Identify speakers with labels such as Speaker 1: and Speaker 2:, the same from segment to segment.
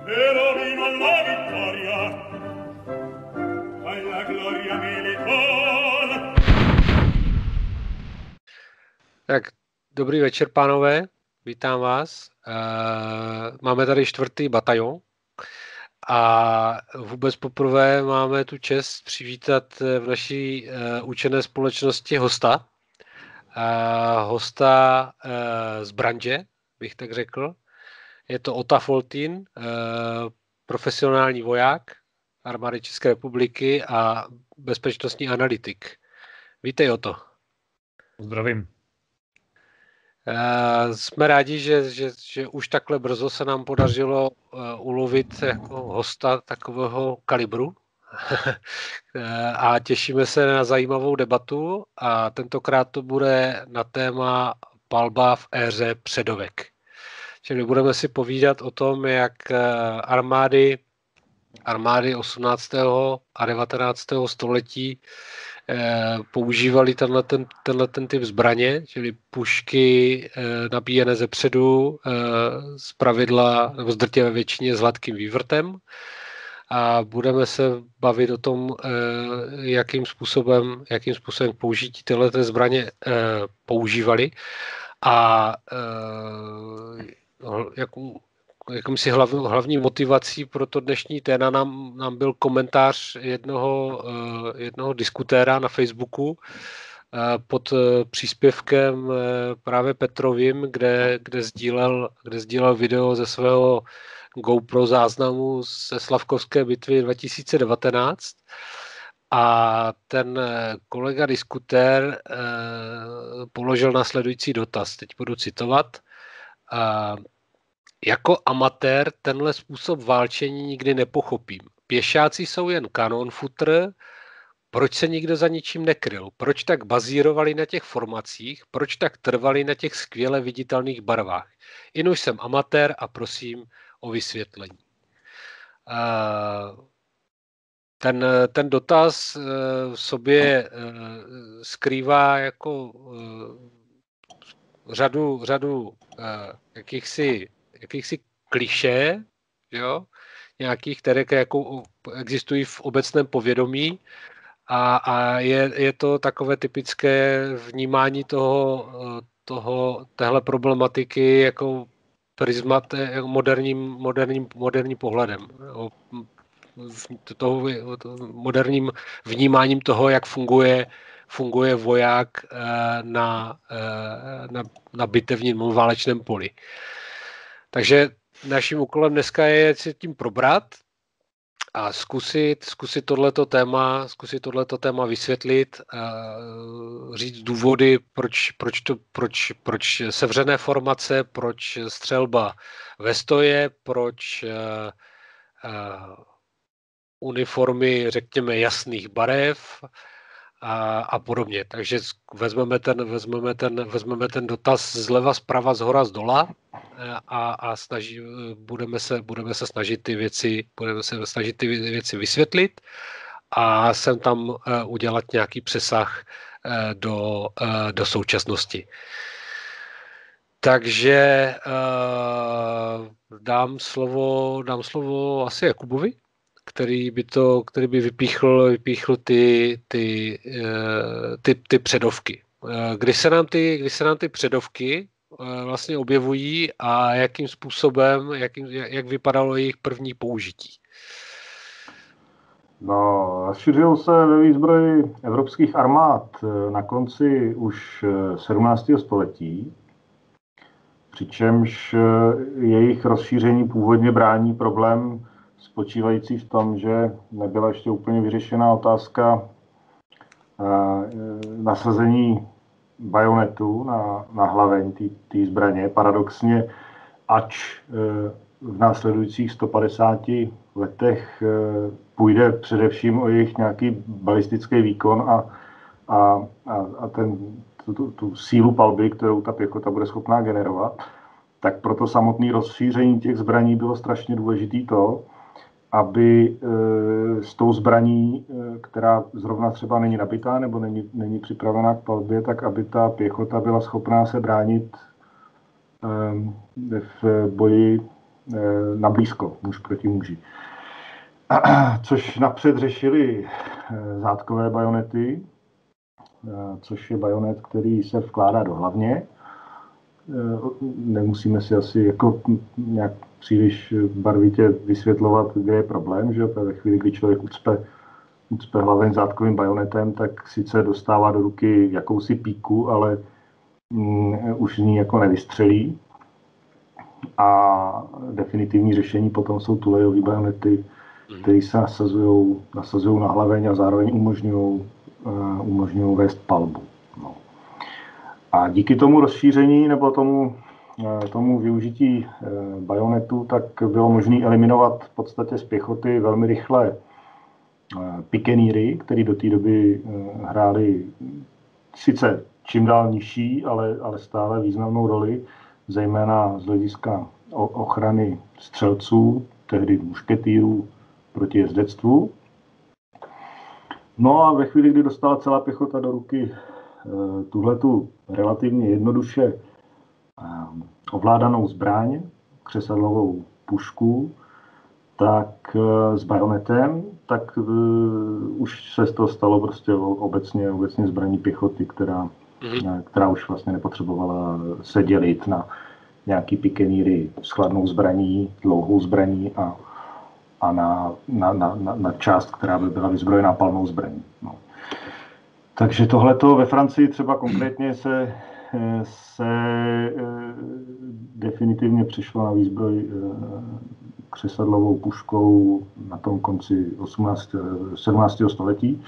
Speaker 1: Tak, dobrý večer, pánové, vítám vás. Máme tady 4. batajon a vůbec poprvé máme tu čest přivítat v naší učené společnosti hosta. Hosta z branže, bych tak řekl. Je to Ota Foltín, profesionální voják armády České republiky a bezpečnostní analytik. Vítej, Oto.
Speaker 2: Zdravím.
Speaker 1: Jsme rádi, že už takhle brzo se nám podařilo ulovit jako hosta takového kalibru a těšíme se na zajímavou debatu a tentokrát to bude na téma palba v éře předovek. Čili budeme si povídat o tom, jak armády 18. a 19. století používali tenhle typ zbraně, čili pušky nabíjené ze předu, zpravidla nebo z drtivé většině s hladkým vývrtem. A budeme se bavit o tom, jakým způsobem k použití tyhle zbraně používali a jakýmsi hlavní motivací pro to dnešní téma nám byl komentář jednoho diskutéra na Facebooku pod příspěvkem právě Petrovým, kde sdílel video ze svého GoPro záznamu ze Slavkovské bitvy 2019. A ten kolega diskutér položil následující dotaz. Teď budu citovat. Jako amatér tenhle způsob válčení nikdy nepochopím. Pěšáci jsou jen kanonfutr, proč se nikdo za ničím nekryl? Proč tak bazírovali na těch formacích? Proč tak trvali na těch skvěle viditelných barvách? Jen už jsem amatér a prosím o vysvětlení. Ten dotaz v sobě skrývá jako řadu jakýchsi klišé, jo? Nějakých, které jako existují v obecném povědomí a je to takové typické vnímání téhle problematiky jako prismat moderním pohledem. Moderním vnímáním toho, jak funguje voják na bitevním válečném poli. Takže naším úkolem dneska je si tím probrat a zkusit tohleto téma vysvětlit, říct důvody, proč sevřené formace, proč střelba ve stoje, proč uniformy, řekněme, jasných barev a podobně. Takže vezmeme ten dotaz zleva, zprava, zhora, zdola a budeme se snažit ty věci vysvětlit a sem tam udělat nějaký přesah do současnosti. Takže dám slovo asi Jakubovi, který by vypíchl ty předovky. Kdy se nám ty předovky vlastně objevují a jakým způsobem, jak vypadalo jejich první použití?
Speaker 3: No, šířil se ve výzbroji evropských armád na konci už 17. století, přičemž jejich rozšíření původně brání problém spočívající v tom, že nebyla ještě úplně vyřešená otázka nasazení bajonetu na hlaveň té zbraně. Paradoxně, ač v následujících 150 letech půjde především o jejich nějaký balistický výkon a tu sílu palby, kterou ta pěchota bude schopná generovat, tak proto samotné rozšíření těch zbraní bylo strašně důležité to, aby s tou zbraní, která zrovna třeba není nabitá nebo není připravená k palbě, tak aby ta pěchota byla schopná se bránit v boji na blízko, muž proti muži. Což napřed řešili zátkové bajonety, což je bajonet, který se vkládá do hlavně. Nemusíme si asi jako nějak příliš barvitě vysvětlovat, kde je problém, že ve chvíli, kdy člověk ucpe hlaveň zátkovým bajonetem, tak sice dostává do ruky jakousi píku, ale už z ní jako nevystřelí. A definitivní řešení potom jsou tulejové bajonety, které se nasazují na hlaveň a zároveň umožňují vést palbu. No. A díky tomu rozšíření nebo tomu využití bajonetu, tak bylo možné eliminovat v podstatě z pěchoty velmi rychle pikeníry, který do té doby hráli sice čím dál nižší, ale stále významnou roli, zejména z hlediska ochrany střelců, tehdy mušketýrů proti jezdectvu. No a ve chvíli, kdy dostala celá pěchota do ruky tuhletu relativně jednoduše ovládanou zbraň, křesadlovou pušku, tak s bajonetem, tak už se z toho stalo prostě obecně zbraní pěchoty, která už vlastně nepotřebovala se dělit na nějaký pikeníry s chladnou zbraní, dlouhou zbraní a na část, která by byla vyzbrojená palnou zbraní. No. Takže tohleto ve Francii třeba konkrétně se definitivně přešlo na výzbroj křesadlovou puškou na tom konci 17. století.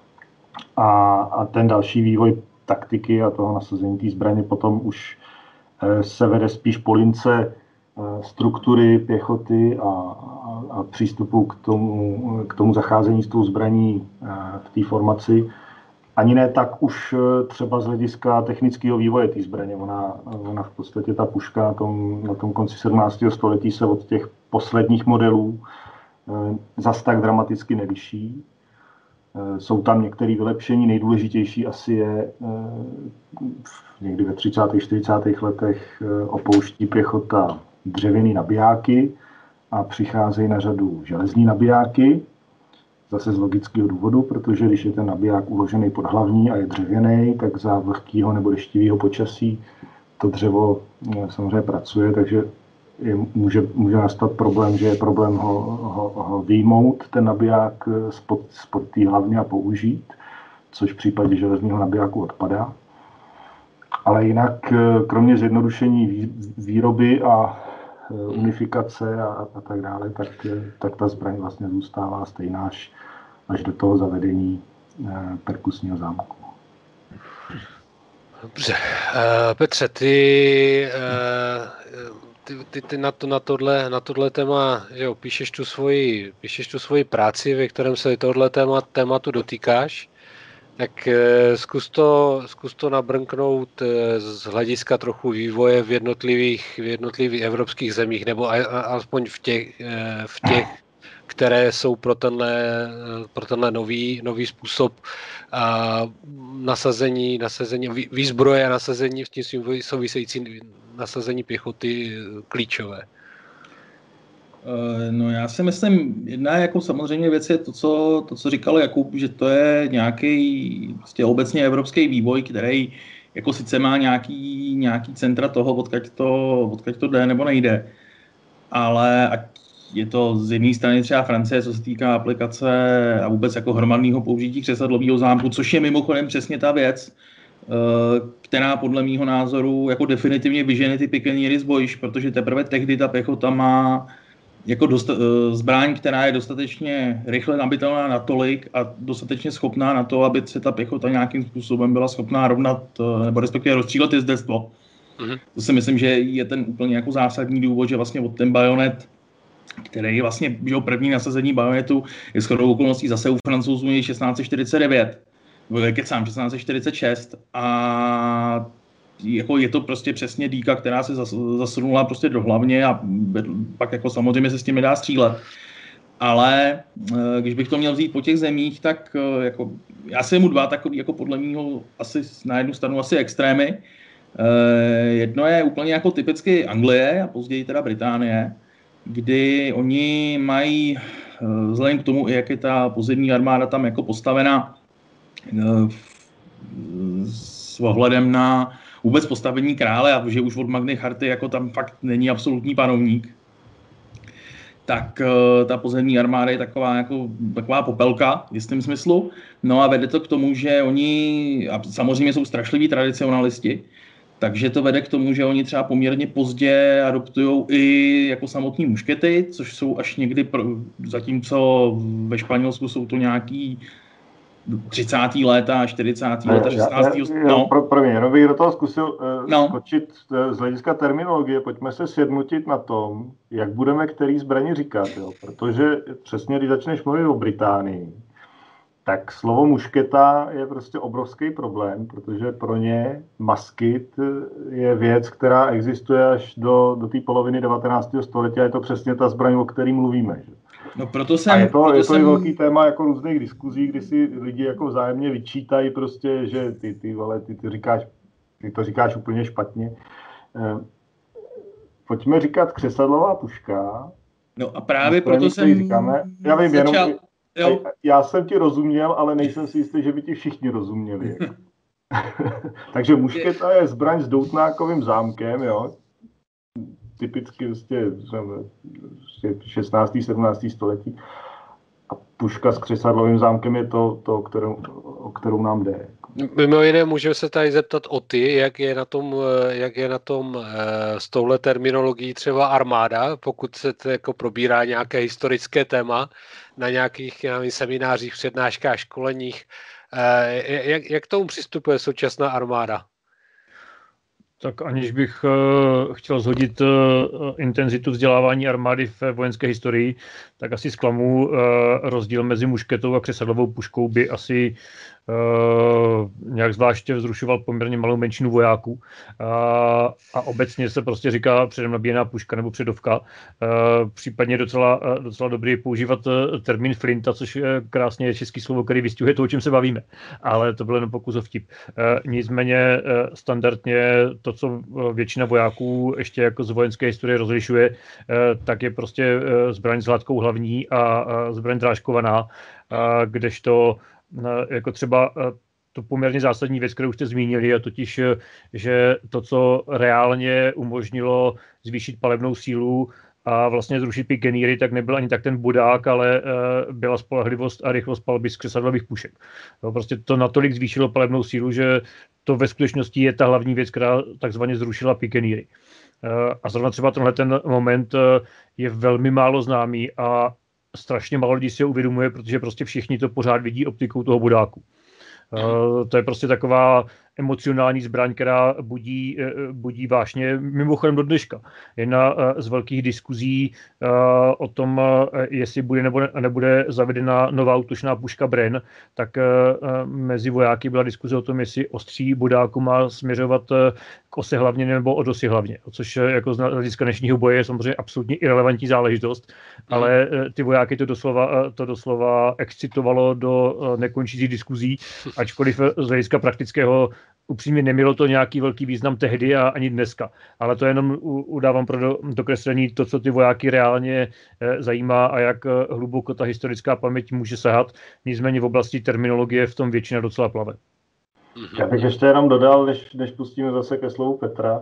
Speaker 3: A ten další vývoj taktiky a toho nasazení té zbraně potom už se vede spíš po lince struktury pěchoty a přístupu k tomu zacházení s tou zbraní v té formaci. Ani ne tak už třeba z hlediska technického vývoje té zbraně. Ona v podstatě ta puška na tom konci 17. století se od těch posledních modelů zas tak dramaticky neliší. Jsou tam některé vylepšení, nejdůležitější asi je někdy ve 30. 40. letech opouští pěchota dřevěný nabijáky a přicházejí na řadu železní nabijáky. Zase z logického důvodu, protože když je ten nabiják uložený pod hlavní a je dřevěný, tak za vlhkého nebo deštivého počasí to dřevo samozřejmě pracuje, takže může nastat problém, že je problém ho vyjmout, ten nabiják spod té hlavně a použít, což v případě železného nabijáku odpadá. Ale jinak, kromě zjednodušení výroby a unifikace a tak dále, tak ta zbraň vlastně zůstává stejná až do toho zavedení perkusního zámku.
Speaker 1: Dobře. Petře, ty na tohle téma, že jo, píšeš tu svoji práci, ve kterém se tohle tématu dotýkáš, tak zkus to nabrnknout z hlediska trochu vývoje v jednotlivých evropských zemích, nebo alespoň v těch, které jsou pro tenhle nový způsob nasazení výzbroje a nasazení s tím související nasazení pěchoty klíčové.
Speaker 4: No já si myslím, jedna jako samozřejmě věc je to, co říkal Jakub, že to je nějaký prostě obecně evropský vývoj, který jako sice má nějaký centra toho, odkud to jde nebo nejde, ale ať je to z jedné strany třeba Francie, co se týká aplikace a vůbec jako hromadného použití křesadlového zámku, což je mimochodem přesně ta věc, která podle mýho názoru jako definitivně vyžene ty pikeníry z bojišť, protože teprve tehdy ta pěchota má jako zbraň, která je dostatečně rychle nabitelná natolik a dostatečně schopná na to, aby se ta pěchota nějakým způsobem byla schopná rovnat, nebo respektive rozstřílet jezdectvo. To si myslím, že je ten úplně jako zásadní důvod, že vlastně od ten bajonet, který vlastně byl první nasazení bajonetu, je shodou okolností zase u Francouzů 1649, kecám 1646 a jako je to prostě přesně dýka, která se zasunula prostě do hlavně a pak jako samozřejmě se s tím nedá střílet. Ale když bych to měl vzít po těch zemích, tak jako já jsem mu dva takový jako podle mýho asi na jednu stranu asi extrémy. Jedno je úplně jako typicky Anglie a později teda Británie, kdy oni mají, vzhledem k tomu, jak je ta pozemní armáda tam jako postavena, s ohledem na vůbec postavení krále a že už od Magny Charty jako tam fakt není absolutní panovník, tak ta pozemní armáda je taková popelka v jistém smyslu. No a vede to k tomu, že oni, a samozřejmě jsou strašliví tradicionalisti, takže to vede k tomu, že oni třeba poměrně pozdě adoptují i jako samotní muškety, což jsou až někdy, zatímco ve Španělsku jsou to nějaký 30. léta, 40. léta, 16.
Speaker 3: Promiň, jenom bych do toho zkusil skočit z hlediska terminologie. Pojďme se sjednotit na tom, jak budeme který zbraně říkat. Jo? Protože přesně, když začneš mluvit o Británii, tak slovo mušketa je prostě obrovský problém, protože pro ně maskyt je věc, která existuje až do té poloviny 19. století a je to přesně ta zbraň, o který mluvíme. Že?
Speaker 4: No proto
Speaker 3: je to i velký téma jako různých diskuzí, kdy si lidi jako vzájemně vyčítají prostě, že ty to říkáš úplně špatně. Pojďme říkat křesadlová puška.
Speaker 4: No a právě proto jsem
Speaker 3: říkáme. Já vím, já jsem ti rozuměl, ale nejsem si jistý, že by ti všichni rozuměli. Takže mušketa je zbraň s doutnákovým zámkem, jo. Typicky vlastně 16. 17. století. A puška s křesadlovým zámkem je to o kterou nám jde.
Speaker 1: Mimo jiné můžeme se tady zeptat o ty, jak je na tom s touhle terminologií třeba armáda, pokud se to jako probírá nějaké historické téma na nějakých seminářích, přednáškách, školeních. Jak k tomu přistupuje současná armáda?
Speaker 2: Tak aniž bych chtěl zhodit intenzitu vzdělávání armády v vojenské historii, tak asi zklamu. Rozdíl mezi mušketou a křesadlovou puškou by asi nějak zvláště vzrušoval poměrně malou menšinu vojáků. A obecně se prostě říká předem nabíjená puška nebo předovka. Případně docela dobrý používat termín flinta, což je krásně český slovo, který vystihuje to, o čem se bavíme. Ale to byl jen pokus o vtip. Nicméně standardně to, co většina vojáků ještě jako z vojenské historie rozlišuje, tak je prostě zbraň s hladkou hlavní a zbraň drážkovaná, kdežto jako třeba to poměrně zásadní věc, kterou jste zmínili, a totiž, že to, co reálně umožnilo zvýšit palebnou sílu a vlastně zrušit pikeníry, tak nebyl ani tak ten bodák, ale byla spolehlivost a rychlost palby z křesadlových pušek. No, prostě to natolik zvýšilo palebnou sílu, že to ve skutečnosti je ta hlavní věc, která takzvaně zrušila pikeníry. A zrovna třeba tenhle ten moment je velmi málo známý a strašně málo lidí si ho uvědomuje, protože prostě všichni to pořád vidí optikou toho bodáku. To je prostě taková emocionální zbraň, která budí vášně mimochodem do dneška. Jedna z velkých diskuzí o tom, jestli bude nebo nebude zavedena nová útočná puška Bren, tak mezi vojáky byla diskuze o tom, jestli ostří bodáku má směřovat k ose hlavně nebo od osy hlavně, což jako z hlediska dnešního boje je samozřejmě absolutně irelevantní záležitost, ale ty vojáky to doslova excitovalo do nekončících diskuzí, ačkoliv z hlediska praktického upřímně nemělo to nějaký velký význam tehdy a ani dneska. Ale to jenom udávám pro dokreslení to, co ty vojáky reálně zajímá a jak hluboko ta historická paměť může sahat. Nicméně v oblasti terminologie v tom většina docela plave.
Speaker 3: Já bych ještě jenom dodal, než pustíme zase ke slovu Petra,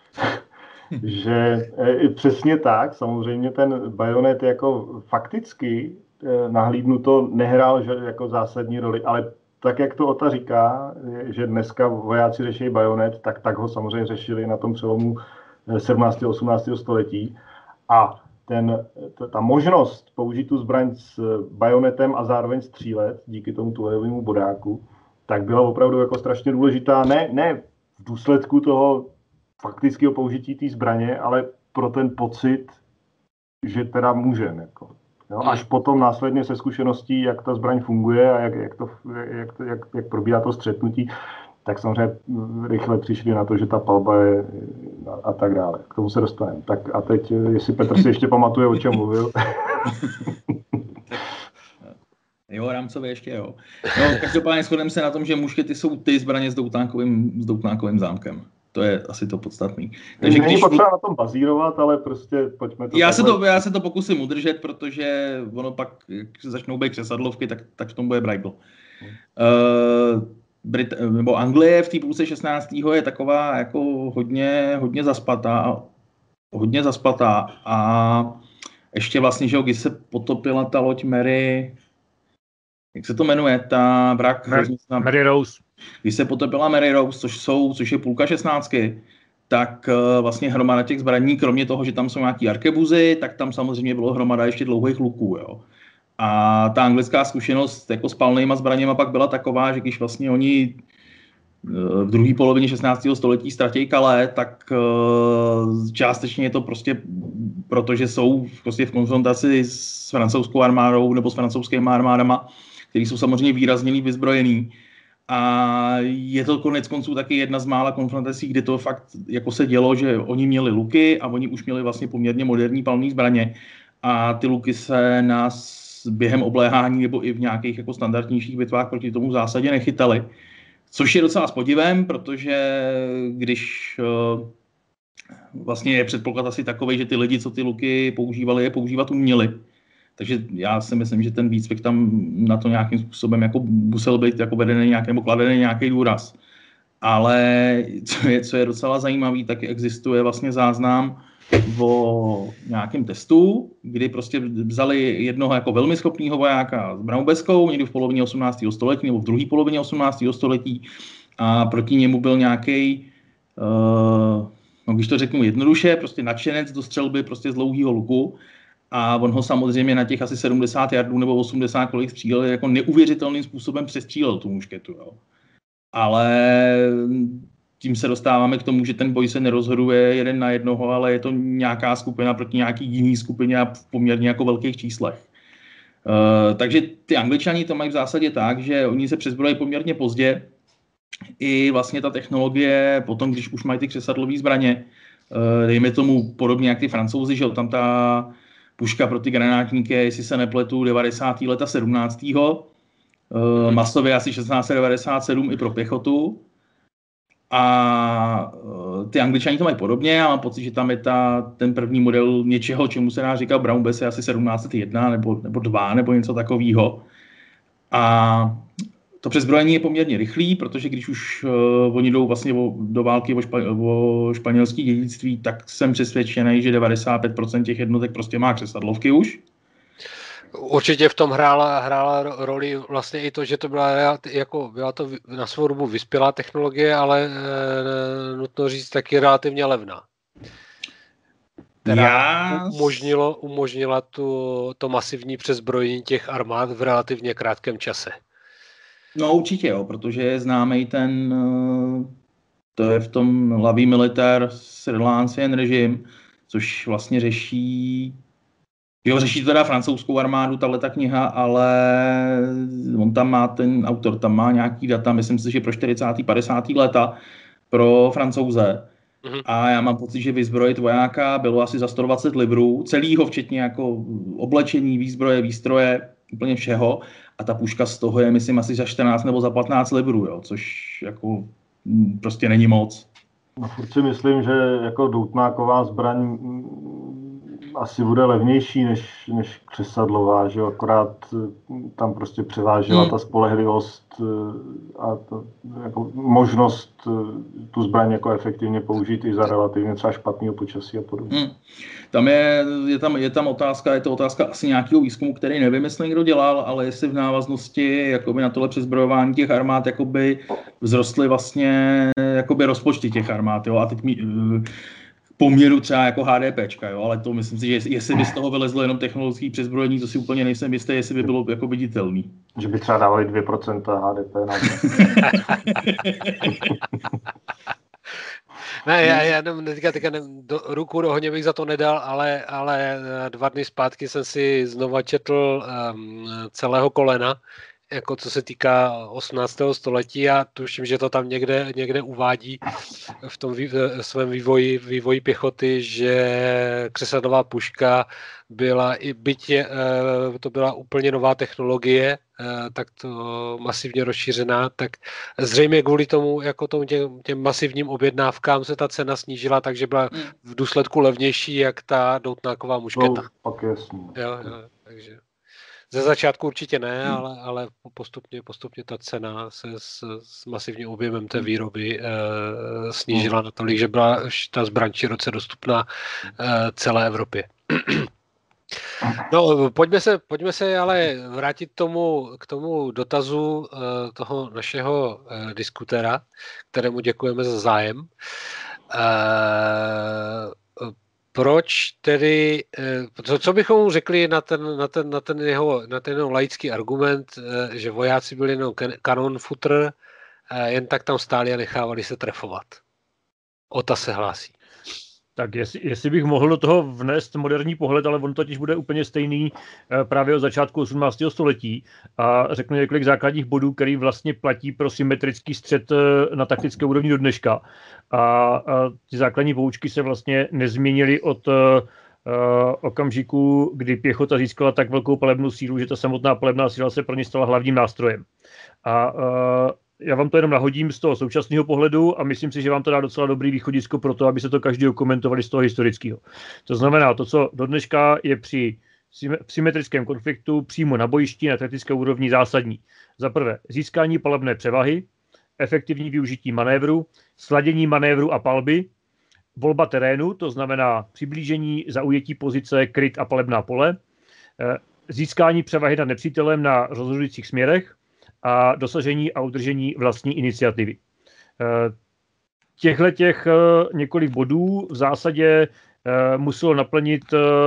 Speaker 3: že přesně tak, samozřejmě ten bajonet jako fakticky nahlídnuto nehrál nehrál zásadní roli, ale tak, jak to Ota říká, že dneska vojáci řeší bajonet, tak ho samozřejmě řešili na tom přelomu 17. a 18. století. A ta možnost použít tu zbraň s bajonetem a zároveň střílet díky tomu tulejovému bodáku, tak byla opravdu jako strašně důležitá. Ne v důsledku toho faktického použití té zbraně, ale pro ten pocit, že teda můžeme. Jako. Jo, až potom následně se zkušeností, jak ta zbraň funguje a jak probíhá to střetnutí, tak samozřejmě rychle přišli na to, že ta palba je a tak dále. K tomu se dostaneme. Tak a teď, jestli Petr si ještě pamatuje, o čem mluvil.
Speaker 4: Jo, rámcově ještě jo. No, každopádně shodneme se na tom, že muškety jsou ty zbraně s doutnákovým zámkem. To je asi to podstatný. Takže
Speaker 3: není potřeba na tom bazírovat, ale prostě pojďme to...
Speaker 4: Já se to pokusím udržet, protože ono pak, jak začnou být křesadlovky, tak v tom bude Brajbl. Nebo Anglie v té půlce 16. je taková jako hodně zaspatá a ještě vlastně, že když se potopila ta loď Mary, jak se to jmenuje, ta vrak?
Speaker 2: Mary Rose.
Speaker 4: Když se potopila Mary Rose, což je půlka 16, tak vlastně hromada těch zbraní, kromě toho, že tam jsou nějaký arkebuzy, tak tam samozřejmě bylo hromada ještě dlouhých luků, jo. A ta anglická zkušenost jako s palnýma zbraněma pak byla taková, že když vlastně oni v druhé polovině 16. století ztratí Calais, tak částečně je to prostě protože jsou prostě v konfrontaci s francouzskou armádou nebo s francouzskými armádama, který jsou samozřejmě výrazně líp vyzbrojený. A je to konec konců taky jedna z mála konfrontací, kde to fakt jako se dělo, že oni měli luky a oni už měli vlastně poměrně moderní palné zbraně a ty luky se nás během obléhání nebo i v nějakých jako standardnějších bitvách proti tomu v zásadě nechytali. Což je docela s podivem, protože když vlastně je předpoklad asi takový, že ty lidi, co ty luky používali, je používat uměli. Takže já si myslím, že ten výcvik tam na to nějakým způsobem jako musel být jako vedený nějaký, nebo kladený nějaký důraz. Ale co je docela zajímavý, tak existuje vlastně záznam o nějakém testu, kdy prostě vzali jednoho jako velmi schopného vojáka s braunbeskou někdy v polovině 18. století nebo v druhé polovině 18. století a proti němu byl nějaký, když to řeknu jednoduše, prostě nadšenec do střelby prostě z dlouhého luku a on ho samozřejmě na těch asi 70 yardů nebo 80 kolik střílel, jako neuvěřitelným způsobem přestřílel tu mušketu. Jo. Ale tím se dostáváme k tomu, že ten boj se nerozhoduje jeden na jednoho, ale je to nějaká skupina proti nějaký jiný skupině a v poměrně jako velkých číslech. Takže ty Angličani to mají v zásadě tak, že oni se přezbrojí poměrně pozdě. I vlastně ta technologie, potom, když už mají ty křesadlové zbraně, dejme tomu podobně jak ty Francouzi, že tam ta puška pro ty granátníky, jestli se nepletu, 90. leta 17. Masově asi 1697 i pro pěchotu. A ty Angličani to mají podobně a mám pocit, že tam je ten první model něčeho, čemu se dá říkat Brown Bess, je asi 1701 nebo 2 nebo něco takového. A to přezbrojení je poměrně rychlý, protože když už oni jdou vlastně do války o španělské dědictví, tak jsem přesvědčený, že 95% těch jednotek prostě má křesadlovky už.
Speaker 1: Určitě v tom hrála roli vlastně i to, že to byla to na svou dobu vyspělá technologie, ale nutno říct taky relativně levná. Která umožnila to masivní přezbrojení těch armád v relativně krátkém čase.
Speaker 4: No určitě jo, protože je známý to je v tom Lavie Militaire Sri Lankan režim, což vlastně řeší to teda francouzskou armádu, tahleta kniha, ale on tam má, ten autor tam má nějaký data, myslím si, že pro 40. 50. léta pro Francouze. A já mám pocit, že vyzbrojit vojáka bylo asi za 120 librů, celýho, včetně jako oblečení, výzbroje, výstroje, úplně všeho. A ta puška z toho je, myslím, asi za 14 nebo za 15 librů, jo, což jako prostě není moc.
Speaker 3: No, furt si myslím, že jako doutnáková zbraň asi bude levnější než křesadlová, že akorát tam prostě převážela ta spolehlivost a jako možnost tu zbraň jako efektivně použít i za relativně třeba špatného počasí a podobně.
Speaker 4: Je tam otázka, je to otázka asi nějakého výzkumu, který nevím, jestli někdo dělal, ale jestli v návaznosti jakoby na tohle přezbrojování těch armád jakoby vzrostly vlastně jakoby rozpočty těch armád, jo, a teď poměru třeba jako HDPčka, jo, ale to myslím si, že jestli by z toho vylezlo jenom technologické přezbrojení, to si úplně nejsem jistý, jestli by bylo jako viditelný.
Speaker 3: Že by třeba dávali 2% HDP na
Speaker 1: Ne, já teďka ruku do ohně bych za to nedal, ale 2 dny zpátky jsem si znova četl celého Kolena, jako co se týká 18. století a tuším, že to tam někde uvádí v tom svém vývoji pěchoty, že křesadlová puška byla i bytě, to byla úplně nová technologie, tak to masivně rozšířená, tak zřejmě kvůli tomu, jako těm masivním objednávkám se ta cena snížila, takže byla v důsledku levnější, jak ta doutnáková mušketa.
Speaker 3: No, pak jasný.
Speaker 1: Jo, takže ze začátku určitě ne, ale postupně ta cena se s masivním objemem té výroby snížila natolik, že byla ta zbraň široce dostupná celé Evropě. No, pojďme se ale vrátit k tomu dotazu toho našeho diskutéra, kterému děkujeme za zájem. Proč tedy, co bychom mu řekli na ten jeho laický argument, že vojáci byli jenom kanonfutr, jen tak tam stáli a nechávali se trefovat? Ota se hlásí.
Speaker 2: Tak jestli bych mohl do toho vnést moderní pohled, ale on totiž bude úplně stejný právě od začátku 18. století a řeknu několik základních bodů, který vlastně platí pro symetrický střet na taktické úrovni do dneška. A ty základní poučky se vlastně nezměnily od okamžiku, kdy pěchota získala tak velkou palebnou sílu, že ta samotná palebná síla se pro ně stala hlavním nástrojem. A já vám to jenom nahodím z toho současného pohledu a myslím si, že vám to dá docela dobrý východisko pro to, aby se to každý komentovali z toho historického. To znamená, to, co do dneška je při symetrickém konfliktu přímo na bojišti na taktické úrovni zásadní. Za prvé, získání palebné převahy, efektivní využití manévru, sladění manévru a palby, volba terénu, to znamená přiblížení, zaujetí pozice, kryt a palebná pole, získání převahy nad nepřítelem na rozhodujících směrech, a dosažení a udržení vlastní iniciativy. Těch několik bodů v zásadě muselo naplnit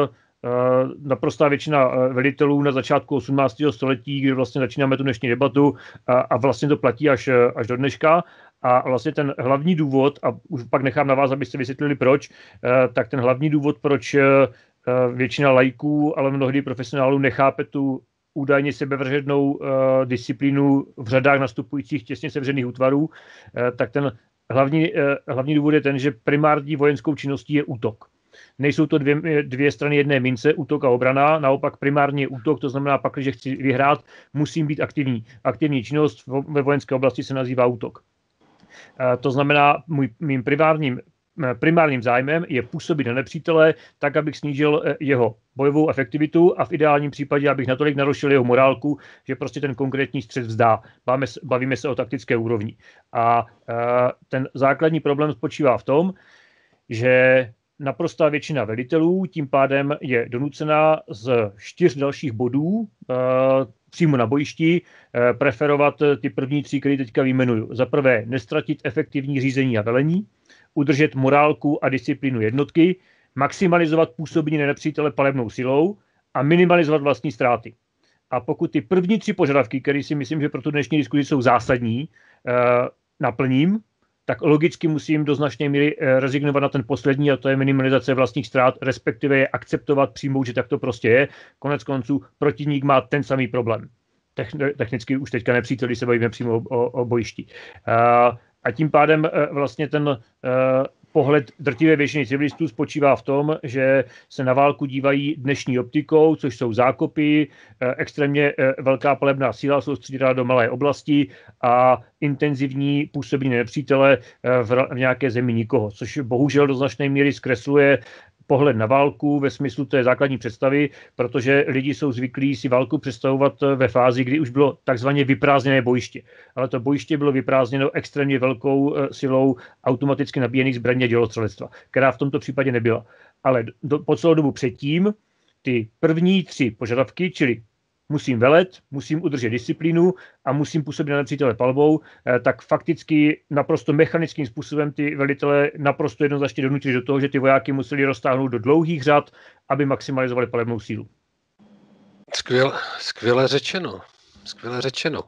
Speaker 2: naprostá většina velitelů na začátku 18. století, kdy vlastně začínáme tu dnešní debatu a vlastně to platí až do dneška. A vlastně ten hlavní důvod, a už pak nechám na vás, abyste vysvětlili proč, tak ten hlavní důvod, proč většina laiků, ale mnohdy profesionálů nechápe tu údajně sebevražednou disciplínu v řadách nastupujících těsně sevřených útvarů, tak ten hlavní důvod je ten, že primární vojenskou činností je útok. Nejsou to dvě strany jedné mince, útok a obrana, naopak primárně je útok, to znamená pak, když chci vyhrát, musím být aktivní. Aktivní činnost ve vojenské oblasti se nazývá útok. To znamená, mým primárním zájmem je působit na nepřítele tak, abych snížil jeho bojovou efektivitu a v ideálním případě, abych natolik narušil jeho morálku, že prostě ten konkrétní střet vzdá. Bavíme se o taktické úrovni. A ten základní problém spočívá v tom, že naprostá většina velitelů tím pádem je donucená z 4 dalších bodů přímo na bojišti preferovat ty první 3, které teďka vyjmenuju. Za prvé, nestratit efektivní řízení a velení, udržet morálku a disciplínu jednotky, maximalizovat působení na nepřítele palebnou silou a minimalizovat vlastní ztráty. A pokud ty první 3 požadavky, které si myslím, že pro tu dnešní diskuzi jsou zásadní, naplním, tak logicky musím do značné míry rezignovat na ten poslední, a to je minimalizace vlastních ztrát, respektive je akceptovat, přijmout, že tak to prostě je. Konec konců protivník má ten samý problém. Technicky už teďka nepřítel, když se bavíme přímo o bojišti. A tím pádem vlastně ten pohled drtivé většiny civilistů spočívá v tom, že se na válku dívají dnešní optikou, což jsou zákopy, extrémně velká palebná síla soustředěná do malé oblasti a intenzivní působení nepřítele v nějaké zemi nikoho, což bohužel do značné míry zkresluje pohled na válku ve smyslu té základní představy, protože lidi jsou zvyklí si válku představovat ve fázi, kdy už bylo takzvaně vyprázdněné bojiště. Ale to bojiště bylo vyprázdněno extrémně velkou silou automaticky nabíjených zbraní a dělostřelectva, která v tomto případě nebyla. Ale po celou dobu předtím ty první 3 požadavky, čili musím velet, musím udržet disciplínu a musím působit na nepřítele palbou, tak fakticky naprosto mechanickým způsobem ty velitelé naprosto jednoznačně donutili do toho, že ty vojáky museli roztáhnout do dlouhých řad, aby maximalizovali palebnou sílu.
Speaker 1: Skvěle řečeno.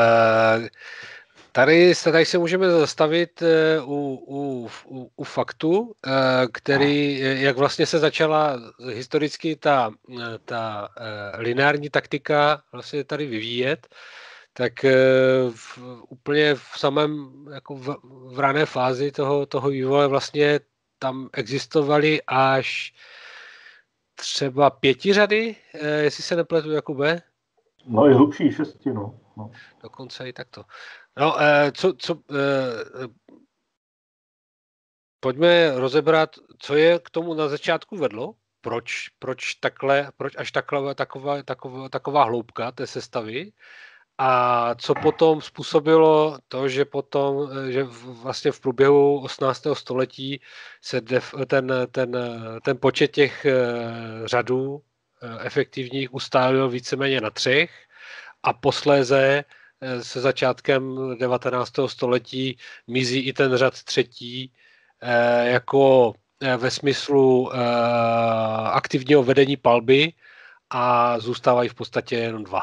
Speaker 1: Tady se můžeme zastavit u faktu, který, jak vlastně se začala historicky ta lineární taktika vlastně tady vyvíjet, tak úplně v samém, jako v rané fázi toho vývoje vlastně tam existovaly až třeba 5 řady, jestli se nepletu, Jakube?
Speaker 3: No i hlubší 6, no.
Speaker 1: Dokonce i takto. No, pojďme rozebrat, co je k tomu na začátku vedlo, proč až taková hloubka té sestavy a co potom způsobilo to, že vlastně v průběhu 18. století se ten počet těch řadů efektivních ustálil víceméně na 3 a posléze se začátkem 19. století mizí i ten řad 3. Jako ve smyslu aktivního vedení palby a zůstávají v podstatě jenom 2.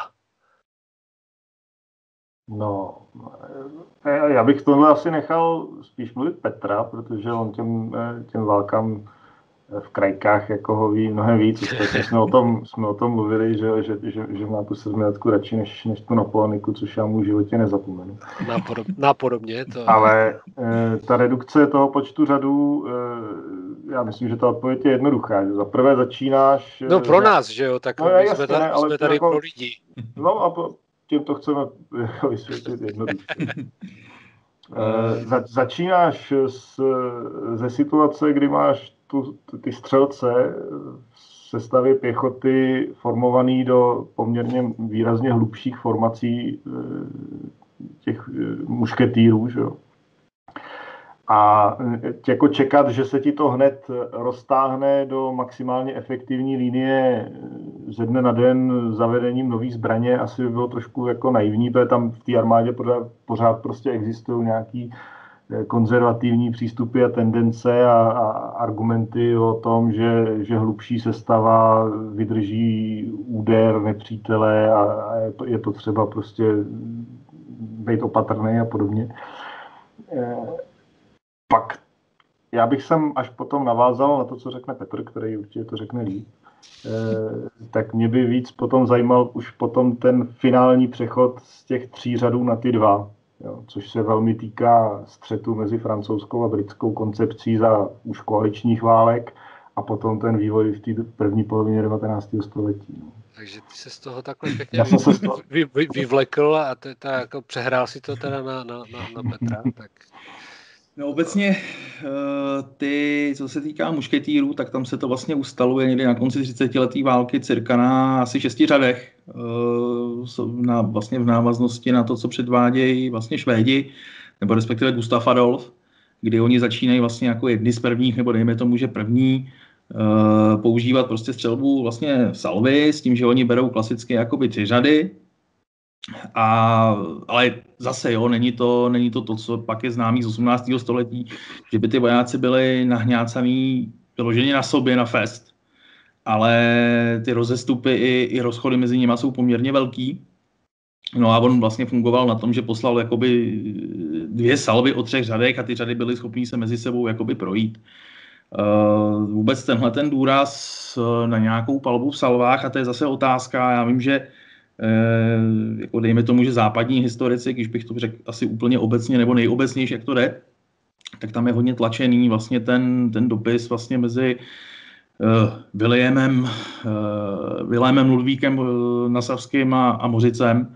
Speaker 3: No, já bych tohle asi nechal spíš mluvit Petra, protože on těm válkám v krajkách jako ho ví mnohem víc. Jsme o tom mluvili, že má tu sedmiletku radši než tu Napoleoniku, což já mu v životě nezapomenu.
Speaker 1: Nápodobně.
Speaker 3: Ale ta redukce toho počtu řadů, já myslím, že ta odpověď je jednoduchá. Že za prvé začínáš...
Speaker 1: No pro nás, že jo, tak jsme tady jako, pro lidi.
Speaker 3: No a tím to chceme vysvětlit jednoduše. Začínáš ze situace, kdy máš ty střelce v sestavě pěchoty formovaný do poměrně výrazně hlubších formací těch mušketýrů, že jo. A jako čekat, že se ti to hned roztáhne do maximálně efektivní linie ze dne na den zavedením nových zbraně, asi by bylo trošku jako naivní, protože tam v té armádě pořád prostě existují nějaký konzervativní přístupy a tendence a argumenty o tom, že hlubší sestava vydrží úder nepřítele a je potřeba prostě být opatrný a podobně. Pak já bych sem až potom navázal na to, co řekne Petr, který určitě to řekne líp. Tak mě by víc potom zajímal už potom ten finální přechod z těch 3 řadů na ty 2, jo, což se velmi týká střetu mezi francouzskou a britskou koncepcí za už koaličních válek a potom ten vývoj v té první polovině 19. století. No.
Speaker 1: Takže ty se z toho takhle pěkně vyvlekl a jako přehrál si to teda na Petra. Tak.
Speaker 4: No obecně co se týká mušketýrů, tak tam se to vlastně ustaluje někdy na konci 30letý války cirka na asi 6 řadech. Vlastně v návaznosti na to, co předvádějí vlastně Švédi, nebo respektive Gustav Adolf, kdy oni začínají vlastně jako jedni z prvních, nebo dejme tomu, že první, používat prostě střelbu vlastně salvy, s tím, že oni berou klasicky jakoby 3 řady. Ale zase, jo, není to, co pak je známý z 18. století, že by ty vojáci byli nahňácaný vyloženě na sobě na fest, ale ty rozestupy i rozchody mezi nimi jsou poměrně velký. No a on vlastně fungoval na tom, že poslal jakoby 2 salvy o 3 řadech a ty řady byly schopný se mezi sebou jakoby projít. Vůbec tenhle ten důraz na nějakou palbu v salvách, a to je zase otázka, já vím, že jako dejme tomu, že západní historici, když bych to řekl asi úplně obecně nebo nejobecnější, jak to jde, tak tam je hodně tlačený vlastně ten dopis vlastně mezi Vilémem Ludvíkem Nasavským a Mořicem,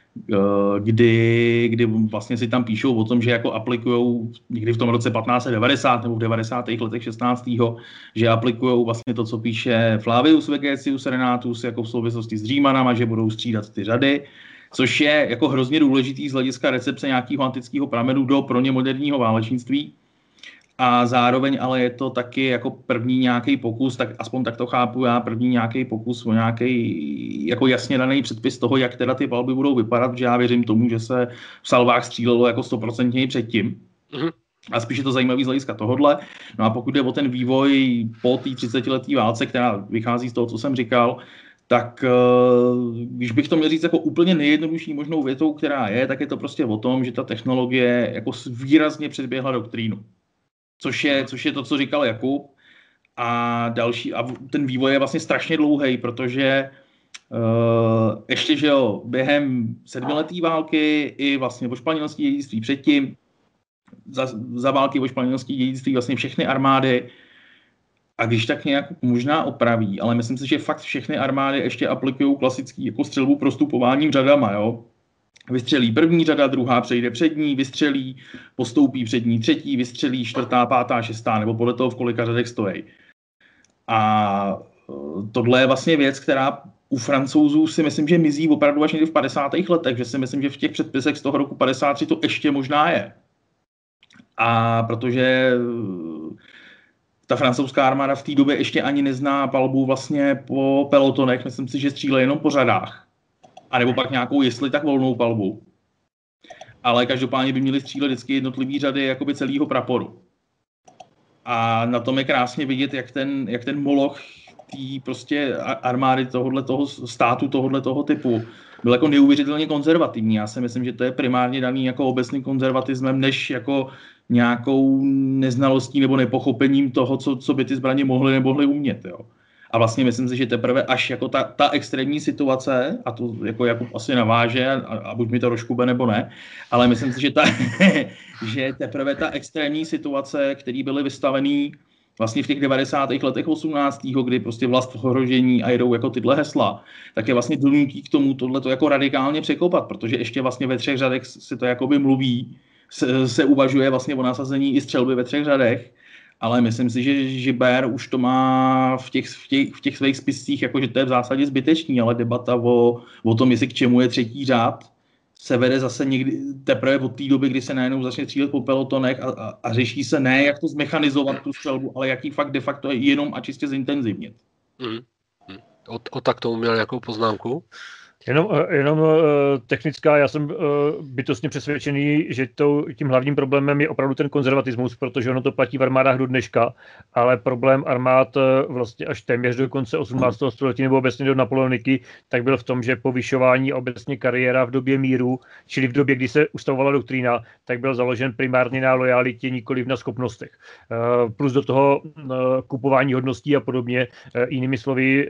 Speaker 4: kdy vlastně si tam píšou o tom, že jako aplikujou někdy v tom roce 1590 nebo v 90. letech 16. že aplikujou vlastně to, co píše Flavius Vegetius Renatus jako v souvislosti s Římanama, že budou střídat ty řady, což je jako hrozně důležitý z hlediska recepce nějakého antického pramenu do pro ně moderního válečnictví. A zároveň ale je to taky jako první nějaký pokus, tak aspoň tak to chápu já, první nějaký pokus o nějaký jako jasně daný předpis toho, jak teda ty palby budou vypadat, že já věřím tomu, že se v salvách střílelo jako 100% předtím. A spíš je to zajímavý z hlediska tohodle. No a pokud jde o ten vývoj po té 30letý válce, která vychází z toho, co jsem říkal, tak když bych to měl říct jako úplně nejjednodušší možnou větou, která je, tak je to prostě o tom, že ta technologie jako výrazně předběhla doktrínu. Což je to, co říkal Jakub. A ten vývoj je vlastně strašně dlouhý, protože ještě, že jo, během 7leté války i vlastně po španělské dědictví předtím, za války po španělské dědictví vlastně všechny armády, a když tak nějak možná opraví, ale myslím si, že fakt všechny armády ještě aplikují klasický jako střelbu prostupováním řadama, jo. Vystřelí první řada, druhá přejde před ní, vystřelí, postoupí před ní třetí, vystřelí čtvrtá, pátá, šestá, nebo podle toho, v kolika řadech stojí. A tohle je vlastně věc, která u Francouzů si myslím, že mizí opravdu až někdy v 50. letech, že si myslím, že v těch předpisech z toho roku 53 to ještě možná je. A protože ta francouzská armáda v té době ještě ani nezná palbu vlastně po pelotonech, myslím si, že střílí jenom po řadách. A nebo pak nějakou, jestli tak volnou palbu. Ale každopádně by měli střílet vždycky jednotlivý řady jakoby celého praporu. A na tom je krásně vidět, jak ten moloch té prostě armády tohoto státu, tohoto typu byl jako neuvěřitelně konzervativní. Já si myslím, že to je primárně daný jako obecným konzervatismem, než jako nějakou neznalostí nebo nepochopením toho, co by ty zbraně mohly umět. Jo. A vlastně myslím si, že teprve až jako ta extrémní situace, a to jako Jakub asi naváže, a buď mi to rozkube nebo ne, ale myslím si, že teprve ta extrémní situace, které byly vystavený vlastně v těch 90. letech 18. kdy prostě vlast v ohrožení a jedou jako tyhle hesla, tak je vlastně donutí k tomu tohleto jako radikálně překopat, protože ještě vlastně ve 3 řadech si to jakoby mluví, se uvažuje vlastně o nasazení i střelby ve 3 řadech, ale myslím si, že Gibert už to má v těch svých spiscích, jakože to je v zásadě zbytečný, ale debata o tom, jestli k čemu je 3. řád, se vede zase někdy teprve od té doby, kdy se najednou začne střílet po pelotonech a řeší se ne, jak to zmechanizovat tu střelbu, ale jak ji fakt de facto jenom a čistě zintenzivnit.
Speaker 1: O tak tomu měl nějakou poznámku?
Speaker 2: Jenom technická, já jsem bytostně přesvědčený, že tím hlavním problémem je opravdu ten konzervatismus, protože ono to platí v armádách do dneška, ale problém armád vlastně až téměř do konce 18. století nebo obecně do Napoleoniky, tak byl v tom, že povyšování a obecně kariéra v době míru, čili v době, kdy se ustavovala doktrína, tak byl založen primárně na lojalitě, nikoliv na schopnostech. Plus do toho kupování hodností a podobně, jinými slovy,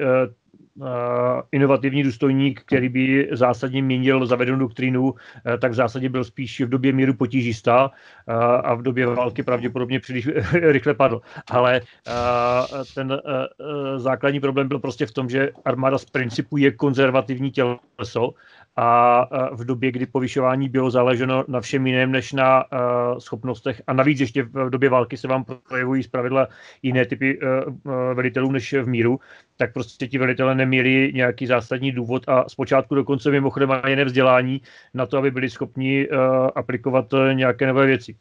Speaker 2: inovativní důstojník, který by zásadně měnil zavedenou doktrínu, tak v zásadě byl spíš v době míru potížista a v době války pravděpodobně příliš rychle padl. Ale ten základní problém byl prostě v tom, že armáda z principu je konzervativní těleso a v době, kdy povyšování bylo záleženo na všem jiném než na schopnostech a navíc ještě v době války se vám projevují zpravidla jiné typy velitelů než v míru, tak prostě ti velitelé neměli nějaký zásadní důvod a zpočátku dokonce mimochodem ani nevzdělání na to, aby byli schopni aplikovat nějaké nové věci.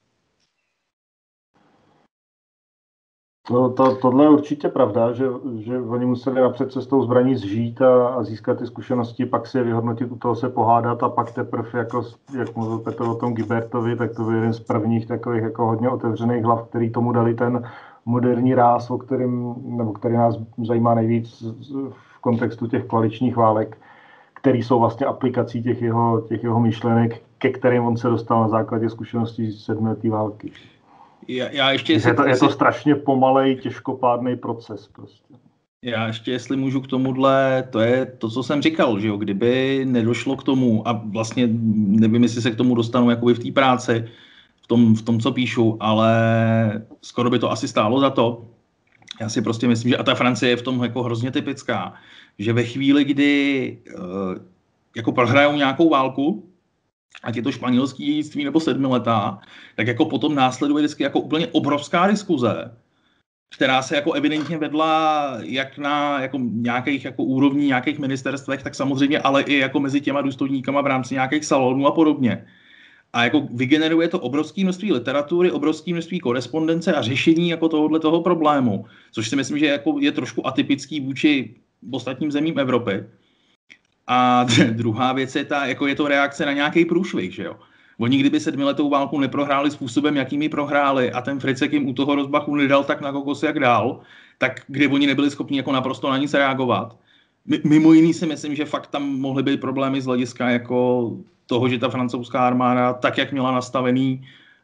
Speaker 3: Tohle je určitě pravda, že oni museli napřed cestou zbraní zžít a získat ty zkušenosti, pak si je vyhodnotit, u toho se pohádat a pak teprve, jako, jak mluvil Petr o tom Gibertovi, tak to byl jeden z prvních takových jako hodně otevřených hlav, který tomu dali ten moderní ráz, který nás zajímá nejvíc v kontextu těch koaličních válek, který jsou vlastně aplikací těch jeho myšlenek, ke kterým on se dostal na základě zkušeností z 7leté války. Je to strašně pomalej, těžkopádný proces prostě.
Speaker 4: Já ještě, jestli můžu k tomuhle, to je to, co jsem říkal, že jo, kdyby nedošlo k tomu, a vlastně nevím, jestli se k tomu dostanu jakoby v té práci, v tom, co píšu, ale skoro by to asi stálo za to. Já si prostě myslím, že a ta Francie je v tom jako hrozně typická, že ve chvíli, kdy jako prohrajou nějakou válku, ať je to španělský dědictví nebo 7letá, tak jako potom následuje vždycky jako úplně obrovská diskuze, která se jako evidentně vedla jak na jako nějakých jako úrovní, nějakých ministerstvech, tak samozřejmě, ale i jako mezi těma důstojníkama v rámci nějakých salonů a podobně. A jako vygeneruje to obrovské množství literatury, obrovské množství korespondence a řešení jako toho problému, což si myslím, že jako je trošku atypický vůči ostatním zemím Evropy. A druhá věc je je to reakce na nějaký průšvih, že jo. Oni kdyby 7letou válku neprohráli způsobem, jakými prohráli a ten Fricek jim u toho rozbachu nedal tak na kokos, jak dál, tak kde oni nebyli schopni jako naprosto na nic reagovat. Mimo jiný si myslím, že fakt tam mohly být problémy z hlediska jako toho, že ta francouzská armáda, tak jak měla nastavený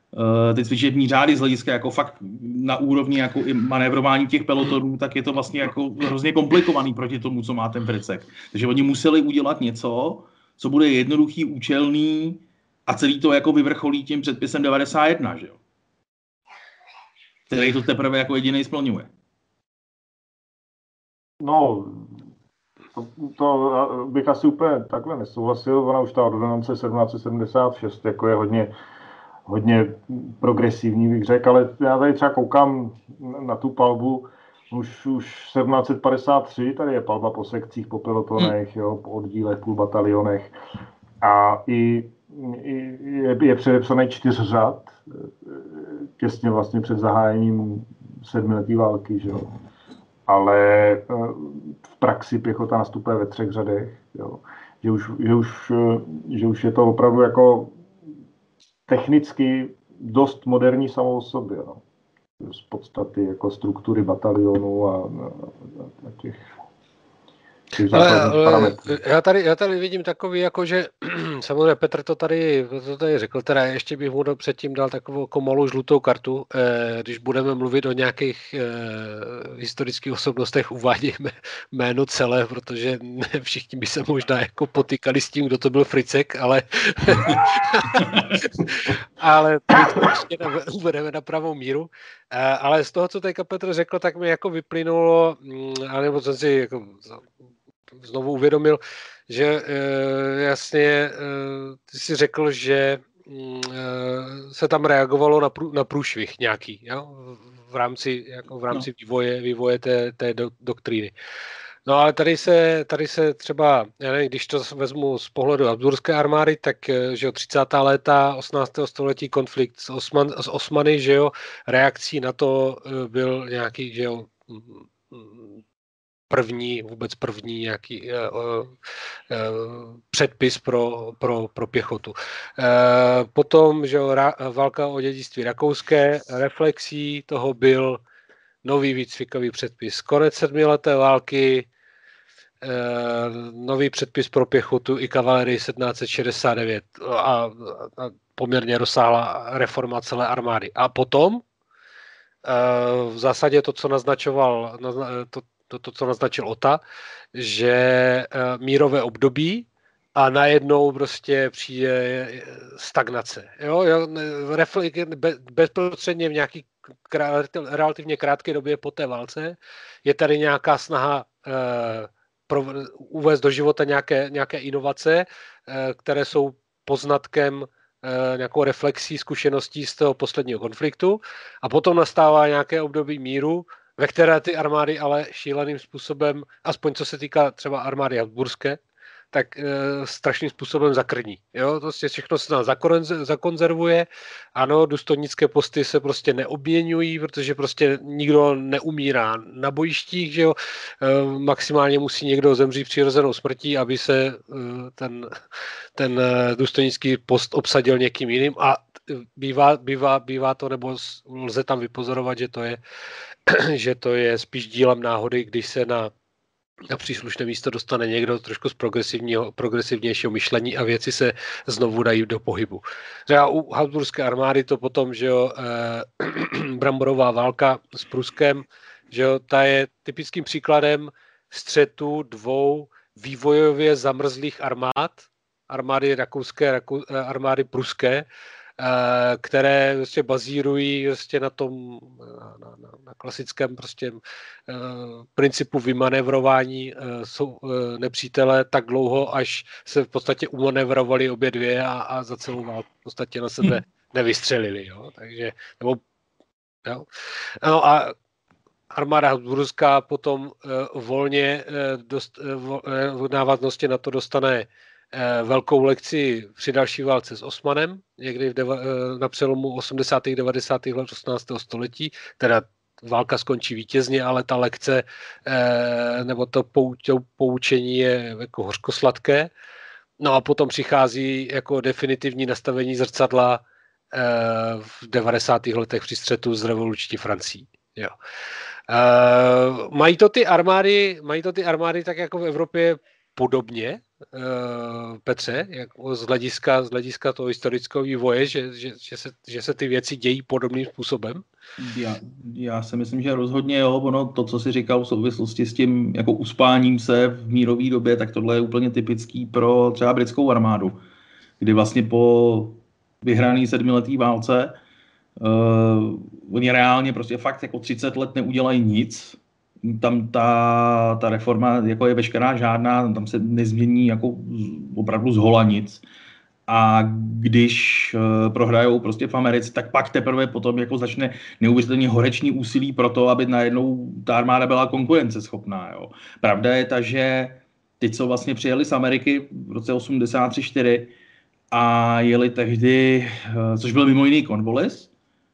Speaker 4: ty cvičební řády z hlediska jako fakt na úrovni jako i manévrování těch pelotonů, tak je to vlastně jako hrozně komplikovaný proti tomu, co má ten Fricek. Takže oni museli udělat něco, co bude jednoduchý, účelný a celý to jako vyvrcholí tím předpisem 91, že jo? Který to teprve jako jedinej splňuje.
Speaker 3: No, to bych asi úplně takhle nesouhlasil. Ona už ta ordonance 1776 jako je hodně progresivní, bych řekl, ale já tady třeba koukám na tu palbu, už 1753, tady je palba po sekcích, po pelotonech, jo, po oddílech, půl batalionech a je předepsaný 4 řad, těsně vlastně před zahájením 7leté války, že jo. Ale v praxi pěchota nastupuje ve 3 řadech, jo. Že už je to opravdu jako technicky dost moderní samou o sobě, no. Z podstaty jako struktury batalionu a těch základních parametrů.
Speaker 1: Já tady vidím takový, jako že samozřejmě Petr to tady řekl, teda ještě bych mu předtím dal takovou jako malou žlutou kartu, když budeme mluvit o nějakých historických osobnostech, uvádějme jméno celé, protože ne všichni by se možná jako potýkali s tím, kdo to byl Fricek, ale ale to ještě uvedeme na pravou míru. Ale z toho, co teďka Petr řekl, tak mi jako vyplynulo, anebo jsem si jako znovu uvědomil, že jasně ty si řekl, že se tam reagovalo na průšvih nějaký, jo? v rámci vývoje té doktríny. No ale tady se třeba, já nevím, když to vezmu z pohledu habsburské armády, tak že jo, 30. léta 18. století konflikt s Osmany, že reakcí na to byl nějaký, že jo, první nějaký předpis pro pěchotu. Potom, že jo, válka o dědictví rakouské, reflexí toho byl nový výcvikový předpis. Konec 7leté války, nový předpis pro pěchotu i kavalerii 1769 a poměrně rozsáhlá reforma celé armády. A potom v zásadě to, co naznačil Ota, že mírové období a najednou prostě přijde stagnace. Bezprostředně v nějaký relativně krátké době po té válce je tady nějaká snaha uvést do života nějaké inovace, které jsou poznatkem nějakou reflexí zkušeností z toho posledního konfliktu a potom nastává nějaké období míru, ve které ty armády ale šíleným způsobem, aspoň co se týká třeba armády habsburské, tak strašným způsobem zakrní. Jo? To všechno se zakonzervuje. Ano, důstojnické posty se prostě neobměňují, protože prostě nikdo neumírá na bojištích, že jo? Maximálně musí někdo zemřít přirozenou smrtí, aby se ten důstojnický post obsadil někým jiným a bývá to, nebo lze tam vypozorovat, že to je spíš dílem náhody, když se na příslušné místo dostane někdo trošku z progresivnějšího myšlení a věci se znovu dají do pohybu. Třeba u habsburské armády to potom, že jo, bramborová válka s Pruskem, že jo, ta je typickým příkladem střetu 2 vývojově zamrzlých armády rakouské, armády pruské, které vlastně bazírují vlastně na tom na klasickém prostě principu vymanévrování nepřítele tak dlouho, až se v podstatě umanévrovali obě dvě a za celou válku v podstatě na sebe nevystřelili. Jo? Takže, jo? No a armáda habsburská potom volně v návaznosti na to dostane velkou lekci při další válce s Osmanem, někdy na přelomu 80. 90. let 18. století, teda válka skončí vítězně, ale ta lekce nebo to poučení je jako hořkosladké. No a potom přichází jako definitivní nastavení zrcadla v 90. letech při střetu s revoluční Francií. Jo. Mají to ty armády tak jako v Evropě podobně, Petře, jako z hlediska toho historického vývoje, že se ty věci dějí podobným způsobem?
Speaker 4: Já si myslím, že rozhodně jo, ono to, co si říkal v souvislosti s tím jako uspáním se v mírové době, tak tohle je úplně typický pro třeba britskou armádu, kdy vlastně po vyhrané 7leté válce oni reálně prostě fakt jako 30 let neudělají nic. Tam ta reforma jako je veškerá žádná, tam se nezmění jako opravdu zhola nic. A když prohrajou prostě v Americe, tak pak teprve potom jako začne neuvěřitelně horeční úsilí pro to, aby najednou ta armáda byla konkurenceschopná. Jo. Pravda je ta, že teď, co vlastně přijeli z Ameriky v roce 83-4 a jeli tehdy, což byl mimo jiný Cornwallis,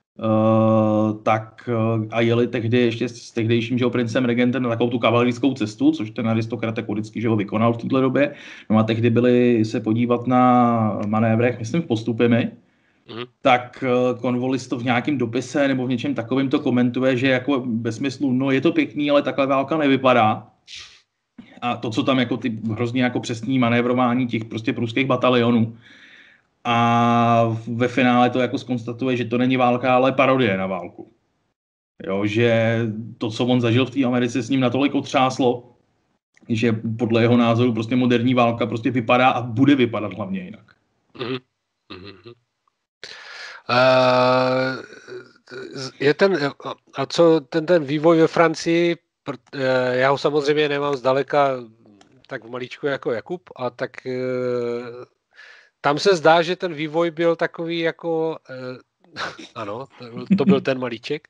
Speaker 4: a jeli tehdy ještě s tehdejším princem regentem na takovou tu kavalerickou cestu, což ten aristokrat jako vždycky že ho vykonal v této době. No a tehdy byli se podívat na manévrech, myslím v Postupimi, tak Cornwallis to v nějakém dopise nebo v něčem takovým to komentuje, že jako bez smyslu, no je to pěkný, ale takhle válka nevypadá. A to, co tam jako ty hrozně jako přesný manévrování těch prostě pruských batalionů. A ve finále to jako zkonstatuje, že to není válka, ale parodie na válku. Jo, že to, co on zažil v té Americe, s ním natolik otřáslo, že podle jeho názoru prostě moderní válka prostě vypadá a bude vypadat hlavně jinak.
Speaker 1: A co ten vývoj ve Francii, já ho samozřejmě nemám zdaleka tak v maličku jako Jakub, a tak tam se zdá, že ten vývoj byl takový jako, ano, to byl ten malíček,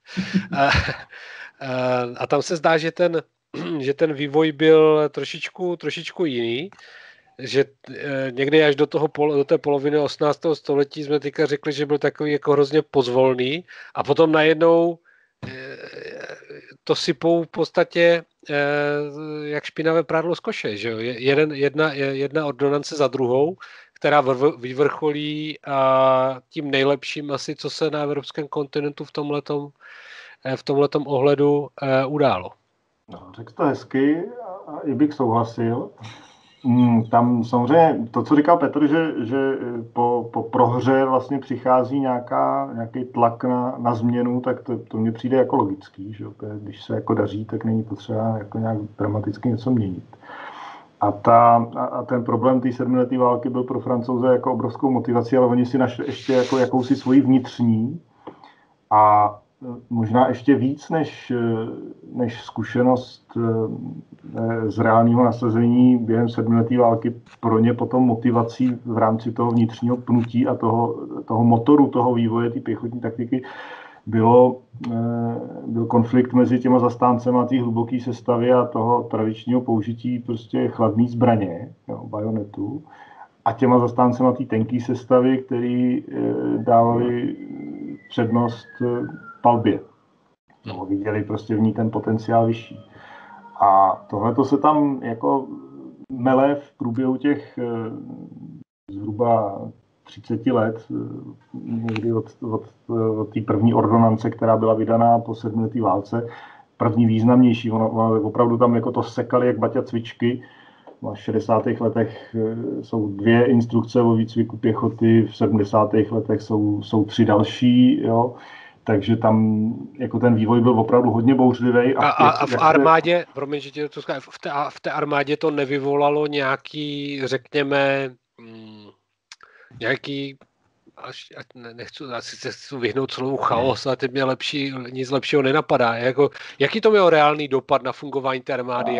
Speaker 1: a tam se zdá, že ten vývoj byl trošičku jiný, že někdy až do té poloviny 18. století jsme teďka řekli, že byl takový jako hrozně pozvolný a potom najednou to sypou v podstatě jak špinavé prádlo z koše, že jo? Jedna ordonance za druhou, která vyvrcholí tím nejlepším asi, co se na evropském kontinentu v tomhletom ohledu událo.
Speaker 3: No, řekl to hezky a i bych souhlasil. Tam samozřejmě to, co říkal Petr, že po prohře vlastně přichází nějaký tlak na změnu, tak to mně přijde jako logický, že? Když se jako daří, tak není potřeba jako nějak dramaticky něco měnit. A ten problém té 7leté války byl pro Francouze jako obrovskou motivací, ale oni si našli ještě jako jakousi svoji vnitřní a možná ještě víc než zkušenost z reálného nasazení během 7leté války pro ně potom motivací v rámci toho vnitřního pnutí a toho motoru, toho vývoje té pěchotní taktiky byl konflikt mezi těma zastáncema té hluboké sestavy a toho tradičního použití prostě chladné zbraně, bajonetu, a těma zastáncema té tenké sestavy, který dávali přednost palbě. No, viděli prostě v ní ten potenciál vyšší. A tohleto se tam jako mele v průběhu těch zhruba 30 let, někdy od té první ordonance, která byla vydaná po 7leté válce, první významnější. Ono opravdu tam jako to sekali jak baťa cvičky. V 60. letech jsou 2 instrukce o výcviku pěchoty, v 70. letech jsou 3 další, jo. Takže tam jako ten vývoj byl opravdu hodně bouřlivý.
Speaker 1: A v armádě, promiň, že ti to říkám, v té armádě to nevyvolalo nějaký, řekněme, nechci se vyhnout slovu chaos, a teď mě nic lepšího nenapadá. Jaký to mělo reálný dopad na fungování té armády?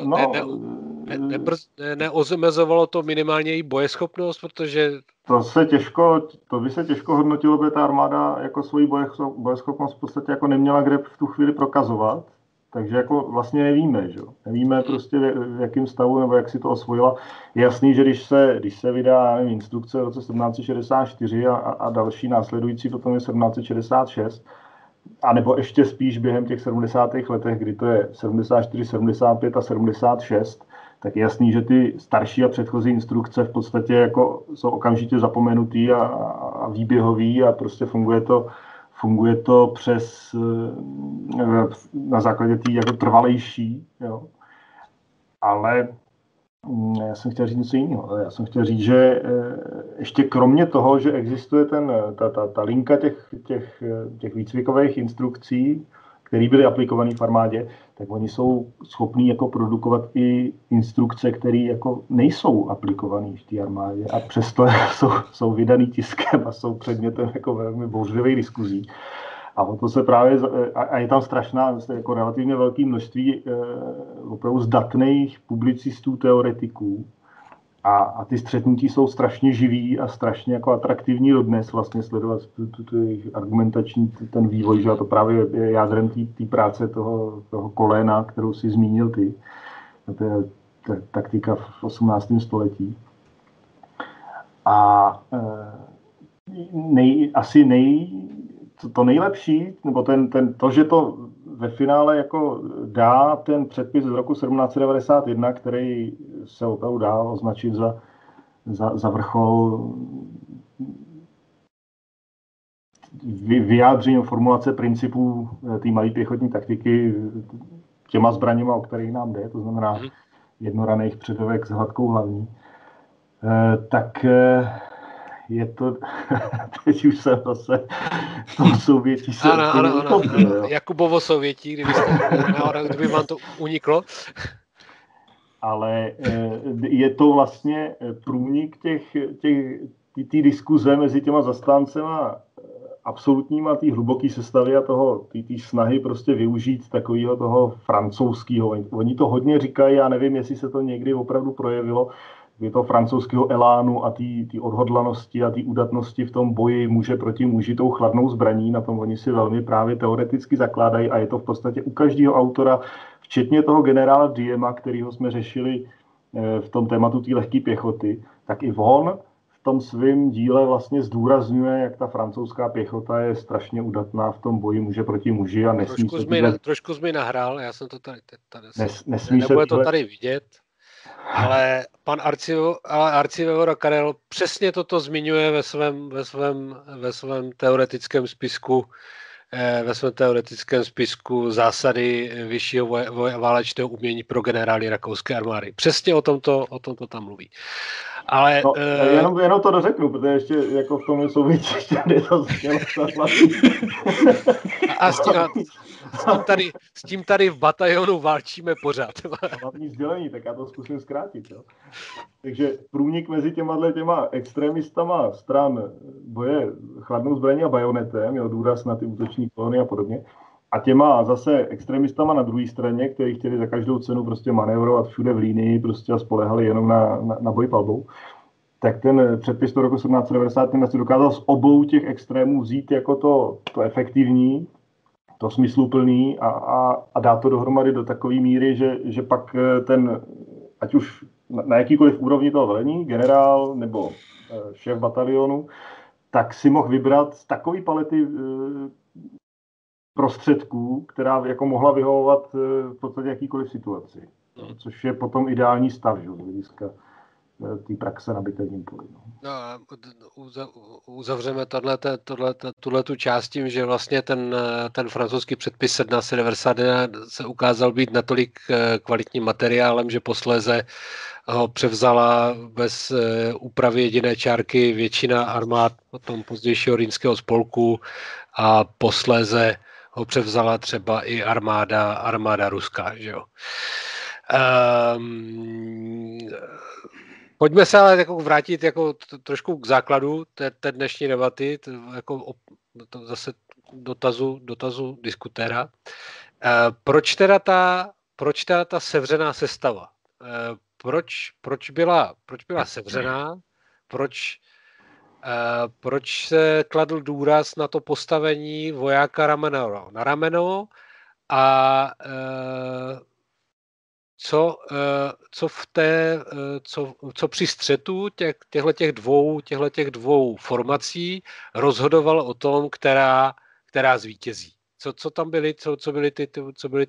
Speaker 1: Neozmezovalo to minimálně její bojeschopnost, protože...
Speaker 3: To by se těžko hodnotilo, protože ta armáda jako svoji bojeschopnost v podstatě jako neměla kde v tu chvíli prokazovat. Takže jako vlastně nevíme, že? Nevíme prostě v jakém stavu nebo jak si to osvojila. Je jasný, že když se vydá instrukce v roce 1764 a další následující potom je 1766, a nebo ještě spíš během těch 70. letech, kdy to je 74, 75 a 76, tak je jasný, že ty starší a předchozí instrukce v podstatě jako jsou okamžitě zapomenutý a výběhový a prostě funguje to na základě té jako trvalejší, jo. Ale Já jsem chtěl říct něco jiného. Já jsem chtěl říct, že ještě kromě toho, že existuje ta linka těch výcvikových instrukcí, které byly aplikované v armádě, tak oni jsou schopní jako produkovat i instrukce, které jako nejsou aplikované v té armádě a přesto jsou vydaný tiskem a jsou předmětem jako velmi bouřlivých diskuzí. A o to se právě, a je tam strašná, jako relativně velké množství opravdu zdatných publicistů, teoretiků. A ty střetnutí jsou strašně živý a strašně jako atraktivní dodnes vlastně sledovat tu jejich argumentační ten vývoj, že a to právě je jádrem té práce toho Koléna, kterou si zmínil ty. To je taktika v 18. století. A to nejlepší, nebo to, že to ve finále jako dá ten předpis z roku 1791, který se opravdu dá označit za vrchol vyjádření formulace principů té malé pěchotní taktiky těma zbraněma, o kterých nám jde, to znamená jednoranných předovek s hladkou hlavní, tak je to, teď už jsem zase v tom Sovětí se
Speaker 1: ano. Jakubovo Sovětí, kdyby vám to uniklo.
Speaker 3: Ale je to vlastně průnik té diskuze mezi těma zastáncema absolutníma té hluboké sestavy a té snahy prostě využít takového toho francouzského. Oni to hodně říkají, já nevím, jestli se to někdy opravdu projevilo, je to francouzského elánu a té odhodlanosti a té udatnosti v tom boji muže proti muži tou chladnou zbraní, na tom oni si velmi právě teoreticky zakládají a je to v podstatě u každého autora, včetně toho generála Diema, kterýho jsme řešili v tom tématu té lehké pěchoty, tak i on v tom svém díle vlastně zdůrazňuje, jak ta francouzská pěchota je strašně udatná v tom boji muže proti muži a nesmí
Speaker 1: trošku jsi mi nahrál, já jsem to tady
Speaker 3: nesmí
Speaker 1: nebude to tady vidět. Ale pan arcivévoda Karel přesně toto zmiňuje ve svém teoretickém spisku zásady vyššího válečného umění pro generály rakouské armády. Přesně o tomto tam mluví. Ale,
Speaker 3: jenom to dořeknu, protože ještě jako v tom souvisí ještě
Speaker 1: a s tím tady v batalionu válčíme pořád.
Speaker 3: Hlavní sdělení, tak já to zkusím zkrátit. Jo. Takže průnik mezi těma extremistama stran boje chladnou zbraní a bajonetem, jo, důraz na ty útoční kolony a podobně, a těma zase extremistama na druhé straně, kteří chtěli za každou cenu prostě manévrovat všude v línii prostě a spolehali jenom na boj palbou, tak ten předpis do roku 1790 si dokázal z obou těch extrémů vzít jako to efektivní, to smysluplný a dá to dohromady do takové míry, že pak ten, ať už na jakýkoliv úrovni toho velení, generál nebo šéf batalionu, tak si mohl vybrat z takové palety prostředků, která jako mohla vyhovovat v podstatě jakýkoliv situaci. Což je potom ideální stav, že, z hlediska té praxe na bitevním poli.
Speaker 1: No a uzavřeme tuhletu část tím, že vlastně ten francouzský předpis 1791 se ukázal být natolik kvalitním materiálem, že posléze ho převzala bez úpravy jediné čárky většina armád potom pozdějšího rýnského spolku a posléze ho převzala třeba i armáda ruská, že jo. Pojďme se ale jako vrátit jako trošku k základu té dnešní debaty, jako zase dotazu diskutéra. Proč teda ta sevřená sestava? Proč byla sevřená? Proč se kladl důraz na to postavení vojáka rameno na rameno a co při střetu těchto dvou formací rozhodovalo o tom, která zvítězí? Co tam byly, co byly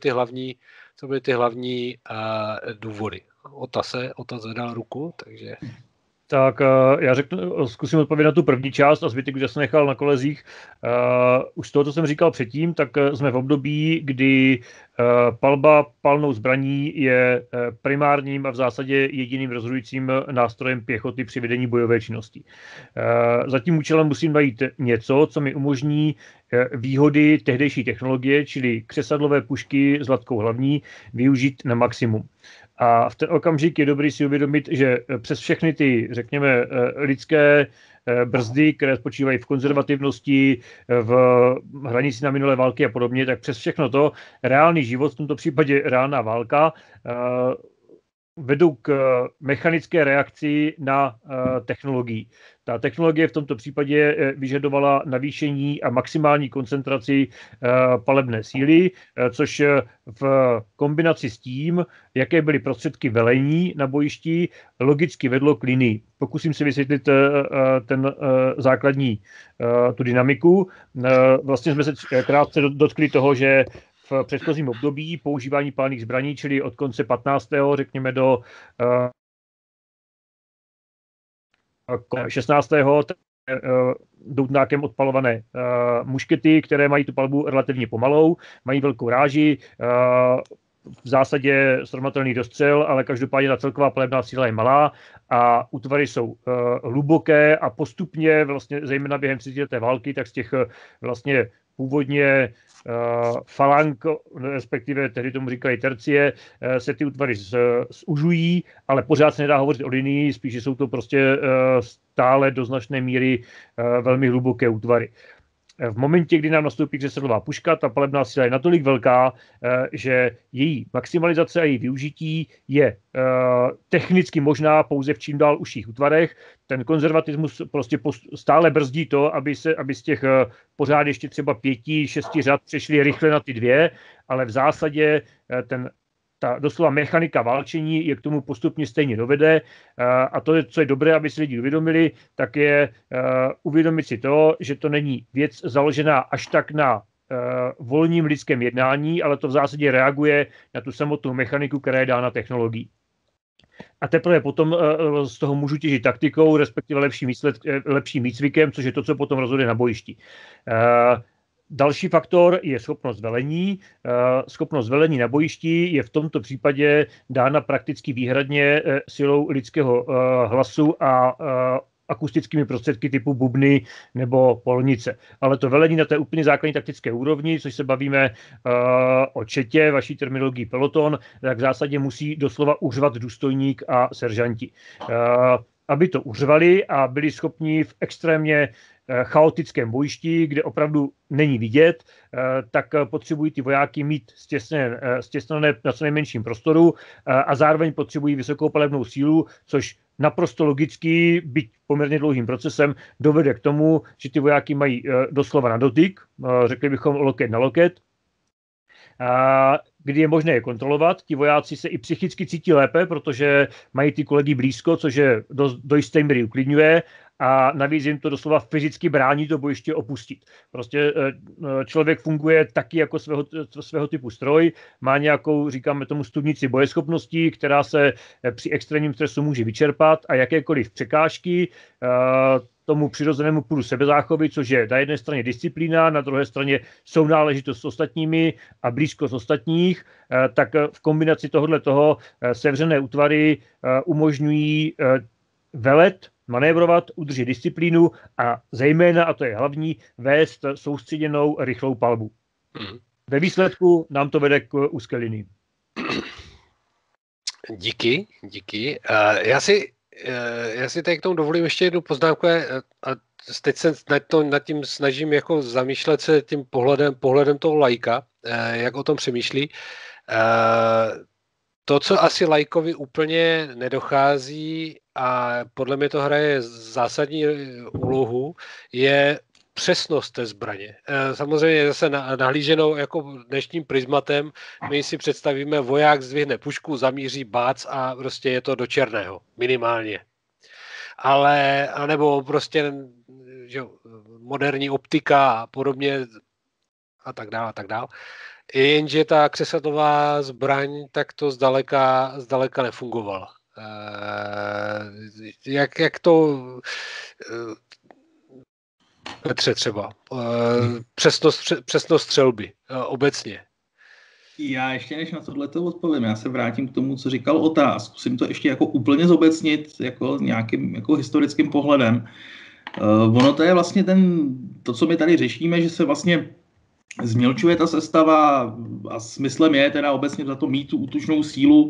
Speaker 1: ty hlavní důvody? Ota zvedal ruku, takže...
Speaker 2: Tak já zkusím odpovědět na tu první část a zbytek, kde jsem nechal na kolezích. Už z toho, co jsem říkal předtím, tak jsme v období, kdy palba palnou zbraní je primárním a v zásadě jediným rozhodujícím nástrojem pěchoty při vedení bojové činnosti. Za tím účelem musím najít něco, co mi umožní výhody tehdejší technologie, čili křesadlové pušky s latkou hlavní, využít na maximum. A v ten okamžik je dobrý si uvědomit, že přes všechny ty, řekněme, lidské brzdy, které spočívají v konzervativnosti, v hranici na minulé války a podobně, tak přes všechno to reálný život, v tomto případě reálná válka, vedou k mechanické reakci na technologii. Ta technologie v tomto případě vyžadovala navýšení a maximální koncentraci palebné síly, což v kombinaci s tím, jaké byly prostředky velení na bojišti, logicky vedlo k linii. Pokusím se vysvětlit ten základní tu dynamiku. Vlastně jsme se krátce dotkli toho, že v předchozím období používání palných zbraní, čili od konce 15. řekněme do 16. doutnákem odpalované muškety, které mají tu palbu relativně pomalou, mají velkou ráži, v zásadě srovnatelný dostřel, ale každopádně ta celková palebná síla je malá a útvary jsou hluboké a postupně, vlastně zejména během 30. války, tak z těch vlastně původně falank, respektive tehdy tomu říkají tercie, se ty útvary zužují, ale pořád se nedá hovořit o linii, spíše jsou to prostě stále do značné míry velmi hluboké útvary. V momentě, kdy nám nastoupí křesadlová puška, ta palebná síla je natolik velká, že její maximalizace a její využití je technicky možná pouze v čím dál užších útvarech. Ten konzervatismus prostě stále brzdí to, aby z těch pořád ještě třeba 5-6 řad přešli rychle na ty 2, ale v zásadě ta doslova mechanika válčení je k tomu postupně stejně dovede a to, co je dobré, aby si lidi uvědomili, tak je uvědomit si to, že to není věc založená až tak na volním lidském jednání, ale to v zásadě reaguje na tu samotnou mechaniku, která je dána technologií. A teprve potom z toho můžu těžit taktikou, respektive lepším výcvikem, což je to, co potom rozhoduje na bojišti. Další faktor je schopnost velení. Schopnost velení na bojišti je v tomto případě dána prakticky výhradně silou lidského hlasu a akustickými prostředky typu bubny nebo polnice. Ale to velení na té úplně základní taktické úrovni, což se bavíme o četě, vaší terminologii peloton, tak v zásadě musí doslova uřvat důstojník a seržanti. Aby to uřvali a byli schopni v extrémně chaotickém bojišti, kde opravdu není vidět, tak potřebují ty vojáky mít stěsnané na co nejmenším prostoru a zároveň potřebují vysokou palebnou sílu, což naprosto logicky, byť poměrně dlouhým procesem, dovede k tomu, že ty vojáky mají doslova na dotyk, řekli bychom loket na loket, kdy je možné je kontrolovat. Ti vojáci se i psychicky cítí lépe, protože mají ty kolegy blízko, což je do jisté míry uklidňuje a navíc jim to doslova fyzicky brání to bojiště opustit. Prostě člověk funguje taky jako svého typu stroj, má nějakou, říkáme tomu, studnici bojeschopností, která se při extrémním stresu může vyčerpat a jakékoliv překážky tomu přirozenému půdu sebezáchovy, což je na jedné straně disciplína, na druhé straně sounáležitost s ostatními a blízkost ostatních, tak v kombinaci toho sevřené útvary umožňují velet, manévrovat, udržet disciplínu a zejména, a to je hlavní, vést soustředěnou rychlou palbu. Ve výsledku nám to vede k úzké linii.
Speaker 1: Díky. Já si tady k tomu dovolím ještě jednu poznámku a teď se nad tím snažím jako zamýšlet se tím pohledem toho laika, jak o tom přemýšlí. To, co asi laikovi úplně nedochází a podle mě to hraje zásadní úlohu, je přesnost té zbraně. Samozřejmě zase nahlíženou jako dnešním prismatem, my si představíme, voják zdvihne pušku, zamíří bác a prostě je to do černého, minimálně. Ale, anebo prostě že, moderní optika a podobně a tak dále. Jenže ta křesadlová zbraň tak to zdaleka nefungovala. Jak to Petře třeba? Přesnost střelby obecně.
Speaker 4: Já ještě než na tohleto odpovím, já se vrátím k tomu, co říkal Ota a zkusím to ještě jako úplně zobecnit jako nějakým jako historickým pohledem. Ono to je vlastně to, co my tady řešíme, že se vlastně změlčuje ta sestava a smyslem je teda obecně za to mít tu útočnou sílu,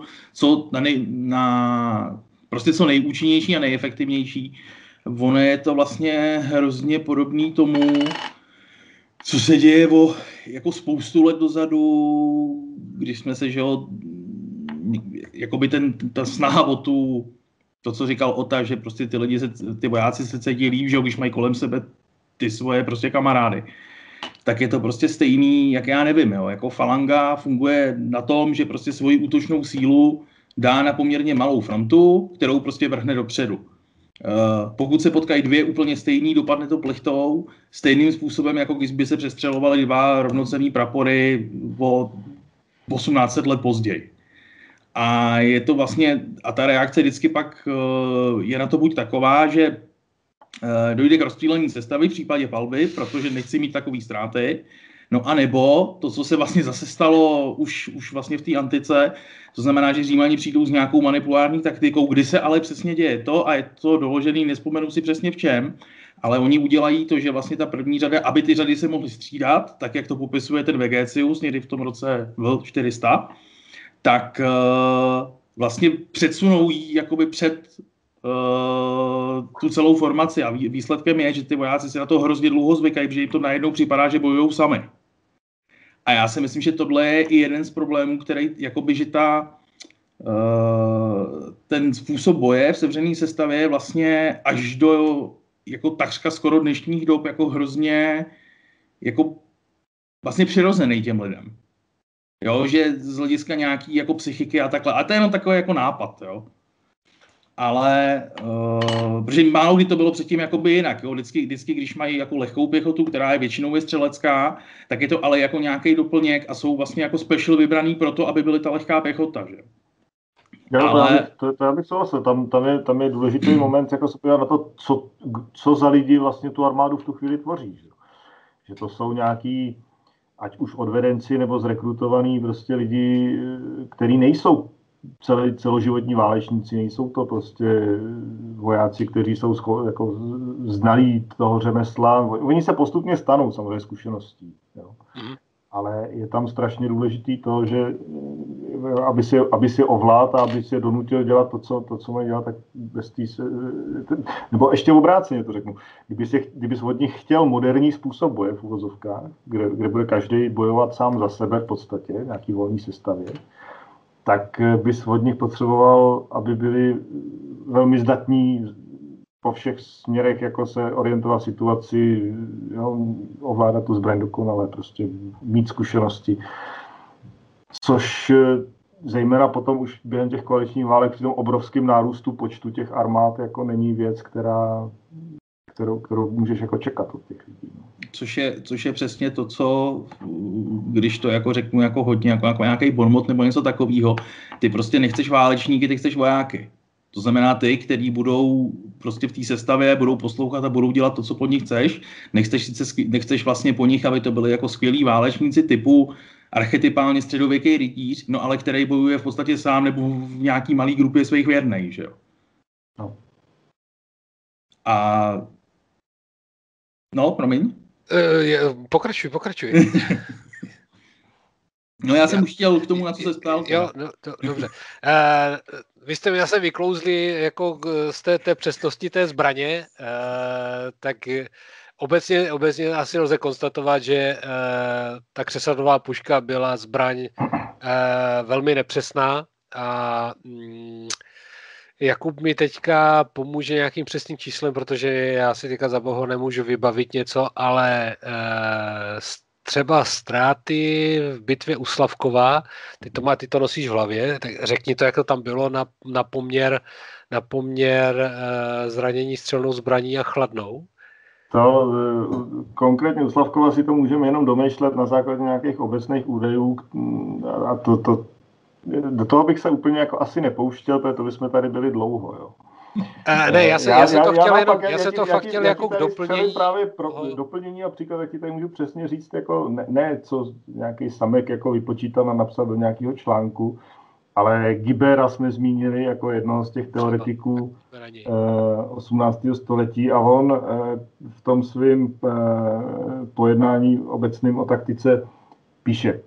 Speaker 4: prostě co nejúčinnější a nejefektivnější. Ono je to vlastně hrozně podobný tomu, co se děje jako spoustu let dozadu, když jsme se, že jo, jakoby ta snaha o to, co říkal Ota, že prostě ty vojáci se cítí líp, že jo, když mají kolem sebe ty svoje prostě kamarády. Tak je to prostě stejný, jak já nevím, jo, jako falanga funguje na tom, že prostě svoji útočnou sílu dá na poměrně malou frontu, kterou prostě vrhne dopředu. Pokud se potkají dvě úplně stejný, dopadne to plechtou, stejným způsobem, jako když by se přestřelovaly dva rovnocenný prapory o 1800 let později. A je to vlastně, a ta reakce vždycky pak je na to buď taková, že dojde k rozptýlení sestavy v případě palby, protože nechci mít takový ztráty, no a nebo to, co se vlastně zase stalo už vlastně v té antice, to znamená, že Římani přijdou s nějakou manipulární taktikou, kdy se ale přesně děje to a je to doložený, nespomenu si přesně v čem, ale oni udělají to, že vlastně ta první řada, aby ty řady se mohly střídat, tak jak to popisuje ten Vegetius někdy v tom roce 400, tak vlastně předsunou jí jakoby před tu celou formaci a výsledkem je, že ty vojáci si na to hrozně dlouho zvykají, protože jim to najednou připadá, že bojujou sami. A já si myslím, že tohle je i jeden z problémů, který jakoby, že ten způsob boje v sevřené sestavě je vlastně až do jako takřka skoro dnešních dob jako hrozně jako vlastně přirozený těm lidem. Jo, že z hlediska nějaký jako psychiky a takhle. A to je jenom takový jako nápad, jo. Ale, protože málo kdy to bylo předtím jakoby jinak, jo. Vždycky, když mají jako lehkou pěchotu, která je většinou střelecká, tak je to ale jako nějaký doplněk a jsou vlastně jako special vybraný pro to, aby byly ta lehká pěchota, že?
Speaker 3: Ale to já bych souhlasil, tam je důležitý moment, jako se podívat na to, co za lidi vlastně tu armádu v tu chvíli tvoří, že to jsou nějaký, ať už odvedenci nebo zrekrutovaný prostě lidi, kteří nejsou celoživotní válečníci, nejsou to prostě vojáci, kteří jsou jako znalí toho řemesla. Oni se postupně stanou samozřejmě zkušeností. Jo. Ale je tam strašně důležitý to, že aby si ovlád a aby si donutil dělat to, co mají dělat, tak bez nebo ještě obráceně to řeknu. Kdyby od nich chtěl moderní způsob boje v uvozovkách, kde bude každý bojovat sám za sebe v podstatě, nějaký volný sestavě, tak bys od nich potřeboval, aby byli velmi zdatní po všech směrech, jako se orientovat situaci, jo, ovládat tu zbraň dokonale, prostě mít zkušenosti. Což zejména potom už během těch koaličních válek při tom obrovském nárůstu počtu těch armád jako není věc, kterou můžeš jako čekat od těch lidí. No.
Speaker 4: Což je přesně to, co, když to jako řeknu jako hodně, jako nějaký bonmot nebo něco takového, ty prostě nechceš válečníky, ty chceš vojáky. To znamená ty, kteří budou prostě v té sestavě, budou poslouchat a budou dělat to, co po nich chceš. Nechceš vlastně po nich, aby to byly jako skvělí válečníci typu archetypálně středověký rytíř, no ale který bojuje v podstatě sám nebo v nějaký malý grupě svých věrných, že jo.
Speaker 3: No.
Speaker 4: A no, promiň.
Speaker 1: Pokračuj.
Speaker 4: No já jsem už chtěl k tomu, na co se ptal.
Speaker 1: Jo, no, dobře. Vy jste mi zase vyklouzli jako z té přesnosti té zbraně, tak obecně asi lze konstatovat, že ta křesadlová puška byla zbraň velmi nepřesná a Jakub mi teďka pomůže nějakým přesným číslem, protože já si teďka za boho nemůžu vybavit něco, ale třeba ztráty v bitvě u Slavkova, ty to nosíš v hlavě, tak řekni to, jak to tam bylo na poměr zranění střelnou zbraní a chladnou.
Speaker 3: To konkrétně u Slavkova si to můžeme jenom domýšlet na základě nějakých obecných údajů a to do toho bych se úplně jako asi nepouštěl, protože to bychom tady byli dlouho, jo.
Speaker 1: Ne, já jsem to fakt chtěl jako k doplnění.
Speaker 3: Právě pro doplnění a příklad, jak ti tady můžu přesně říct, jako ne co nějaký Samek jako vypočítal a napsal do nějakého článku, ale Gibera jsme zmínili jako jednoho z těch teoretiků 18. století a on v tom svém pojednání obecným o taktice píše: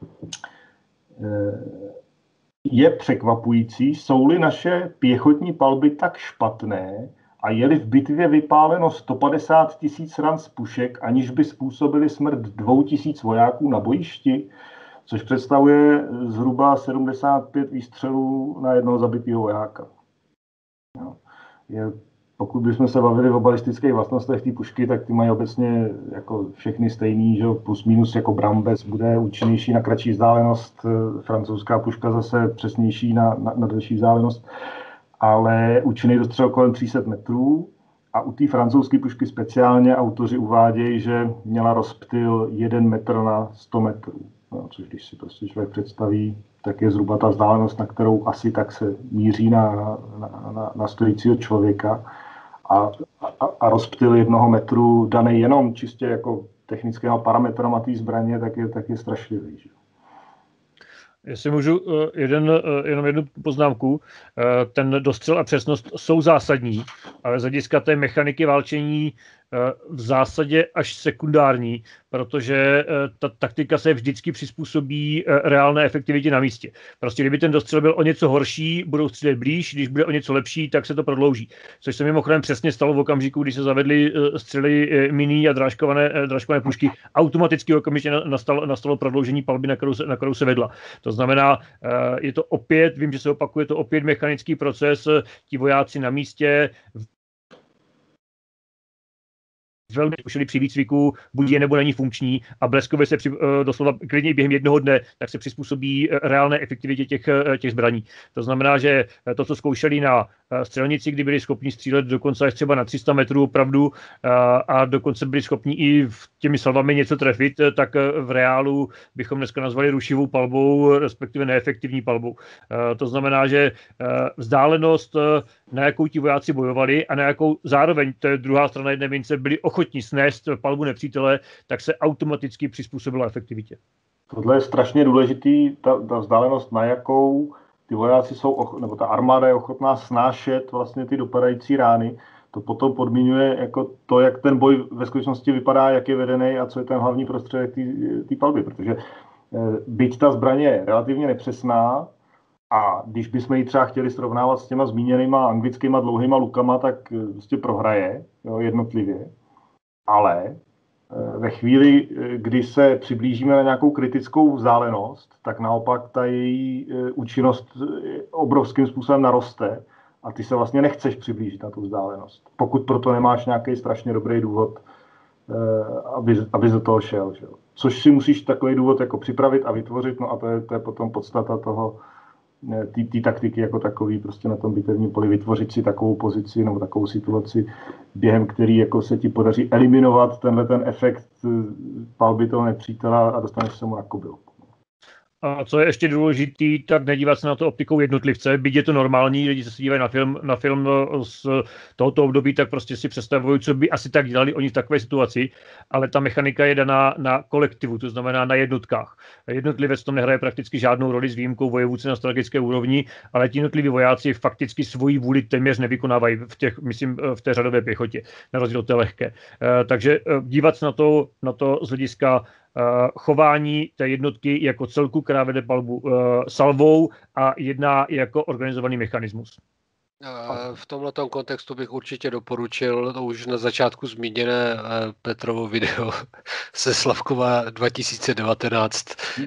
Speaker 3: je překvapující, jsou-li naše pěchotní palby tak špatné a je-li v bitvě vypáleno 150 000 ran z pušek, aniž by způsobili smrt 2000 vojáků na bojišti, což představuje zhruba 75 výstřelů na jednoho zabitého vojáka. No. Pokud bychom se bavili o balistických vlastnostech té pušky, tak ty mají obecně jako všechny stejný, že plus minus jako Brambes bude účinnější na kratší vzdálenost, francouzská puška zase přesnější na delší vzdálenost, ale účinný dostřel kolem 300 metrů. A u té francouzské pušky speciálně autoři uvádějí, že měla rozptyl 1 metr na 100 metrů. No, což když si prostě člověk představí, tak je zhruba ta vzdálenost, na kterou asi tak se míří na stojícího člověka. A rozptyl 1 metru daný jenom čistě jako technického parametrama té zbraně, tak je strašlivý. Že?
Speaker 2: Jestli můžu jenom jednu poznámku, ten dostřel a přesnost jsou zásadní, ale z hlediska té mechaniky válčení v zásadě až sekundární, protože ta taktika se vždycky přizpůsobí reálné efektivitě na místě. Prostě kdyby ten dostřel byl o něco horší, budou střílet blíž, když bude o něco lepší, tak se to prodlouží. Což se mimochodem přesně stalo v okamžiku, když se zavedly střely miní a drážkované pušky. Automaticky okamžitě nastalo prodloužení palby, na kterou se vedla. To znamená, je to opět, vím, že se opakuje, to opět mechanický proces, ti vojáci na místě velmi zkušeli při výcviku, buď je nebo není funkční a bleskově se doslova klidně během jednoho dne tak se přizpůsobí reálné efektivitě těch zbraní. To znamená, že to, co zkoušeli na střelnici, kdy byli schopni střílet dokonce až třeba na 300 metrů opravdu a dokonce byli schopni i těmi salvami něco trefit, tak v reálu bychom dneska nazvali rušivou palbou, respektive neefektivní palbou. To znamená, že vzdálenost, na jakou ti vojáci bojovali a na jakou zároveň, to je druhá strana jedné mince, byli ochotní snést palbu nepřítele, tak se automaticky přizpůsobila efektivitě.
Speaker 3: Tohle je strašně důležitý, ta vzdálenost, na jakou ty vojáci jsou, nebo ta armáda je ochotná snášet vlastně ty dopadající rány. To potom podmiňuje jako to, jak ten boj ve skutečnosti vypadá, jak je vedený a co je ten hlavní prostředek té palby, protože byť ta zbraň je relativně nepřesná, a když bychom ji třeba chtěli srovnávat s těma zmíněnýma anglickýma dlouhýma lukama, tak prostě prohraje, jo, jednotlivě. Ale ve chvíli, kdy se přiblížíme na nějakou kritickou vzdálenost, tak naopak ta její účinnost obrovským způsobem naroste a ty se vlastně nechceš přiblížit na tu vzdálenost. Pokud proto nemáš nějaký strašně dobrý důvod, aby do toho šel. Že? Což si musíš takový důvod jako připravit a vytvořit, no a to je potom podstata toho, té taktiky jako takový, prostě na tom bitevním poli vytvořit si takovou pozici nebo takovou situaci, během který jako se ti podaří eliminovat ten efekt palby toho nepřítele a dostaneš se mu na kobylku.
Speaker 2: A co je ještě důležitý, tak nedívat se na to optikou jednotlivce, byť je to normální, lidi se dívají na film z tohoto období, tak prostě si představují, co by asi tak dělali oni v takové situaci, ale ta mechanika je daná na kolektivu, to znamená na jednotkách. Jednotlivec v tom nehraje prakticky žádnou roli s výjimkou vojevůdce na strategické úrovni, ale ti jednotliví vojáci fakticky svoji vůli téměř nevykonávají v té řadové pěchotě, na rozdíl od té lehké. Takže dívat se na to z hlediska chování té jednotky jako celku, která vede palbu salvou a jedná jako organizovaný mechanismus.
Speaker 1: V tomto kontextu bych určitě doporučil to už na začátku zmíněné Petrovo video se Slavkova 2019,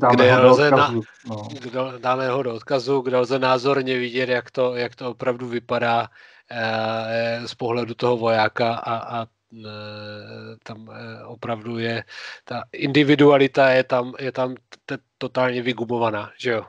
Speaker 1: dáme ho do odkazu, kde lze názorně vidět, jak to opravdu vypadá z pohledu toho vojáka a tam opravdu je ta individualita je tam totálně vygumovaná, že jo,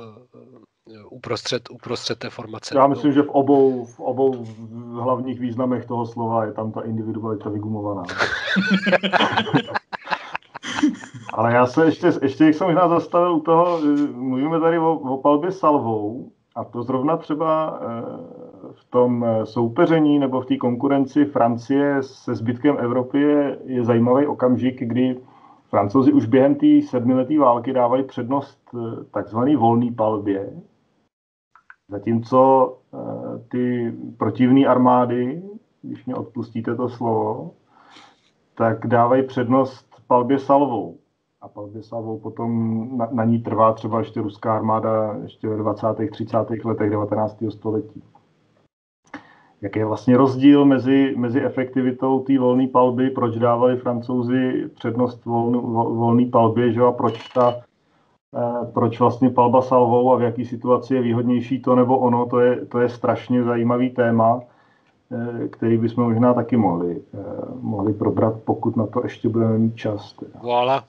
Speaker 1: uprostřed té formace.
Speaker 3: Já myslím, že v obou hlavních významech toho slova je tam ta individualita vygumovaná. Ale já se ještě jak jsem možná zastavil u toho, mluvíme tady o palbě salvou, a to zrovna třeba v tom soupeření nebo v té konkurenci Francie se zbytkem Evropy je zajímavý okamžik, kdy Francouzi už během té 7leté války dávají přednost takzvané volné palbě, zatímco ty protivné armády, když mě odpustíte to slovo, tak dávají přednost palbě salvou. A palbě salvou potom na ní trvá třeba ještě ruská armáda ještě ve 20. 30. letech 19. století. Jak je vlastně rozdíl mezi efektivitou té volné palby, proč dávali Francouzi přednost volné palbě, že? A proč vlastně palba salvou a v jaký situaci je výhodnější to nebo ono, to je strašně zajímavý téma, který bychom možná taky mohli probrat, pokud na to ještě budeme mít čas.
Speaker 1: Voilà.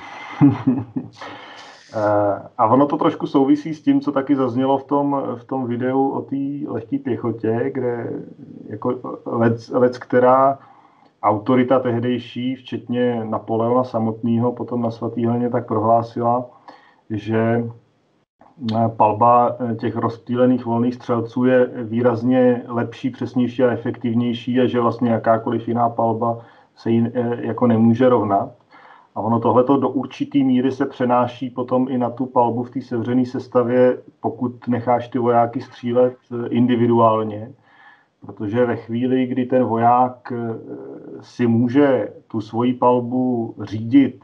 Speaker 3: A ono to trošku souvisí s tím, co taky zaznělo v tom videu o té lehké pěchotě, kde jako která autorita tehdejší, včetně Napoleona samotného, potom na Svatý Heleně tak prohlásila, že palba těch rozptýlených volných střelců je výrazně lepší, přesnější a efektivnější a že vlastně jakákoliv jiná palba se jí jako nemůže rovnat. A ono tohleto do určitý míry se přenáší potom i na tu palbu v té sevřené sestavě, pokud necháš ty vojáky střílet individuálně. Protože ve chvíli, kdy ten voják si může tu svoji palbu řídit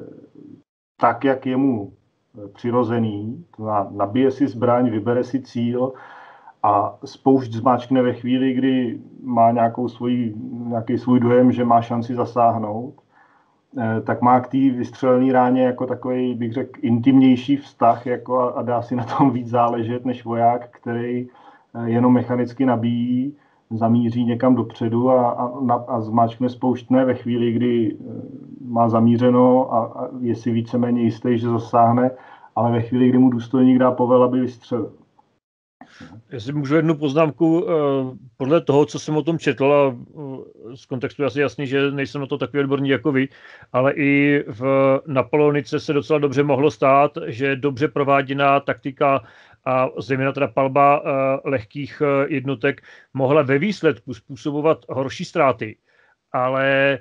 Speaker 3: tak, jak je mu přirozený, to znamená, nabije si zbraň, vybere si cíl a spoušť zmáčkne ve chvíli, kdy má nějaký svůj dojem, že má šanci zasáhnout, tak má k té vystřelené ráně jako takový, bych řekl, intimnější vztah jako a dá si na tom víc záležet než voják, který jenom mechanicky nabíjí, zamíří někam dopředu a zmáčkne spouštne ve chvíli, kdy má zamířeno a je si víceméně jistý, že zasáhne, ale ve chvíli, kdy mu důstojník dá povel, aby vystřelil.
Speaker 2: Jestli můžu jednu poznámku, podle toho, co jsem o tom četl, a z kontextu je asi jasný, že nejsem na to takový odborník jako vy, ale i v Napoleonice se docela dobře mohlo stát, že dobře prováděná taktika a zejména teda palba lehkých jednotek mohla ve výsledku způsobovat horší ztráty, ale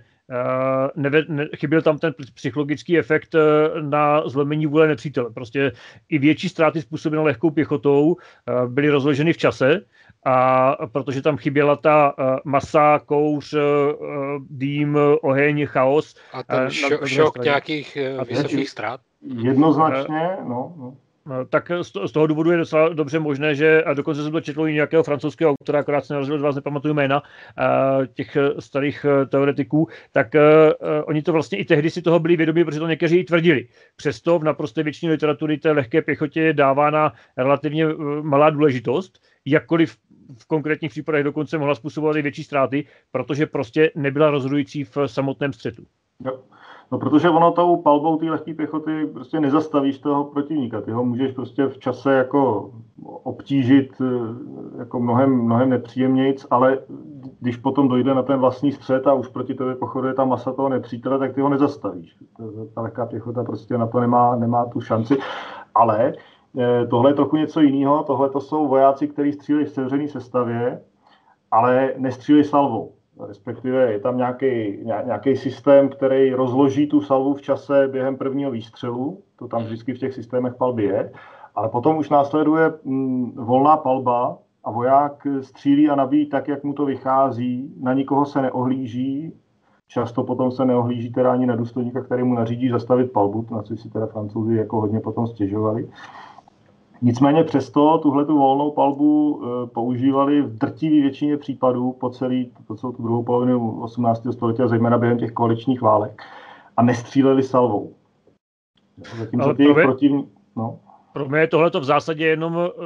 Speaker 2: chyběl tam ten psychologický efekt na zlomení vůle nepřítele. Prostě i větší ztráty způsobené lehkou pěchotou byly rozloženy v čase, a protože tam chyběla ta masa, kouř, dým, oheň, chaos.
Speaker 1: A ten šok nějakých vysokých ztrát.
Speaker 3: Jednoznačně, no.
Speaker 2: Tak z toho důvodu je docela dobře možné, že, a dokonce jsem to četl i nějakého francouzského autora, akorát se na rozdíl od vás nepamatuju jména těch starých teoretiků, tak oni to vlastně i tehdy si toho byli vědomí, protože to někteří i tvrdili. Přesto v naprosté většině literatury té lehké pěchotě je dávána relativně malá důležitost, jakkoliv v konkrétních případech dokonce mohla způsobovat i větší ztráty, protože prostě nebyla rozhodující v samotném střetu.
Speaker 3: Jo. No, protože ono tou palbou té lehké pěchoty prostě nezastavíš toho protivníka. Ty ho můžeš prostě v čase jako obtížit jako mnohem nepříjemnějc, ale když potom dojde na ten vlastní střet a už proti tobě pochoduje ta masa toho nepřítele, tak ty ho nezastavíš. Ta lehká pěchota prostě na to nemá tu šanci. Ale tohle je trochu něco jiného. Tohle to jsou vojáci, kteří střílejí v sevřené sestavě, ale nestřílejí salvou. Respektive je tam nějaký systém, který rozloží tu salvu v čase během prvního výstřelu. To tam vždycky v těch systémech palby je. Ale potom už následuje volná palba a voják střílí a nabíjí tak, jak mu to vychází. Na nikoho se neohlíží. Často potom se neohlíží teda ani na důstojníka, který mu nařídí zastavit palbu, na což si teda Francouzi jako hodně potom stěžovali. Nicméně přesto tuhletu volnou palbu používali v drtivé většině případů po celou tu druhou polovinu 18. století a zejména během těch koaličních válek a nestříleli salvou. Zatímco ty protivní...
Speaker 2: Pro mě je tohleto v zásadě jenom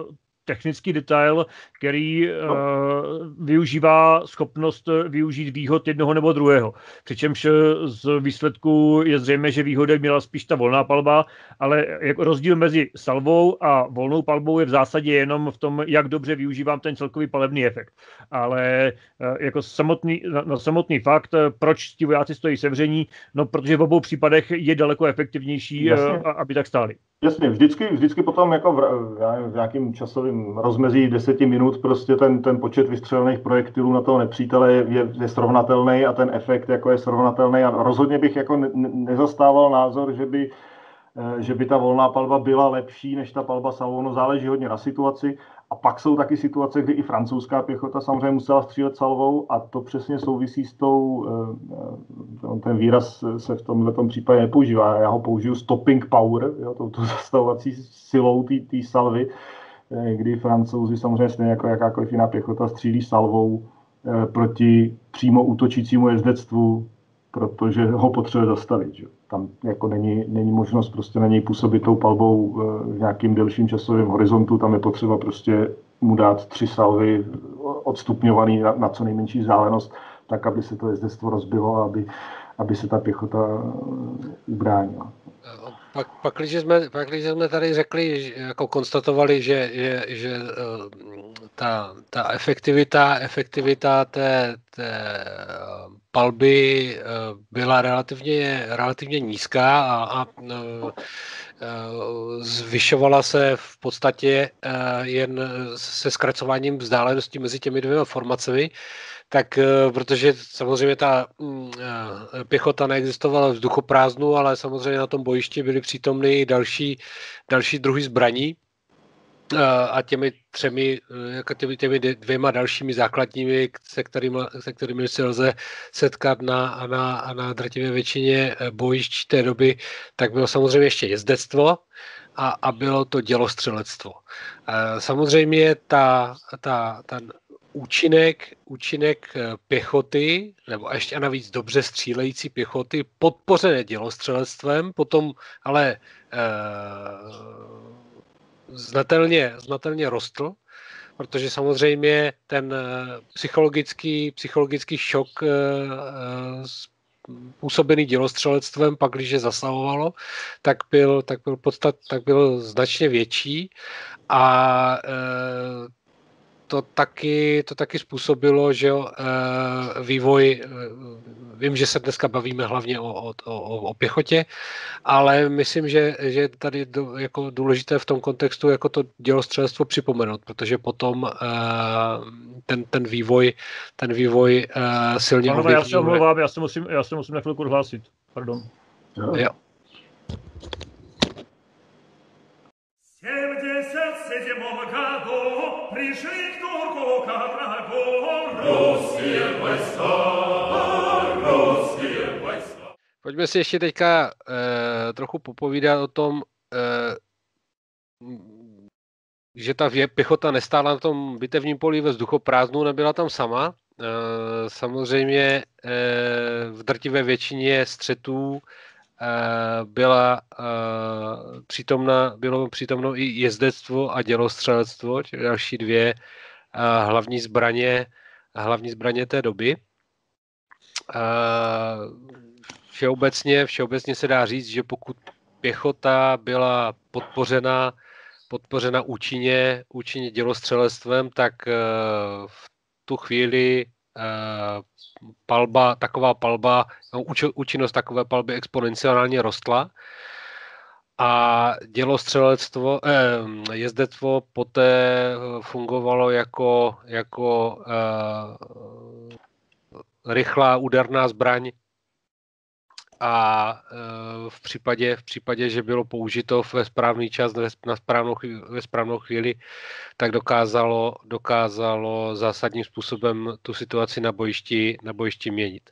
Speaker 2: technický detail, který využívá schopnost využít výhod jednoho nebo druhého. Přičemž z výsledku je zřejmé, že výhodek měla spíš ta volná palba, ale jako rozdíl mezi salvou a volnou palbou je v zásadě jenom v tom, jak dobře využívám ten celkový palebný efekt. Ale jako samotný fakt, proč ti vojáci stojí sevření, no protože v obou případech je daleko efektivnější, aby tak stáli.
Speaker 3: Jasně, vždycky potom jako v nějakým časovým rozmezí 10 minut prostě ten počet vystřelených projektilů na toho nepřítele je srovnatelný a ten efekt jako je srovnatelný a rozhodně bych jako nezastával názor, že by ta volná palba byla lepší než ta palba salvou, no záleží hodně na situaci. A pak jsou taky situace, kdy i francouzská pěchota samozřejmě musela střílet salvou a to přesně souvisí s tou, ten výraz se v tomto případě nepoužívá, já ho použiju stopping power, jo, touto zastavovací silou té salvy, kdy Francouzi samozřejmě stejně jako jakákoliv jiná pěchota střílí salvou proti přímo útočícímu jezdectvu, protože ho potřebuje zastavit. Že? Tam jako není možnost prostě na něj působit tou palbou v nějakým delším časovém horizontu, tam je potřeba prostě mu dát 3 salvy odstupňovaný na co nejmenší vzdálenost, tak, aby se to jezdectvo rozbilo a aby se ta pěchota ubránila.
Speaker 1: Pak, když jsme tady řekli, jako konstatovali, že ta efektivita té palby byla relativně nízká a zvyšovala se v podstatě jen se zkracováním vzdálenosti mezi těmi dvěma formacemi, tak protože samozřejmě ta pěchota neexistovala v vzduchoprázdnu, ale samozřejmě na tom bojišti byly přítomny i další druhy zbraní a těmi dvěma dalšími základními, se kterými se lze setkat na drtivé většině bojišť té doby, tak bylo samozřejmě ještě jezdectvo a bylo to dělostřelectvo. Samozřejmě ten účinek pěchoty, nebo ještě a navíc dobře střílející pěchoty, podpořené dělostřelectvem, potom ale znatelně rostl, protože samozřejmě ten psychologický šok působený dělostřelectvem, pak když je zasahovalo, tak byl značně větší a to taky způsobilo, že vývoj, vím, že se dneska bavíme hlavně o pěchotě, ale myslím, že tady jako důležité v tom kontextu jako to dělostřelectvo připomenout, protože potom ten vývoj silně
Speaker 2: ovlivnil. Já se omlouvám, já se musím na chvilku odhlásit. Pardon.
Speaker 1: Jo.
Speaker 5: 77 году пришли к турку как врагу русские войска.
Speaker 1: Pojďme si ještě teďka trochu popovídat o tom, že ta pěchota nestála na tom bitevním poli ve vzduchoprázdnu, nebyla tam sama. Samozřejmě v drtivé většině střetů bylo přítomno i jezdectvo a dělostřelectvo, další dvě hlavní zbraně té doby. Všeobecně se dá říct, že pokud pěchota byla podpořena účinně dělostřelectvem, tak v tu chvíli účinnost takové palby exponenciálně rostla a dělostřelectvo, jezdectvo poté fungovalo jako rychlá úderná zbraň a v případě, že bylo použito ve správný čas, ve správnou chvíli, tak dokázalo zásadním způsobem tu situaci na bojišti měnit.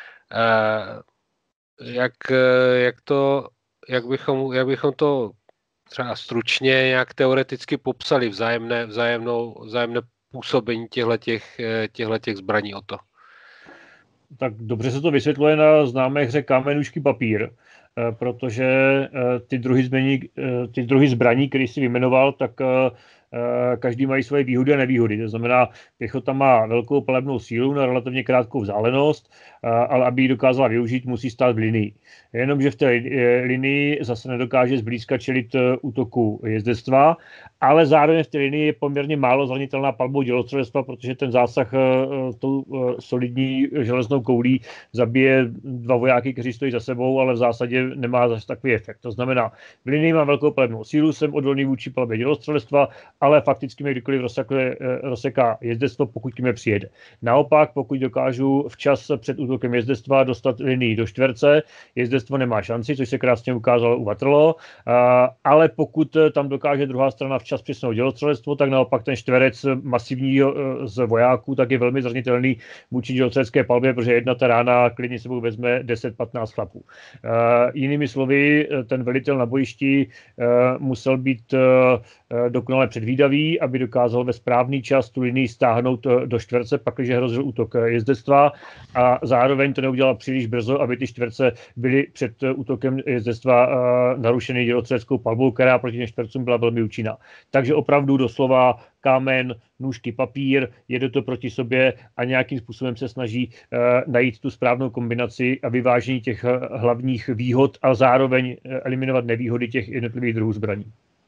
Speaker 1: Jak bychom to třeba stručně nějak teoreticky popsali vzájemné působení těchto zbraní o to?
Speaker 2: Tak dobře se to vysvětluje na známé hře Kámen, nůžky, papír, protože ty druhy zbraní, které jsi vyjmenoval, tak každý mají svoje výhody a nevýhody. To znamená, pěchota má velkou palebnou sílu na relativně krátkou vzdálenost, ale aby ji dokázala využít, musí stát v linii. Jenomže v té linii zase nedokáže zblízka čelit útoku jezdectva, ale zároveň v té linii je poměrně málo zranitelná palbou dělostřelectva, protože ten zásah tou solidní železnou koulí zabije 2 vojáky, kteří stojí za sebou, ale v zásadě nemá zase takový efekt. To znamená, v linii mám velkou palebnou sílu, jsem odolný vůči palbě dělostřelectva, ale fakticky mě kdykoliv rozseká jezdectvo, pokud mě přijede. Naopak, pokud dokážu včas před útokem jezdectva dostat linii do čtverce, jezdectvo nemá šanci, což se krásně ukázalo u Waterloo, ale pokud tam dokáže druhá strana včas přesnout dělostřelectvo, tak naopak ten čtverec masivního z vojáků tak je velmi zranitelný vůči dělostřelecké palbě, protože jedna ta rána klidně sebou vezme 10-15 chlapů. Jinými slovy, ten velitel na bojišti musel být dokonale předvídavý, aby dokázal ve správný čas tu linii stáhnout do čtverce, pakliže hrozil útok jezdectva, a zároveň to neudělal příliš brzo, aby ty čtverce byly před útokem jezdectva narušeny dělostřeleckou palbou, která proti těm čtvercům byla velmi účinná. Takže opravdu doslova kámen, nůžky, papír, jede to proti sobě a nějakým způsobem se snaží najít tu správnou kombinaci a vyvážení těch hlavních výhod a zároveň eliminovat nevýhody těch jednotlivých druhů zbraní.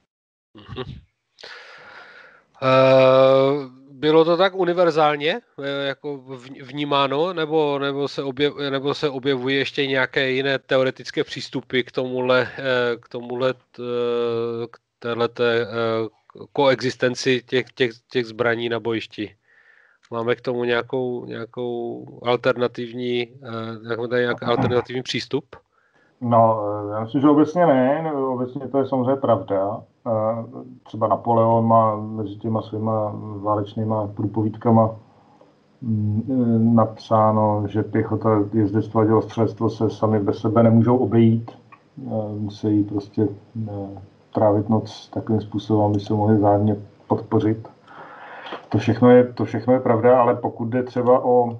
Speaker 1: Bylo to tak univerzálně jako vnímáno, nebo se objevují ještě nějaké jiné teoretické přístupy k téhleté koexistenci těch zbraní na bojišti? Máme k tomu nějaký alternativní přístup?
Speaker 3: No, já myslím, že obecně ne. Obecně to je samozřejmě pravda. Třeba Napoleon má mezi těma svýma válečnýma průpovídkama napsáno, že pěchota, jezdectvo a dělostřelectvo se sami bez sebe nemůžou obejít. Musí prostě trávit noc takovým způsobem, aby se mohli vzájemně podpořit. To všechno je pravda, ale pokud jde třeba o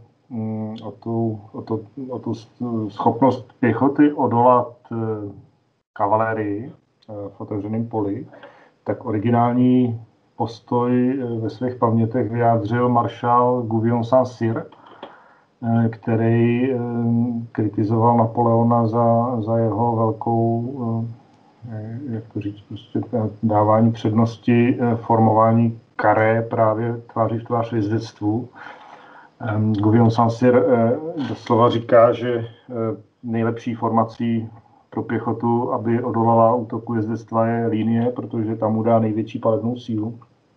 Speaker 3: tu schopnost pěchoty odolat kavalérii v otevřeném poli, tak originální postoj ve svých pamětech vyjádřil maršál Gouvion Saint-Cyr, který kritizoval Napoleona za jeho velkou, jak to říct, prostě dávání přednosti formování karé právě tváří v tvář jezdectvu. Gouvion Saint-Cyr doslova říká, že nejlepší formací pro pěchotu, aby odolala útoku jezdectva, je linie, protože tam mu dá největší palebnou sílu.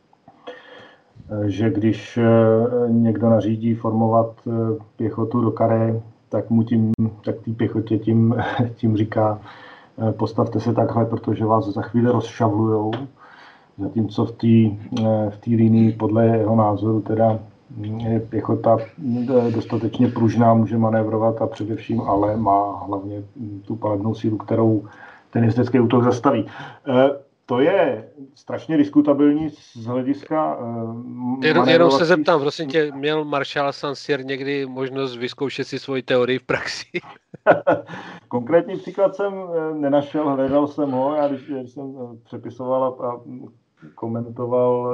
Speaker 3: Že když někdo nařídí formovat pěchotu do karé, tak té pěchotě tím říká, postavte se takhle, protože vás za chvíli rozšavlujou. Zatímco v té linii podle jeho názoru teda je pěchota dostatečně pružná, může manévrovat a především ale má hlavně tu palebnou sílu, kterou ten jezdecký útok zastaví. To je strašně diskutabilní z hlediska
Speaker 1: Jenom se zeptám, prosím tě, měl maršál Saint-Cyr někdy možnost vyzkoušet si svoji teorii v praxi?
Speaker 3: Konkrétní příklad jsem nenašel, hledal jsem ho, já když jsem přepisoval a komentoval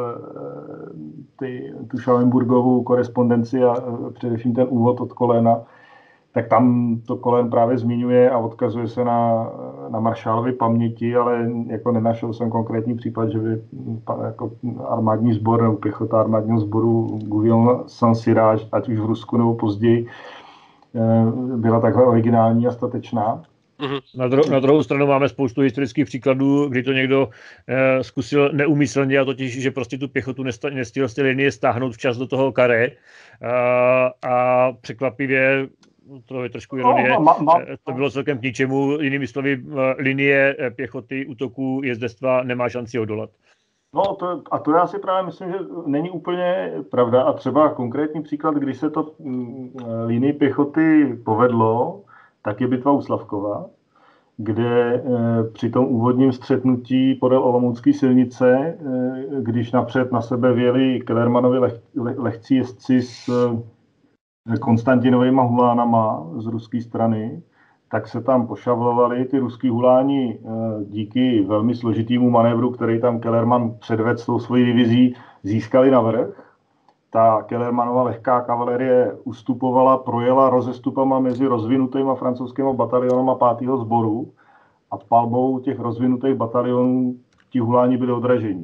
Speaker 3: tu Schalenburgovou korespondenci a především ten úvod od Koléna, tak tam to Kolén právě zmiňuje a odkazuje se na maršálovy paměti, ale jako nenašel jsem konkrétní případ, že by jako armádní sbor nebo pěchota armádního sboru Gouvion Saint-Cyr, ať už v Rusku nebo později, byla takhle originální a statečná.
Speaker 2: Na druhou stranu máme spoustu historických příkladů, kdy to někdo zkusil neúmyslně, a totiž, že prostě tu pěchotu nestihl z té linie stáhnout včas do toho karé a překvapivě, to je trošku ironie, to bylo celkem k ničemu. Jinými slovy, linie pěchoty útoku jezdectva nemá šanci odolat.
Speaker 3: No to já si právě myslím, že není úplně pravda. A třeba konkrétní příklad, když se to linii pěchoty povedlo, tak je bitva u Slavkova, kde při tom úvodním střetnutí podél Olomoucké silnice, když napřed na sebe vjeli Kellermanovi lehcí jezdci s Konstantinovými hulánama z ruské strany, tak se tam pošavlovali ty ruský huláni díky velmi složitému manévru, který tam Kellermann předvedl s tou svojí divizí, získali navrch. Ta Kellermannova lehká kavalerie ustupovala, projela rozestupama mezi rozvinutýma francouzskými batalionama 5. sboru a palbou těch rozvinutých batalionů ti huláni byli odraženi.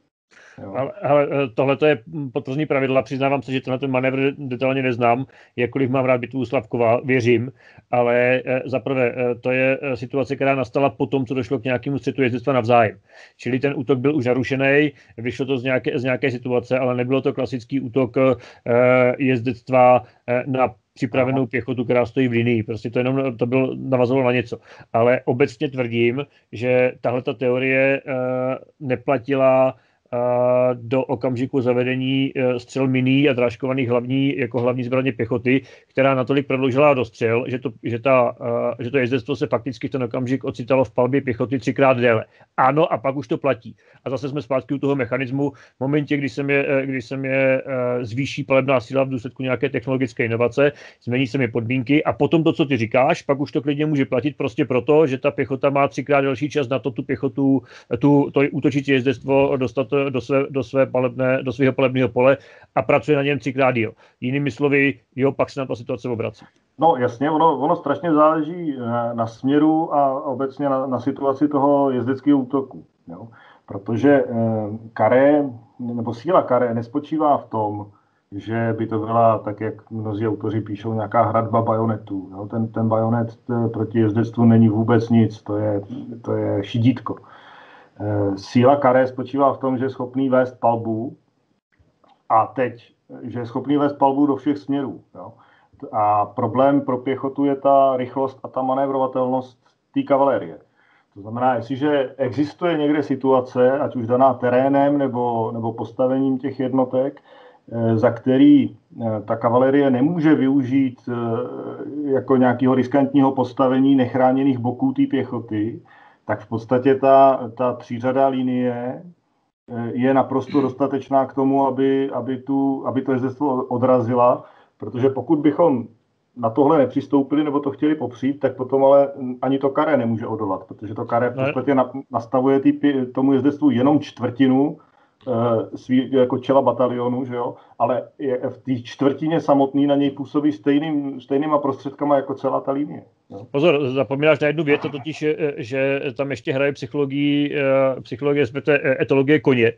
Speaker 2: Ale tohle je potvrzení pravidla. Přiznávám se, že tenhle manévr detailně neznám, jakkoliv mám rád bitvu u Slavkova, věřím, ale zaprvé to je situace, která nastala po tom, co došlo k nějakému střetu jezdectva navzájem. Čili ten útok byl už narušený, vyšlo to z nějaké situace, ale nebylo to klasický útok jezdectva na připravenou pěchotu, která stojí v linii. Prostě to bylo navazovalo na něco. Ale obecně tvrdím, že tahle teorie neplatila do okamžiku zavedení střel miní a drážkovaných jako hlavní zbraně pěchoty, která natolik prodloužila dostřel, že to jezdectvo se fakticky v ten okamžik ocitalo v palbě pěchoty 3x déle. Ano, a pak už to platí. A zase jsme zpátky u toho mechanismu. V momentě, kdy se mě zvýší palebná síla v důsledku nějaké technologické inovace, změní se mi podmínky a potom to, co ty říkáš, pak už to klidně může platit prostě proto, že ta pěchota má 3x delší čas na to tu pěchotu, to útočící jezdectvo dostat do svého palebného pole a pracuje na něm 3x díl. Jinými slovy, pak se na ta situace obrací.
Speaker 3: No jasně, ono strašně záleží na směru a obecně na situaci toho jezdeckého útoku. Jo? Protože karé, nebo síla karé nespočívá v tom, že by to byla, tak jak mnozí autoři píšou, nějaká hradba bajonetů. Jo? Ten bajonet proti jezdectvu není vůbec nic, to je šidítko. Síla karé spočívá v tom, že je schopný vést palbu a teď, že je schopný vést palbu do všech směrů. Jo? A problém pro pěchotu je ta rychlost a ta manévrovatelnost té kavalérie. To znamená, jestliže existuje někde situace, ať už daná terénem nebo postavením těch jednotek, za který ta kavalérie nemůže využít jako nějakého riskantního postavení nechráněných boků té pěchoty, tak v podstatě ta třířadá linie je naprosto dostatečná k tomu, aby to jezdectvo odrazila, protože pokud bychom na tohle nepřistoupili nebo to chtěli popřít, tak potom ale ani to karé nemůže odolat, protože to karé v podstatě nastavuje tomu jezdectvu jenom čtvrtinu svý jako čela batalionu, že jo? Ale v té čtvrtině samotný na něj působí stejnýma prostředkama jako celá ta linie. Jo?
Speaker 2: Pozor, zapomínáš na jednu věc, a totiž, že tam ještě hraje psychologie, respektive etologie koně,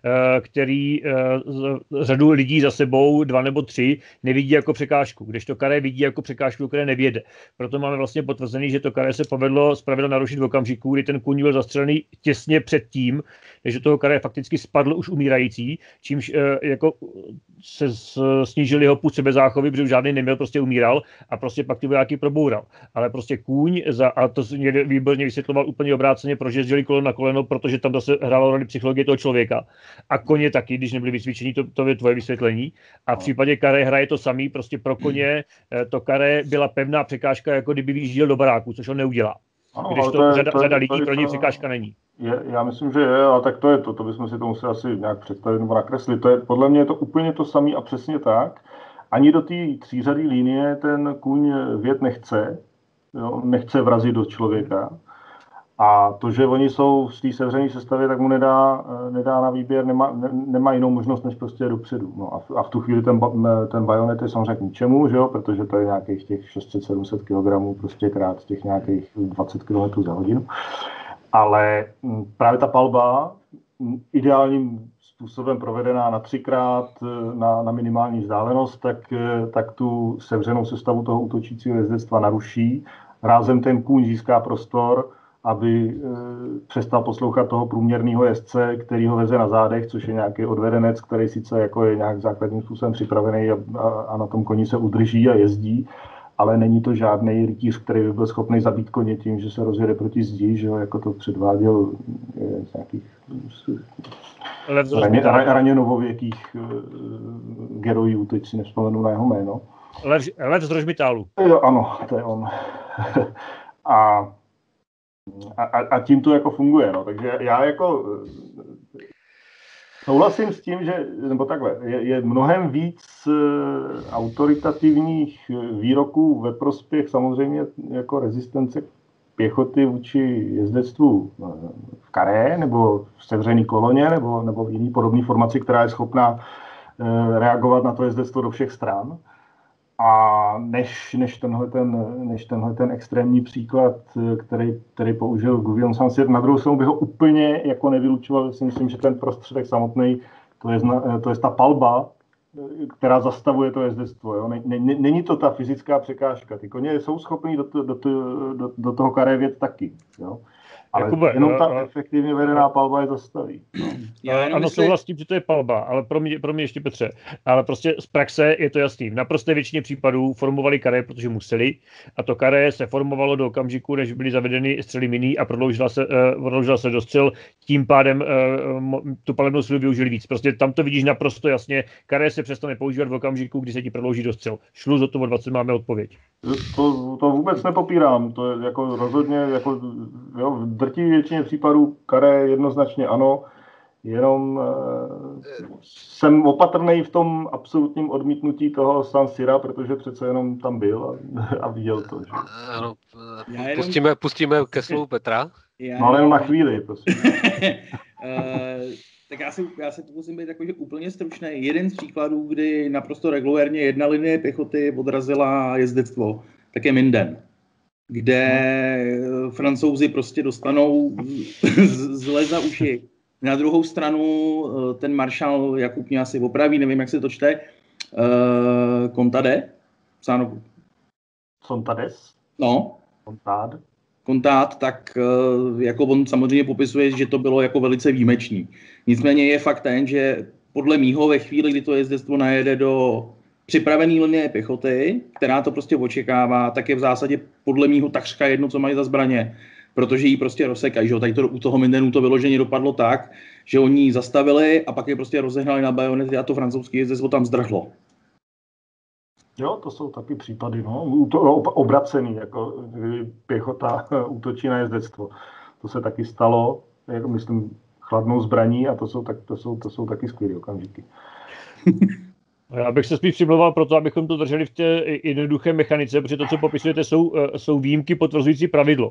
Speaker 2: který řadu lidí za sebou, 2 nebo 3, nevidí jako překážku, kdežto karé vidí jako překážku, které nevěde. Proto máme vlastně potvrzený, že to karé se povedlo zpravidla narušit v okamžiku, kdy ten kůň byl zastřelený těsně před tím, že toho karé fakticky spadl už umírající, čímž jako se snížil jeho půd sebezáchovy, protože už žádný neměl, prostě umíral a prostě pak ty vojáky proboural. Ale prostě kůň, a to výborně vysvětloval úplně obráceně, proč jezdili koleno na koleno, protože tam zase hrálo roli psychologie toho člověka. A koně taky, když nebyli vysvědčení, to je tvoje vysvětlení. A v případě karé hraje to samý, prostě pro koně to karé byla pevná překážka, jako kdyby vyjížděl do baráku, což on neudělá. Když řada lidí pro něj překážka není.
Speaker 3: Já myslím, že je, ale tak to bychom si to museli asi nějak představit nebo nakreslit. Podle mě je to úplně to samé a přesně tak. Ani do té třířadé linie ten kůň vjet nechce, jo, nechce vrazit do člověka. A to, že oni jsou v té sevřené sestavě, tak mu nedá na výběr, nemá jinou možnost, než prostě dopředu. No a v tu chvíli ten bajonet je samozřejmě k ničemu, že jo, protože to je nějakých těch 600-700 kg prostě krát těch nějakých 20 km za hodinu. Ale právě ta palba ideálním způsobem provedená na 3x na minimální vzdálenost, tak tu sevřenou sestavu toho útočícího jezdectva naruší. Rázem ten kůň získá prostor, aby přestal poslouchat toho průměrného jezdce, který ho veze na zádech, což je nějaký odvedenec, který sice jako je nějak základním způsobem připravený a na tom koni se udrží a jezdí, ale není to žádný rytíř, který by byl schopný zabít koně tím, že se rozjede proti zdi, že jo, jako to předváděl z nějakých raněnovověkých gerojů, teď si nevzpomenu na jeho jméno.
Speaker 2: Lev z Rožmitálu.
Speaker 3: Jo, ano, to je on. A tím to jako funguje, no. Takže já jako Souhlasím s tím, že, nebo takhle, je mnohem víc autoritativních výroků ve prospěch samozřejmě jako rezistence pěchoty vůči jezdectvu v Karé nebo v Sevřený koloně nebo v jiný podobný formaci, která je schopná reagovat na to jezdectvo do všech stran. A než tenhle ten extrémní příklad, který použil Guillaume Saint-Cyr, na druhou stranu bych ho úplně jako nevylučoval, si myslím, že ten prostředek samotný, to je ta palba, která zastavuje to jezdectvo. Jo? Není to ta fyzická překážka. Ty koně jsou schopní do toho Karé vjet taky. Jo? Ale Jakube, jenom ta efektivně vedená palba je zastaví. No.
Speaker 2: Ano, souhlasím, že to je palba, ale pro mě ještě, Petře, ale prostě z praxe je to jasný. V naprosté většině případů formovali karé, protože museli, a to karé se formovalo do okamžiku, než byly zavedeny střely miný a prodloužila se dostřel, tím pádem tu palebnou silu využili víc. Prostě tam to vidíš naprosto jasně, karé se přestane používat v okamžiku, kdy se ti prodlouží dostřel. Šlu za to 20 máme odpověď.
Speaker 3: To vůbec nepopírám, to je jako rozhodně, jako, jo, v drtivé většině případů karé jednoznačně ano, jenom jsem opatrný v tom absolutním odmítnutí toho Saint-Cyra, protože přece jenom tam byl a viděl to. Že?
Speaker 1: Ano, pustíme ke slovu Petra.
Speaker 3: No ale na chvíli, prosím.
Speaker 4: Tak já se pokusím být takový úplně stručný. Jeden z příkladů, kdy naprosto regulérně jedna linie pěchoty odrazila jezdectvo, tak je Minden, kde Francouzi prostě dostanou zle za uši. Na druhou stranu ten maršál Jakub mě asi opraví, nevím, jak se to čte,
Speaker 3: Contades?
Speaker 4: No. Kontát, tak jako on samozřejmě popisuje, že to bylo jako velice výjimečný. Nicméně je fakt ten, že podle mýho ve chvíli, kdy to jezdectvo najede do připravený linie pěchoty, která to prostě očekává, tak je v zásadě podle mýho takřka jedno, co mají za zbraně, protože ji prostě rozsekají. Že? Tady to, u toho Mindenu to vyloženě dopadlo tak, že oni ji zastavili a pak je prostě rozehnali na bajonety a to francouzské jezdectvo tam zdrhlo.
Speaker 3: Jo, to jsou taky případy, no, obracený, jako pěchota útočí na jezdectvo. To se taky stalo, jako myslím, chladnou zbraní a to jsou taky skvělé okamžiky.
Speaker 2: Já bych se spíš přimlouval pro to, abychom to drželi v té jednoduché mechanice, protože to, co popisujete, jsou výjimky potvrzující pravidlo,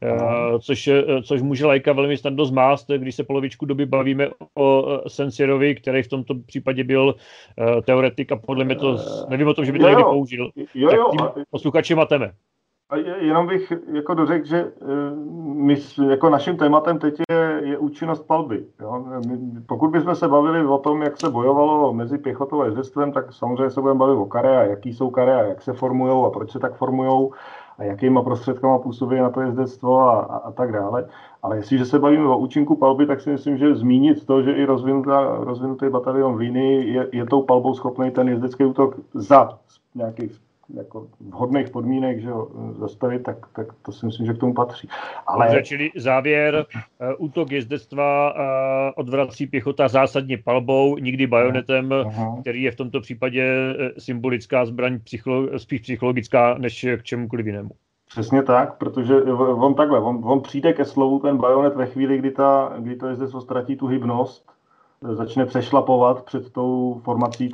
Speaker 2: což může laika velmi snadno zmást, když se polovičku doby bavíme o Saint-Cyrovi, který v tomto případě byl teoretik a podle mě to, nevím o tom, že by to někdy použil, tak tím posluchači mateme.
Speaker 3: A jenom bych jako dořekl, že my, jako naším tématem teď je účinnost palby. Jo? Pokud bychom se bavili o tom, jak se bojovalo mezi pěchotou a jezdectvem, tak samozřejmě se budeme bavit o karé a jaký jsou karé a jak se formujou a proč se tak formujou a jakýma prostředkama působí na to jezdectvo a tak dále. Ale jestliže se bavíme o účinku palby, tak si myslím, že zmínit to, že i rozvinutý batalion v línii je tou palbou schopný ten jezdecký útok za nějakých jako vhodných podmínek, že ho zastavit, tak to si myslím, že k tomu patří.
Speaker 2: Ale... Čili závěr, útok jezdectva odvrací pěchota zásadně palbou, nikdy bajonetem, který je v tomto případě symbolická zbraň, spíš psychologická, než k čemukoliv jinému.
Speaker 3: Přesně tak, protože on přijde ke slovu ten bajonet ve chvíli, kdy to jezdectvo ztratí tu hybnost, začne přešlapovat před tou formací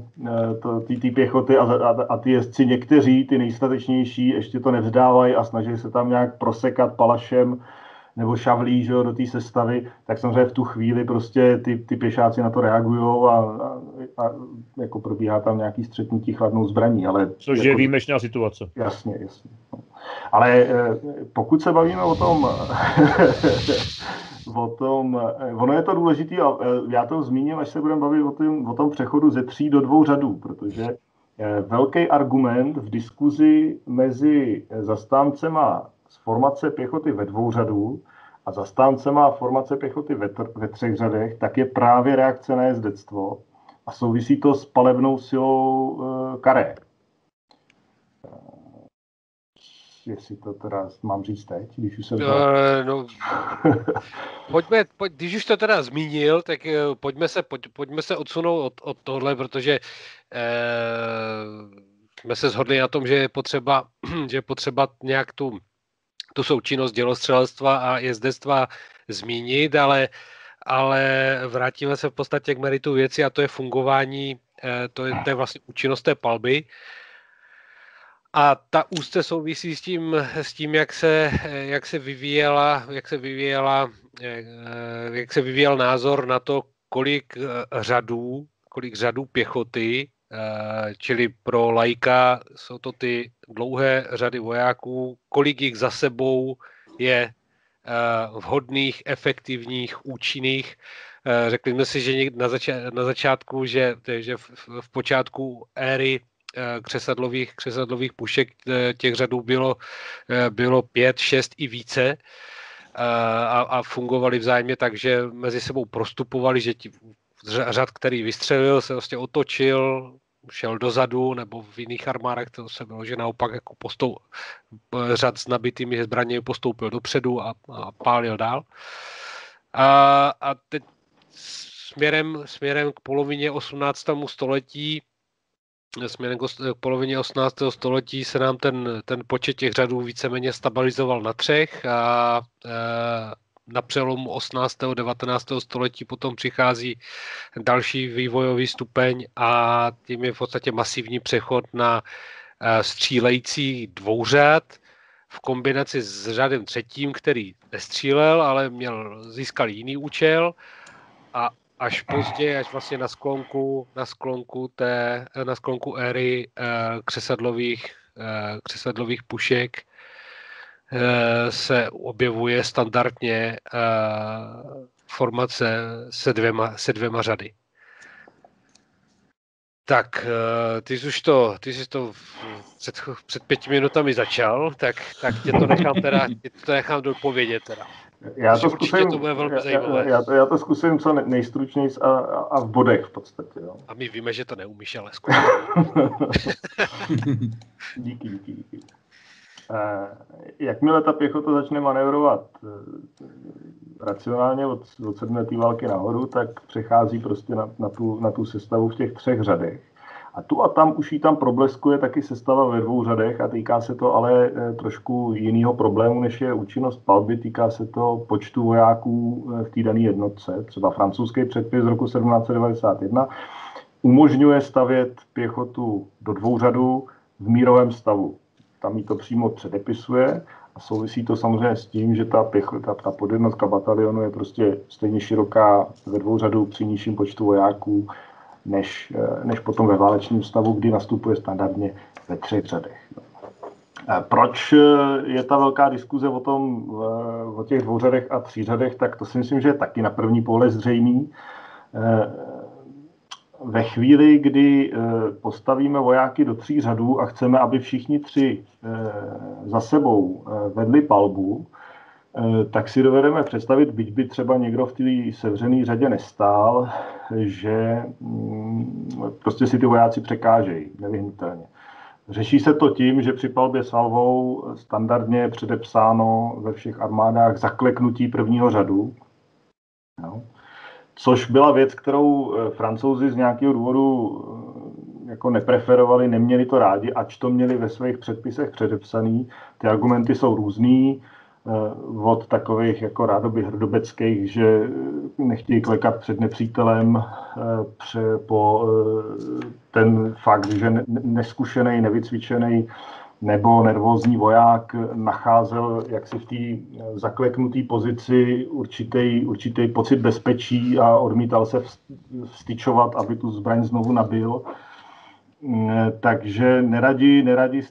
Speaker 3: té pěchoty a ty jezdci někteří, ty nejstatečnější, ještě to nevzdávají a snaží se tam nějak prosekat palašem nebo šavlí, že, do té sestavy, tak samozřejmě v tu chvíli prostě ty pěšáci na to reagujou a jako probíhá tam nějaký střetnutí chladnou zbraní. Ale
Speaker 2: což
Speaker 3: jako,
Speaker 2: je výjimečná situace.
Speaker 3: Jasně. No. Ale pokud se bavíme o tom, ono je to důležitý a já to zmíním, až se budeme bavit o tom přechodu ze 3 do 2 řadů, protože velký argument v diskuzi mezi zastáncema z formace pěchoty ve 2 řadů a zastáncema formace pěchoty ve 3 řadech, tak je právě reakce na jezdectvo a souvisí to s palebnou silou karé. Jestli to teda mám říct teď, když už jsem
Speaker 1: když už to teda zmínil, tak pojďme se odsunout od tohle, protože jsme se shodli na tom, že je potřeba nějak tu součinnost dělostřelectva a jezdectva zmínit, ale ale vrátíme se v podstatě k meritu věci a to je fungování, to je vlastně účinnost té palby. A ta úzce souvisí s tím jak se vyvíjel názor na to, kolik řadů pěchoty, čili pro laika jsou to ty dlouhé řady vojáků, kolik jich za sebou je vhodných, efektivních, účinných. Řekli jsme si, že na začátku, že v počátku éry křesadlových pušek těch řadů bylo 5, 6 i více a fungovali vzájemně tak, že mezi sebou prostupovali, že řad, který vystřelil, se vlastně otočil, šel dozadu, nebo v jiných armádách to se bylo, že naopak jako řad s nabitými zbraněmi postoupil dopředu a pálil dál. A teď směrem k polovině 18. století se nám ten počet těch řadů víceméně stabilizoval na 3 a na přelomu 18. a 19. století potom přichází další vývojový stupeň a tím je v podstatě masivní přechod na střílející dvouřad v kombinaci s řadem třetím, který nestřílel, ale získal jiný účel a až později, až vlastně na sklonku éry křesadlových pušek se objevuje standardně formace se dvěma řady. Tak, ty jsi to před 5 minutami začal, tak tě to nechám dopovědět teda.
Speaker 3: Já to zkusím co nejstručněji a v bodech v podstatě. Jo.
Speaker 1: A my víme, že to neumíš, ale zkus.
Speaker 3: Díky. Jakmile ta pěchota začne manévrovat racionálně od 7. války nahoru, tak přechází prostě na tu sestavu v těch 3 řadech. A tu a tam už jí tam probleskuje taky sestava ve 2 řadech a týká se to ale trošku jiného problému, než je účinnost palby. Týká se to počtu vojáků v té dané jednotce. Třeba francouzský předpis z roku 1791 umožňuje stavět pěchotu do 2 řadů v mírovém stavu. Tam jí to přímo předepisuje a souvisí to samozřejmě s tím, že ta podjednotka batalionu je prostě stejně široká ve 2 řadů při nižším počtu vojáků, než potom ve válečném stavu, kdy nastupuje standardně ve 3 řadech. Proč je ta velká diskuze o těch 2 řadech a 3 řadech, tak to si myslím, že je taky na první pohled zřejmý. Ve chvíli, kdy postavíme vojáky do 3 řadů a chceme, aby všichni 3 za sebou vedli palbu, tak si dovedeme představit, byť by třeba někdo v té sevřené řadě nestál, že prostě si ty vojáci překážejí nevyhnutelně. Řeší se to tím, že při palbě salvou standardně předepsáno ve všech armádách zakleknutí prvního řadu. No. Což byla věc, kterou Francouzi z nějakého důvodu jako nepreferovali, neměli to rádi, ač to měli ve svých předpisech předepsaný. Ty argumenty jsou různý, od takových jako rádoby hrdobeckých, že nechtějí klekat před nepřítelem, po ten fakt, že neskušený, nevycvičený nebo nervózní voják nacházel jaksi v té zakleknuté pozici určitý pocit bezpečí a odmítal se vstyčovat, aby tu zbraň znovu nabil. Takže neradi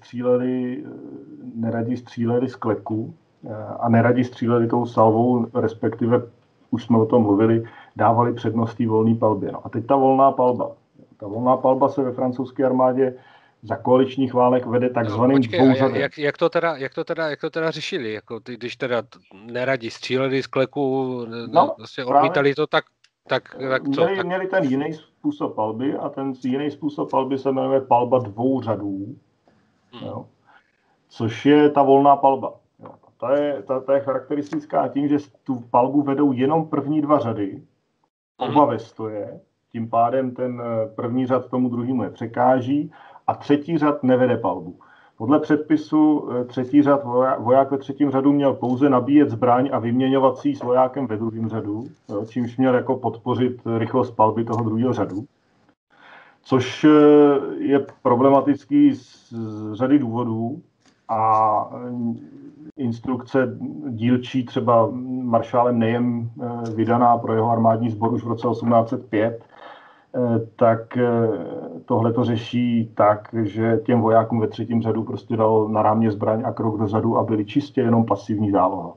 Speaker 3: stříleli z kleku a neradi stříleli tou salvou, respektive, už jsme o tom mluvili, dávali přednost té volné palbě. No a teď ta volná palba. Ta volná palba se ve francouzské armádě za koaličních válek vede takzvaným dvouřadem.
Speaker 1: Jak to teda řešili? Jako když teda neradi stříleli z kleku, vlastně
Speaker 3: právě,
Speaker 1: odmítali to, tak co?
Speaker 3: Měli ten jiný způsob palby a ten jiný způsob palby se jmenuje palba 2 řadů, jo, což je ta volná palba. Jo. Ta je charakteristická tím, že tu palbu vedou jenom první 2 řady, oba ve stoje, tím pádem ten první řad tomu druhému nepřekáží a třetí řad nevede palbu. Podle předpisu třetí řad voják ve třetím řadu měl pouze nabíjet zbraň a vyměňovací s vojákem ve druhém řadu, čímž měl jako podpořit rychlost palby toho druhého řadu. Což je problematický z řady důvodů a instrukce dílčí třeba maršálem Nejem vydaná pro jeho armádní sbor už v roce 1805, tak tohle to řeší tak, že těm vojákům ve třetím řadu prostě dal na rámě zbraň a krok dozadu a byli čistě jenom pasivní záloha.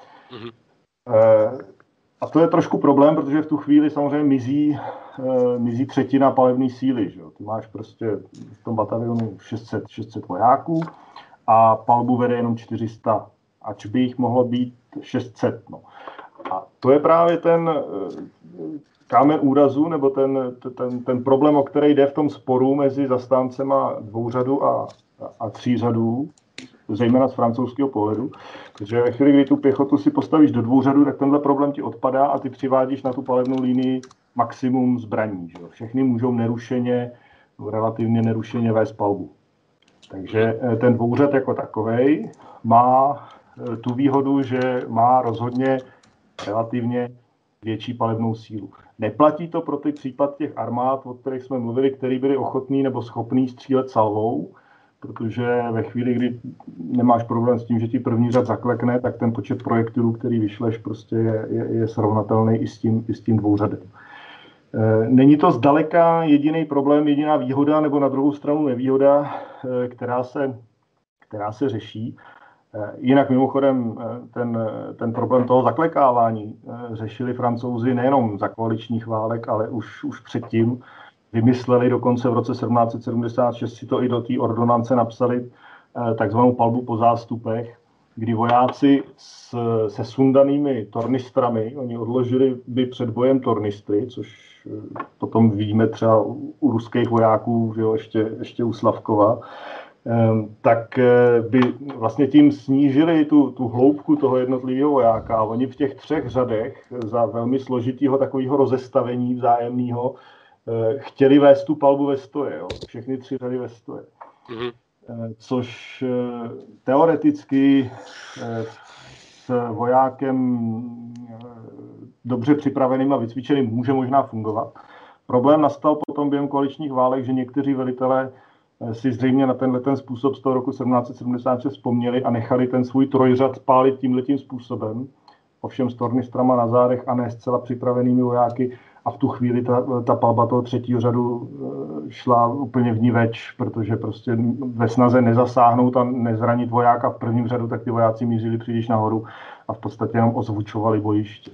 Speaker 3: A to je trošku problém, protože v tu chvíli samozřejmě mizí třetina palebné síly. Že? Ty máš prostě v tom batalionu 600 vojáků a palbu vede jenom 400, ač by jich mohlo být 600. No. A to je právě ten kámen úrazu, nebo ten problém, o který jde v tom sporu mezi zastáncema dvouřadu a třířadů, zejména z francouzského pohledu, protože ve chvíli, kdy tu pěchotu si postavíš do dvouřadu, tak tenhle problém ti odpadá a ty přivádíš na tu palebnou linii maximum zbraní. Že? Všechny můžou nerušeně, relativně nerušeně vést palbu. Takže ten dvouřad jako takovej má tu výhodu, že má rozhodně relativně větší palebnou sílu. Neplatí to pro ty případ těch armád, o kterých jsme mluvili, který byli ochotní nebo schopní střílet salvou, protože ve chvíli, kdy nemáš problém s tím, že ti první řad zaklekne, tak ten počet projektilů, který vyšleš, prostě je srovnatelný i s tím dvouřadem. Není to zdaleka jediný problém, jediná výhoda, nebo na druhou stranu nevýhoda, která se řeší. Jinak mimochodem ten problém toho zaklekávání řešili Francouzi nejenom za koaličních válek, ale už předtím. Vymysleli dokonce v roce 1776, si to i do té ordonance napsali, takzvanou palbu po zástupech, kdy vojáci se sundanými tornistrami, oni odložili by před bojem tornistry, což potom vidíme třeba u ruských vojáků, že jo, ještě u Slavkova, tak by vlastně tím snížili tu hloubku toho jednotlivého vojáka. A oni v těch třech řadech za velmi složitýho takového rozestavení vzájemného chtěli vést tu palbu ve stoje, jo? Všechny tři řady ve stoje. Což teoreticky s vojákem dobře připraveným a vycvičeným může možná fungovat. Problém nastal potom během koaličních válek, že někteří velitelé si zřejmě na ten způsob z toho roku 1776 vzpomněli a nechali ten svůj trojřad pálit tímhletím způsobem, ovšem s tornistrama na zádech a ne zcela připravenými vojáky. A v tu chvíli ta palba toho třetího řadu šla úplně vniveč, protože prostě ve snaze nezasáhnout a nezranit vojáka v prvním řadu, tak ty vojáci mířili příliš nahoru a v podstatě jenom ozvučovali bojiště.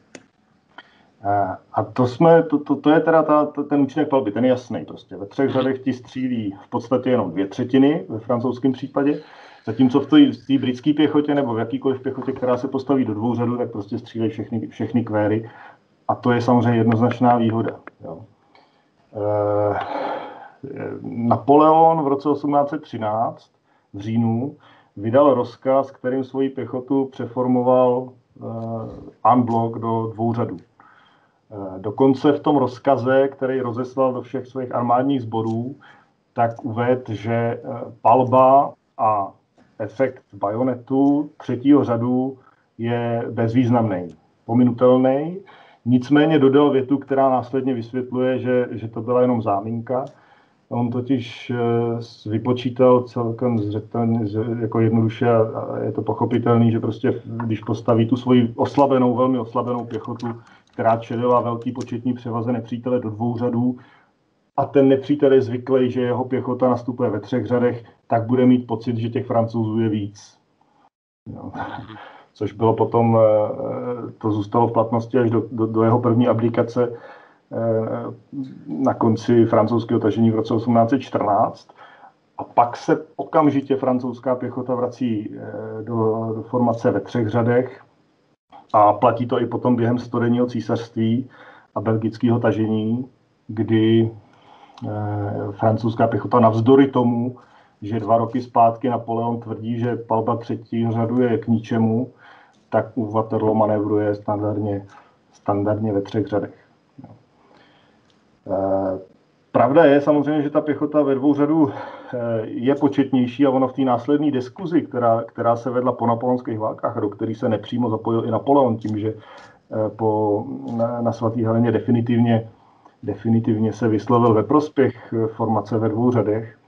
Speaker 3: A to je teda ten účinek palby, ten je jasný prostě. Ve třech řadech ti střílí v podstatě jenom 2/3 ve francouzském případě, zatímco v té britské pěchotě nebo v jakýkoliv pěchotě, která se postaví do dvou řadů, tak prostě střílejí všechny kvéry. A to je samozřejmě jednoznačná výhoda. Jo. Napoleon v roce 1813 v říjnu vydal rozkaz, kterým svoji pěchotu přeformoval en bloc do dvouřadu. Dokonce v tom rozkaze, který rozeslal do všech svých armádních sborů, tak uvedl, že palba a efekt bajonetu třetího řadu je bezvýznamný, pominutelný. Nicméně dodal větu, která následně vysvětluje, že to byla jenom záminka. On totiž vypočítal celkem zřetelně, jako jednoduše, a je to pochopitelný, že prostě když postaví tu svoji velmi oslabenou pěchotu, která čelila velký početní převaze nepřítele do dvou řadů, a ten nepřítel je zvyklý, že jeho pěchota nastupuje ve třech řadech, tak bude mít pocit, že těch Francouzů je víc. No. Což bylo potom, to zůstalo v platnosti až do jeho první abdikace na konci francouzského tažení v roce 1814. A pak se okamžitě francouzská pěchota vrací do formace ve třech řadech a platí to i potom během stodenního císařství a belgického tažení, kdy francouzská pěchota navzdory tomu, že 2 roky zpátky Napoleon tvrdí, že palba třetího řadu je k ničemu, tak u Waterloo manévruje standardně ve třech řadech. Pravda je samozřejmě, že ta pěchota ve dvou řadu je početnější a ono v té následné diskuzi, která se vedla po napoleonských válkách, do který se nepřímo zapojil i Napoleon tím, že na svatý Heleně definitivně se vyslovil ve prospěch formace ve dvou řadech,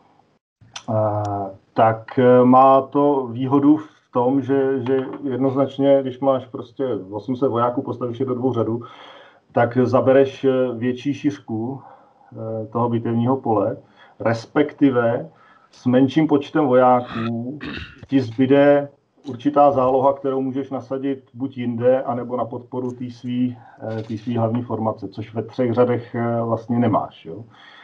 Speaker 3: tak má to výhodu v tom, že jednoznačně, když máš prostě 800 vojáků, postavíš je do dvou řadů, tak zabereš větší šířku toho bitevního pole, respektive s menším počtem vojáků ti zbyde určitá záloha, kterou můžeš nasadit buď jinde, anebo na podporu té svý hlavní formace, což ve třech řadech vlastně nemáš. Jo?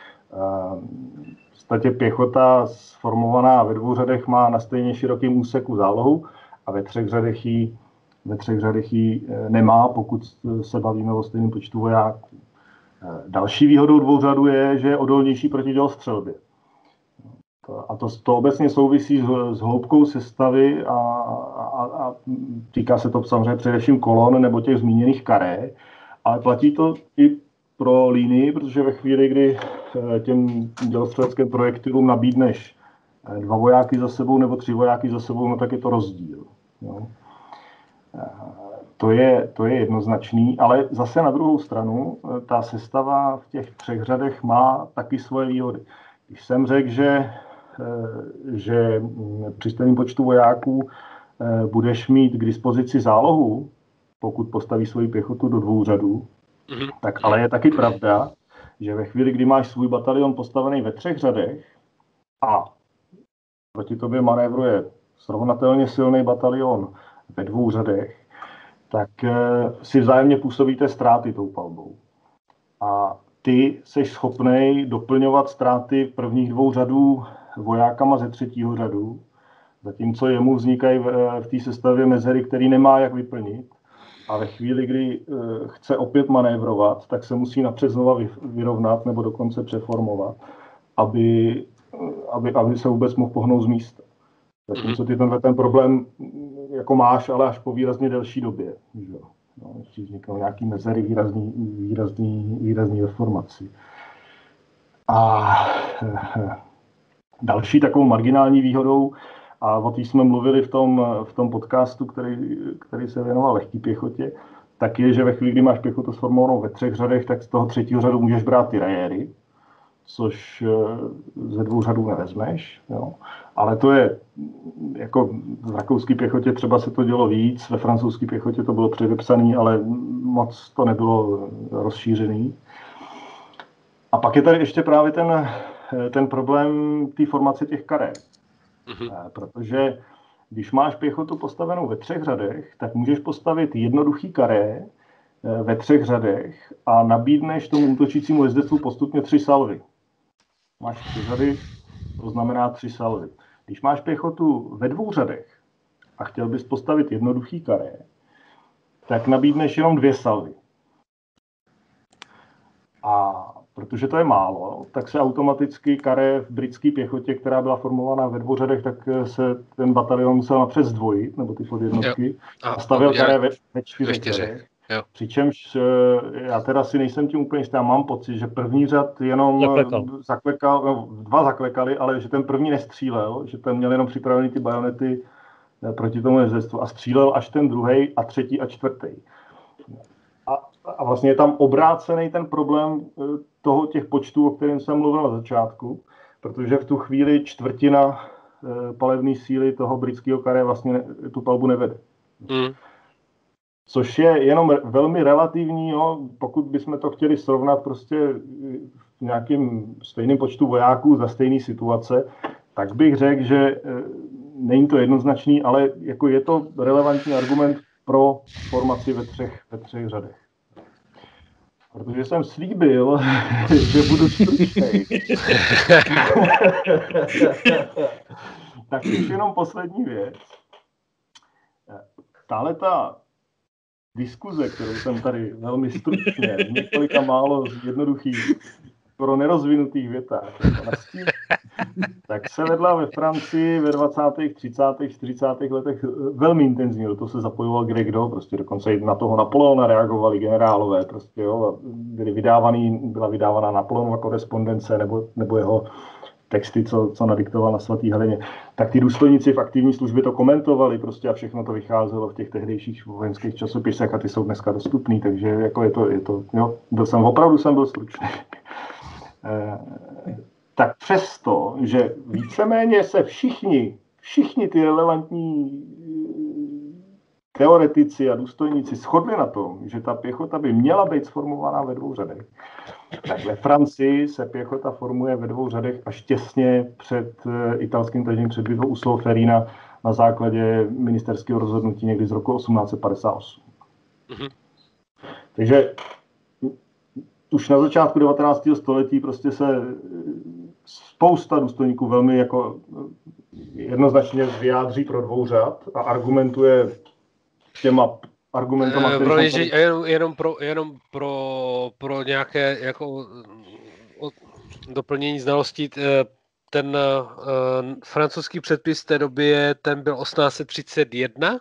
Speaker 3: V podstatě pěchota sformovaná ve dvou řadech má na stejně širokém úseku zálohu a ve třech řadech ji nemá, pokud se bavíme o stejném počtu vojáků. Další výhodou dvou řadů je, že je odolnější proti dělostřelbě. A to obecně souvisí s hloubkou sestavy a týká se to samozřejmě především kolon nebo těch zmíněných karé, ale platí to i pro línii, protože ve chvíli, kdy těm dělostřeleckým projektilům nabídneš 2 vojáky za sebou nebo 3 vojáky za sebou, no tak je to rozdíl. Jo. To je jednoznačný, ale zase na druhou stranu ta sestava v těch třech řadech má taky svoje výhody. Když jsem řekl, že při stejném počtu vojáků budeš mít k dispozici zálohu, pokud postaví svoji pěchotu do dvou řadů, tak ale je taky pravda, že ve chvíli, kdy máš svůj batalion postavený ve třech řadech a proti tobě manévruje srovnatelně silný batalion ve dvou řadech, tak si vzájemně působíte ztráty tou palbou. A ty jsi schopnej doplňovat ztráty prvních dvou řadů vojákama ze třetího řadu, zatímco jemu vznikají v té sestavě mezery, který nemá jak vyplnit. A ve chvíli, kdy chce opět manévrovat, tak se musí napřed znova vyrovnat nebo dokonce přeformovat, aby se vůbec mohl pohnout z místa. Zatímco ty ten problém jako máš, ale až po výrazně delší době. Ještě vzniknou nějaký mezery výrazný ve formaci. A další takovou marginální výhodou, a o té jsme mluvili v tom podcastu, který se věnoval lehký pěchotě, tak je, že ve chvíli, kdy máš pěchotu sformovanou ve třech řadech, tak z toho třetího řadu můžeš brát ty rajery, což ze dvou řadů nevezmeš. Jo. Ale to je, jako v rakouské pěchotě třeba se to dělo víc, ve francouzské pěchotě to bylo předepsané, ale moc to nebylo rozšířený. A pak je tady ještě právě ten problém té formace těch karé. Protože když máš pěchotu postavenou ve třech řadech, tak můžeš postavit jednoduchý karé ve třech řadech a nabídneš tomu útočícímu jezdectvu postupně 3 salvy. Máš 3 řady, to znamená 3 salvy. Když máš pěchotu ve dvou řadech a chtěl bys postavit jednoduchý karé, tak nabídneš jenom 2 salvy. A protože to je málo, tak se automaticky karé v britské pěchotě, která byla formovaná ve dvou řadech, tak se ten batalion musel napřed zdvojit, nebo ty podjednotky, a stavěl karé ve 4 řadech. Přičemž já teda si nejsem tím úplně jistý, já mám pocit, že první řad jenom zaklekal, 2 zaklekali, ale že ten první nestřílel, že ten měl jenom připravený ty bajonety proti tomu jezdectvu a střílel až ten druhý a třetí a čtvrtý. A vlastně je tam obrácený ten problém těch počtů, o kterém jsem mluvil na začátku, protože v tu chvíli čtvrtina palebné síly toho britského karé vlastně tu palbu nevede. Což je jenom velmi relativní, jo, pokud bychom to chtěli srovnat prostě v nějakým stejným počtu vojáků za stejné situace, tak bych řekl, že není to jednoznačný, ale jako je to relevantní argument pro formaci ve třech řadech. Protože jsem slíbil, že budu stručnej. Tak už jenom poslední věc. Tahleta diskuze, kterou jsem tady velmi stručně, v několika málo jednoduchých, pro nerozvinutých větách, tak se vedla ve Francii ve 20., 30., 40. letech velmi intenzivně. Do toho se zapojoval kdekdo, prostě dokonce i na toho Napoleona reagovali generálové, prostě jo, byla vydávaná Napoleonova korespondence nebo jeho texty, co nadiktoval na Svatý Heleně, tak ty důstojníci v aktivní službě to komentovali prostě a všechno to vycházelo v těch tehdejších vojenských časopisech a ty jsou dneska dostupný, takže jako je to jo, opravdu jsem byl stručný. Tak přesto, že víceméně se všichni ty relevantní teoretici a důstojníci shodli na tom, že ta pěchota by měla být sformovaná ve 2 řadech. Tak ve Francii se pěchota formuje ve 2 řadech až těsně před italským tažením, před bitvou u Solferina na základě ministerského rozhodnutí někdy z roku 1858. Takže už na začátku 19. století prostě se spousta důstojníků velmi jako jednoznačně vyjádří pro 2 řad a argumentuje těma argumentama,
Speaker 1: jenom pro nějaké jako doplnění znalostí, ten francouzský předpis v té době, ten byl 1831?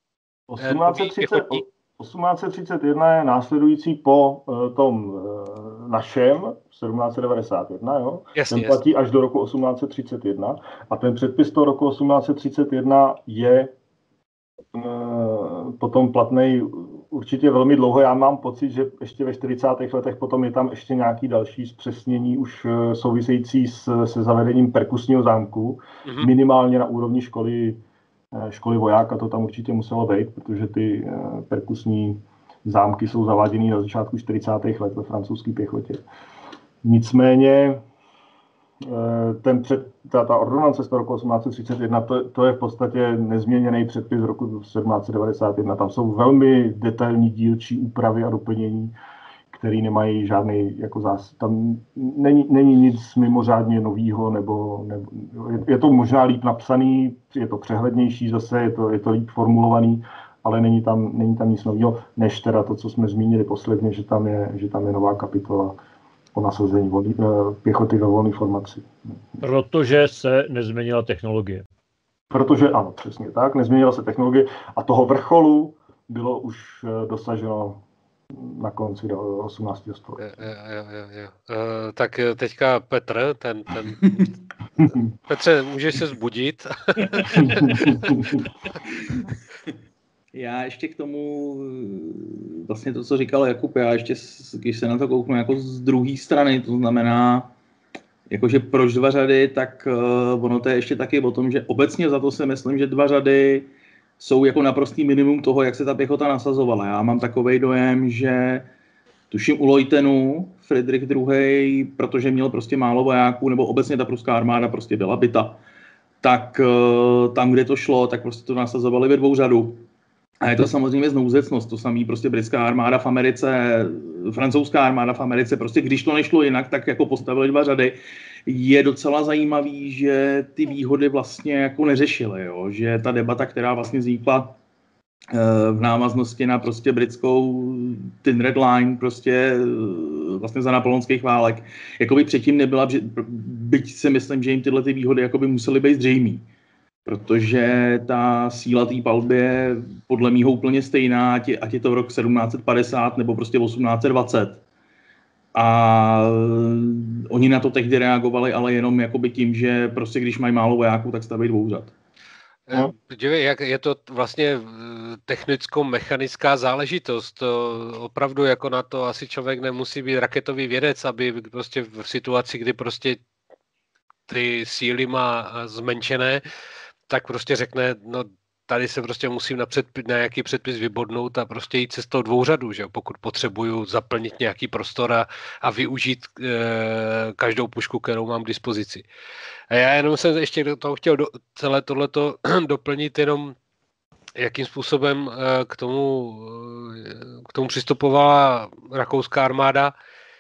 Speaker 3: 1831 je následující po tom našem, 1791, jo? Ten platí až do roku 1831 a ten předpis toho roku 1831 je potom platnej určitě velmi dlouho. Já mám pocit, že ještě ve 40. letech potom je tam ještě nějaký další zpřesnění už související se zavedením perkusního zámku, minimálně na úrovni školy vojáka to tam určitě muselo být, protože ty perkusní zámky jsou zaváděny na začátku 40. let ve francouzské pěchotě. Nicméně ta ordonance z toho roku 1831, to je v podstatě nezměněný předpis z roku 1791. Tam jsou velmi detailní dílčí úpravy a doplnění, které nemají žádný jako tam není nic mimořádně novýho, nebo je to možná líp napsaný, je to přehlednější zase, je to líp formulovaný, ale není tam nic nového, než teda to, co jsme zmínili posledně, že tam je nová kapitola o nasazení pěchoty ve volné formaci.
Speaker 2: Protože se nezměnila technologie.
Speaker 3: Protože ano, přesně tak, nezměnila se technologie a toho vrcholu bylo už dosaženo na konci 18. století.
Speaker 1: Tak teďka Petr, Petře, můžeš se vzbudit?
Speaker 4: Já ještě k tomu, vlastně to, co říkal Jakub, já ještě, když se na to kouknu jako z druhé strany, to znamená, jakože proč 2 řady, tak ono to je ještě taky o tom, že obecně za to si myslím, že 2 řady jsou jako naprostý minimum toho, jak se ta pěchota nasazovala. Já mám takovej dojem, že tuším u Leutenu Fridrich II., protože měl prostě málo vojáků, nebo obecně ta pruská armáda prostě byla bita, tak tam, kde to šlo, tak prostě to nasazovali ve 2 řadu. A je to samozřejmě znouzecnost, to samý prostě britská armáda v Americe, francouzská armáda v Americe, prostě když to nešlo jinak, tak jako postavili 2 řady. Je docela zajímavý, že ty výhody vlastně jako neřešily, jo? Že ta debata, která vlastně vznikla v návaznosti na prostě britskou Thin Red Line, prostě vlastně za napoleonských válek, jakoby předtím nebyla, byť si myslím, že jim tyhle ty výhody jakoby musely být zřejmý. Protože ta síla té palby je podle mýho úplně stejná, ať je to v rok 1750 nebo prostě 1820. A oni na to tehdy reagovali, ale jenom jakoby tím, že prostě když mají málo vojáků, tak staví 2 řad.
Speaker 1: Jak je to vlastně technicko-mechanická záležitost. To opravdu jako na to asi člověk nemusí být raketový vědec, aby prostě v situaci, kdy prostě ty síly má zmenšené, tak prostě řekne, no tady se prostě musím na nějaký předpis vybodnout a prostě jít cestou 2 řadů, že pokud potřebuju zaplnit nějaký prostor a využít každou pušku, kterou mám k dispozici. A já jenom jsem ještě do toho chtěl celé tohleto doplnit jenom, jakým způsobem k tomu přistupovala rakouská armáda,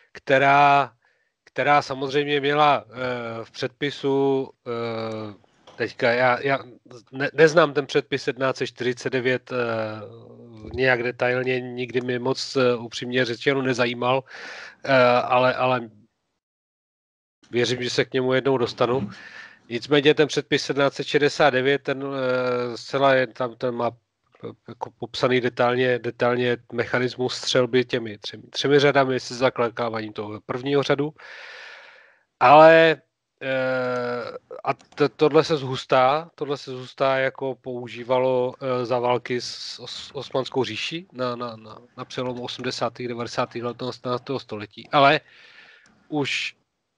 Speaker 1: která samozřejmě měla v předpisu teďka, já neznám ten předpis 1749 nějak detailně, nikdy mi moc upřímně řečeno nezajímal, ale věřím, že se k němu jednou dostanu. Nicméně ten předpis 1769, ten zcela je tam, ten má jako popsaný detailně mechanismus střelby těmi 3 řadami se zaklekáváním toho prvního řadu, ale a tohle se zhustá jako používalo za války s Osmanskou říší na přelomu 80. 90. let 18. století. Ale už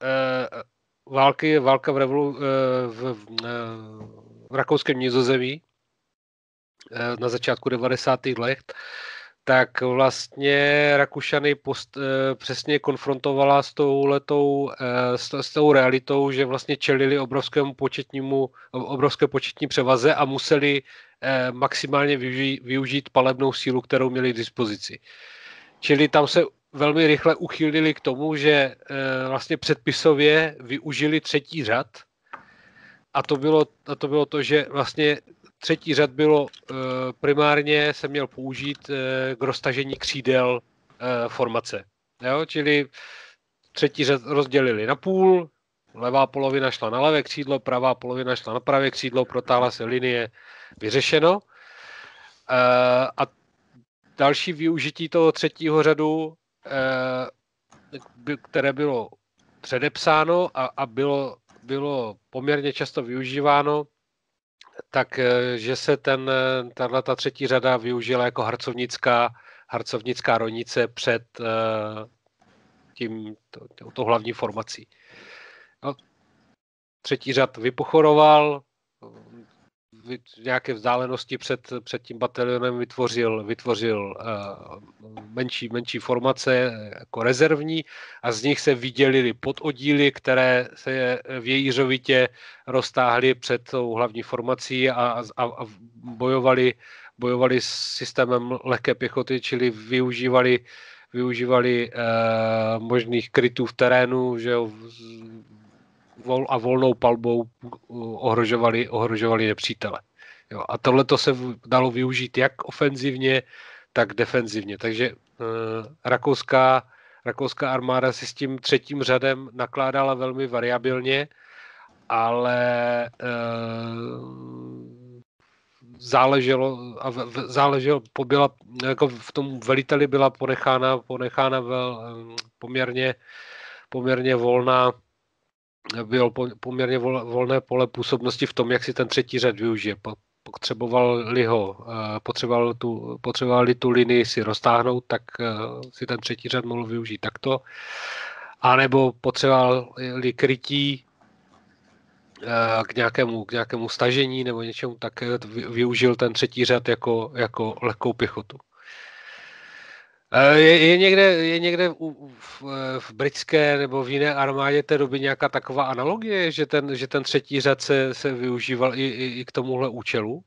Speaker 1: válka v rakouském Nizozemí na začátku 90. let, tak vlastně Rakušany přesně konfrontovala s tou realitou, že vlastně čelili obrovské početní převaze a museli maximálně využít palebnou sílu, kterou měli k dispozici. Čili tam se velmi rychle uchýlili k tomu, že vlastně předpisově využili třetí řad a to bylo to, že vlastně třetí řad bylo primárně se měl použít k roztažení křídel formace. Jo? Čili třetí řad rozdělili na půl, levá polovina šla na levé křídlo, pravá polovina šla na pravé křídlo, protáhla se linie, vyřešeno. A další využití toho třetího řadu, které bylo předepsáno a bylo poměrně často využíváno, takže se tato třetí řada využila jako harcovnická ronice před tou hlavní formací. No, třetí řad vypochoroval, v nějaké vzdálenosti před tím batalionem vytvořil menší formace jako rezervní a z nich se vydělily pododdíly, které se vějířovitě roztáhly před tou hlavní formací a bojovali s systémem lehké pěchoty, čili využívali možných krytů v terénu, že a volnou palbou ohrožovali nepřítele. Jo, a tohleto se dalo využít jak ofenzivně, tak defenzivně. Takže rakouská armáda si s tím třetím řadem nakládala velmi variabilně, ale záleželo, jako v tom veliteli byla ponechána poměrně volná, bylo poměrně volné pole působnosti v tom, jak si ten třetí řad využije. Potřebovali tu linii si roztáhnout, tak si ten třetí řad mohl využít takto. A nebo potřebovali krytí k nějakému stažení nebo něčemu, tak využil ten třetí řad jako lehkou pěchotu. Je někde v britské nebo v jiné armádě té doby nějaká taková analogie, že ten třetí řad se využíval i k tomuhle účelu?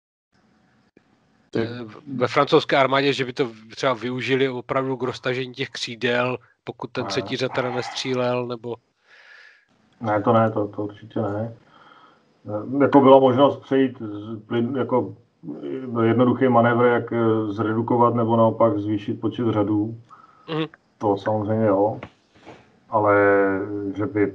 Speaker 1: Ve francouzské armádě, že by to třeba využili opravdu k roztažení těch křídel, pokud ten třetí řad teda nestřílel, nebo...
Speaker 3: Ne, to určitě ne. Jako byla možnost přejít jako jednoduchý manévr, jak zredukovat nebo naopak zvýšit počet řadů. Mm. To samozřejmě jo. Ale že by...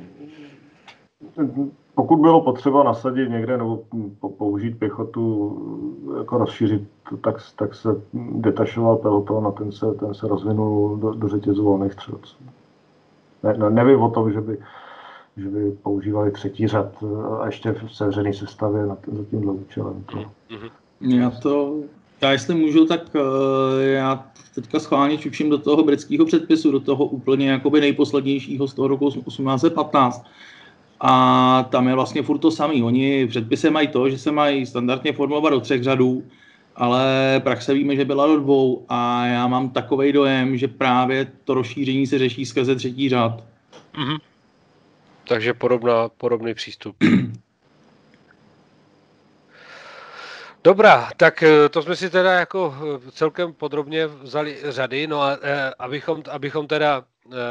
Speaker 3: Pokud bylo potřeba nasadit někde nebo použít pěchotu, jako rozšířit, tak se detašoval peloton a ten se rozvinul do řetězu volných střelců. Nevím o tom, že by používali třetí řad a ještě v sevřené sestavě za tímhle účelem.
Speaker 4: Já jestli můžu, tak já teďka schválně čučím do toho britského předpisu, do toho úplně jakoby nejposlednějšího z toho roku 1815. A tam je vlastně furt to samý. Oni v předpise mají to, že se mají standardně formulovat do 3 řadů, ale praxe víme, že byla do 2 a já mám takovej dojem, že právě to rozšíření se řeší skrze třetí řad.
Speaker 1: Mm-hmm. Takže podobný přístup. Dobrá, tak to jsme si teda jako celkem podrobně vzali řady, no a abychom teda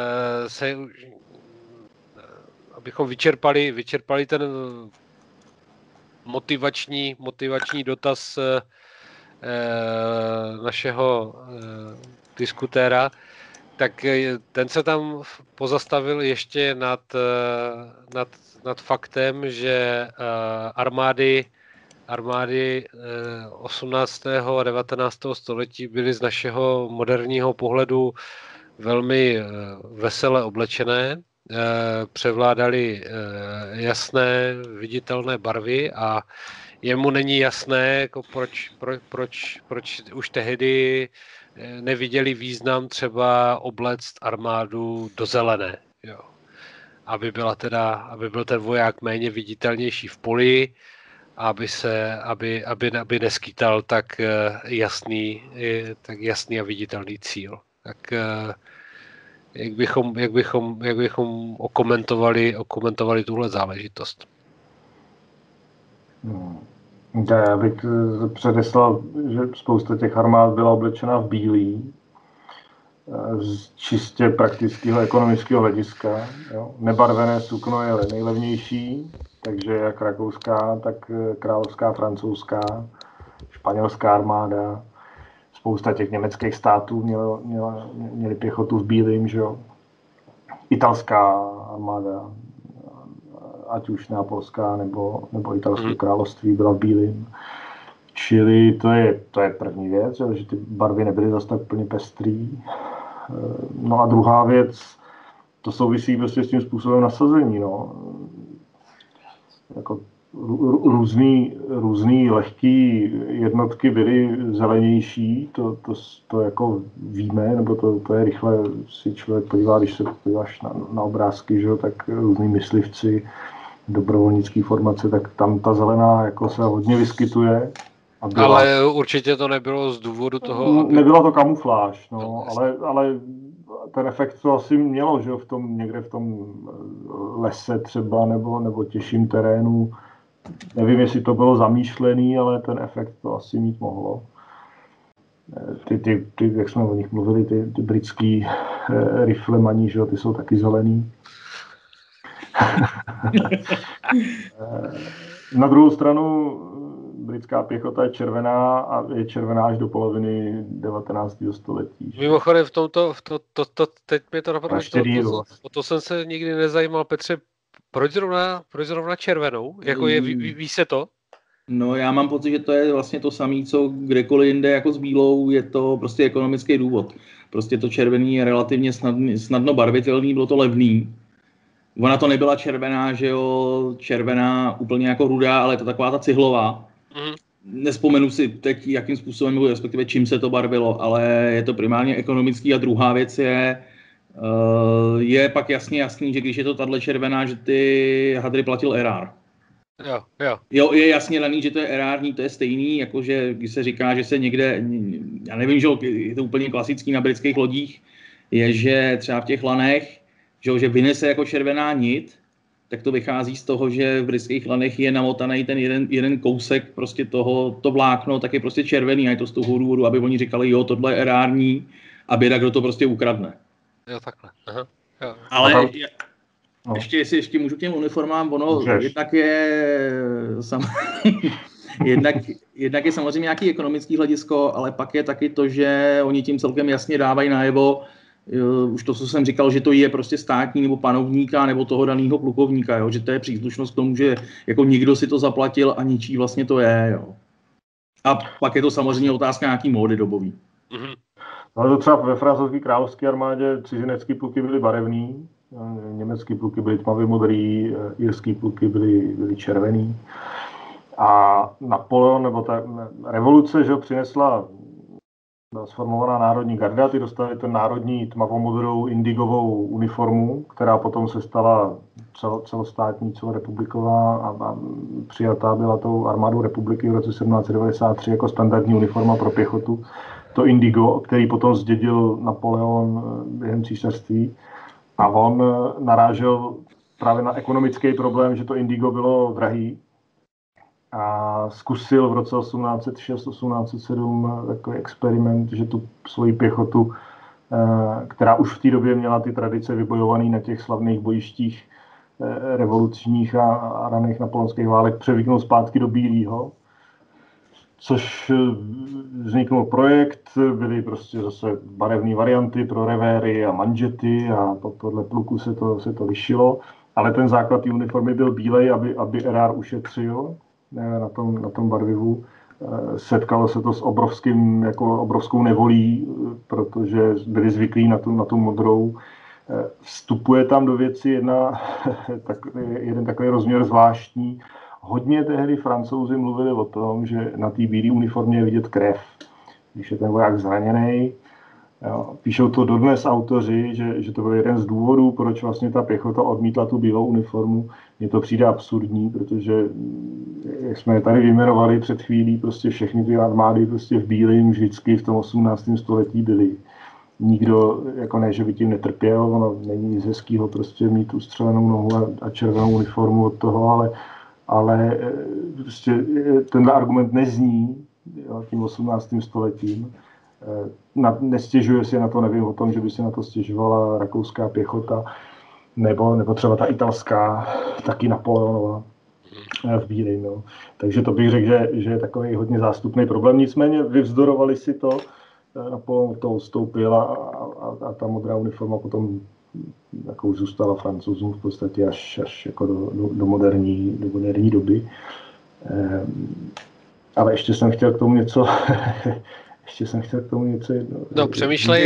Speaker 1: abychom vyčerpali ten motivační dotaz našeho diskutéra, tak ten se tam pozastavil ještě nad faktem, že armády 18. a 19. století byly z našeho moderního pohledu velmi vesele oblečené převládaly jasné, viditelné barvy a jemu není jasné, jako proč už tehdy neviděli význam třeba obléct armádu do zelené, jo. Aby byl ten voják méně viditelnější v poli, aby neskýtal tak jasný a viditelný cíl. Tak jak bychom okomentovali tuhle záležitost?
Speaker 3: Já bych předeslal, že spousta těch armád byla oblečena v bílý, z čistě praktického ekonomického hlediska. Jo. Nebarvené sukno je nejlevnější, takže jak rakouská, tak královská, francouzská, španělská armáda. Spousta těch německých států měli pěchotu v bílým, že jo. Italská armáda, ať už neapolská nebo italské království byla v bílým. Čili to je první věc, že ty barvy nebyly zase tak úplně pestrý. No a druhá věc, to souvisí prostě s tím způsobem nasazení. No. Jako různý lehký jednotky byly zelenější, to jako víme, nebo to je rychle si člověk podívá, když se podíváš na obrázky, že, tak různý myslivci, dobrovolnický formace, tak tam ta zelená jako se hodně vyskytuje.
Speaker 1: Ale určitě to nebylo z důvodu toho,
Speaker 3: Nebyla to kamufláž, no, ale ten efekt to asi mělo, že někde v tom lese třeba, nebo těžším terénu. Nevím, jestli to bylo zamýšlený, ale ten efekt to asi mít mohlo. Ty jak jsme o nich mluvili, ty britský riflemani, že ty jsou taky zelený. Na druhou stranu britská pěchota je červená a je červená až do poloviny 19. století.
Speaker 1: Mimochodem teď mě to napadlo, o to jsem se nikdy nezajímal, Petře, proč zrovna červenou? Jako ví se to?
Speaker 4: No já mám pocit, že to je vlastně to samé, co kdekoliv jinde jako s bílou, je to prostě ekonomický důvod. Prostě to červený je relativně snadno barvitelný, bylo to levný. Ona to nebyla červená, že jo, červená úplně jako rudá, ale to taková ta cihlová. Nespomenu si teď, jakým způsobem, respektive čím se to barvilo, ale je to primárně ekonomický. A druhá věc je pak jasný, že když je to tahle červená, že ty hadry platil RR. Jo, je jasně daný, že to je RR, to je stejný, jakože když se říká, že se někde, já nevím, že je to úplně klasický na britských lodích, je, že třeba v těch lanech, že vynese jako červená nit, tak to vychází z toho, že v britských lanech je namotaný ten jeden kousek prostě to vlákno, tak je prostě červený a je to z toho důvodu, aby oni říkali, jo, tohle je erární a běda, kdo to prostě ukradne.
Speaker 1: Jo, takhle. Aha. Jo.
Speaker 4: Ale ještě můžu k těm uniformám, ono jednak je samozřejmě nějaký ekonomický hledisko, ale pak je taky to, že oni tím celkem jasně dávají najevo, už to, co jsem říkal, že to je prostě státní nebo panovníka nebo toho daného plukovníka, jo? Že to je příslušnost k tomu, že jako nikdo si to zaplatil a ničí vlastně to je. Jo? A pak je to samozřejmě otázka nějaký módy dobový.
Speaker 3: Ale to třeba ve francouzské královské armádě cizinecké pluky byly barevný, německé pluky byly tmavě modrý, irské pluky byly červený. A Napoleon, nebo ta revoluce, že přinesla, byla sformovaná národní garda, ty dostali ten národní tmavomodrou indigovou uniformu, která potom se stala celostátní, celorepubliková a přijatá byla tou armádou republiky v roce 1793 jako standardní uniforma pro pěchotu. To indigo, který potom zdědil Napoleon během císařství. A on narážel právě na ekonomický problém, že to indigo bylo drahý. A zkusil v roce 1806-1807 takový experiment, že tu svoji pěchotu, která už v té době měla ty tradice vybojované na těch slavných bojištích revolučních a raných napoleonských válek, převyknul zpátky do bílého. Což vzniknul projekt, byly prostě zase barevné varianty pro revéry a manžety a podle pluku se to lišilo. Ale ten základ té uniformy byl bílej, aby RR ušetřil na tom barvivu. Setkalo se to s obrovskou nevolí, protože byli zvyklí na tu modrou. Vstupuje tam do věci jeden takový rozměr zvláštní. Hodně tehdy Francouzi mluvili o tom, že na té bílé uniformě je vidět krev, když je ten voják zraněný. Píšou to dodnes autoři, že to byl jeden z důvodů, proč vlastně ta pěchota odmítla tu bílou uniformu. Mně to přijde absurdní, protože, jak jsme tady vyjmenovali před chvílí, prostě všechny ty armády prostě v bílém vždycky v tom 18. století byly. Nikdo, jako ne, že by tím netrpěl, ono není nic hezkýho prostě mít ustřelenou nohu a červenou uniformu od toho, ale prostě tenhle argument nezní tím 18. stoletím. Nestěžuje si na to, nevím o tom, že by si na to stěžovala rakouská pěchota, nebo třeba ta italská, taky Napoleonova v bílém. No. Takže to bych řekl, že je takový hodně zástupný problém. Nicméně vyvzdorovali si to, Napoleon to odstoupil a ta modrá uniforma potom jako už zůstala Francouzům v podstatě až jako do moderní doby. Ale ještě jsem chtěl k tomu něco jedno.
Speaker 1: No, přemýšlej,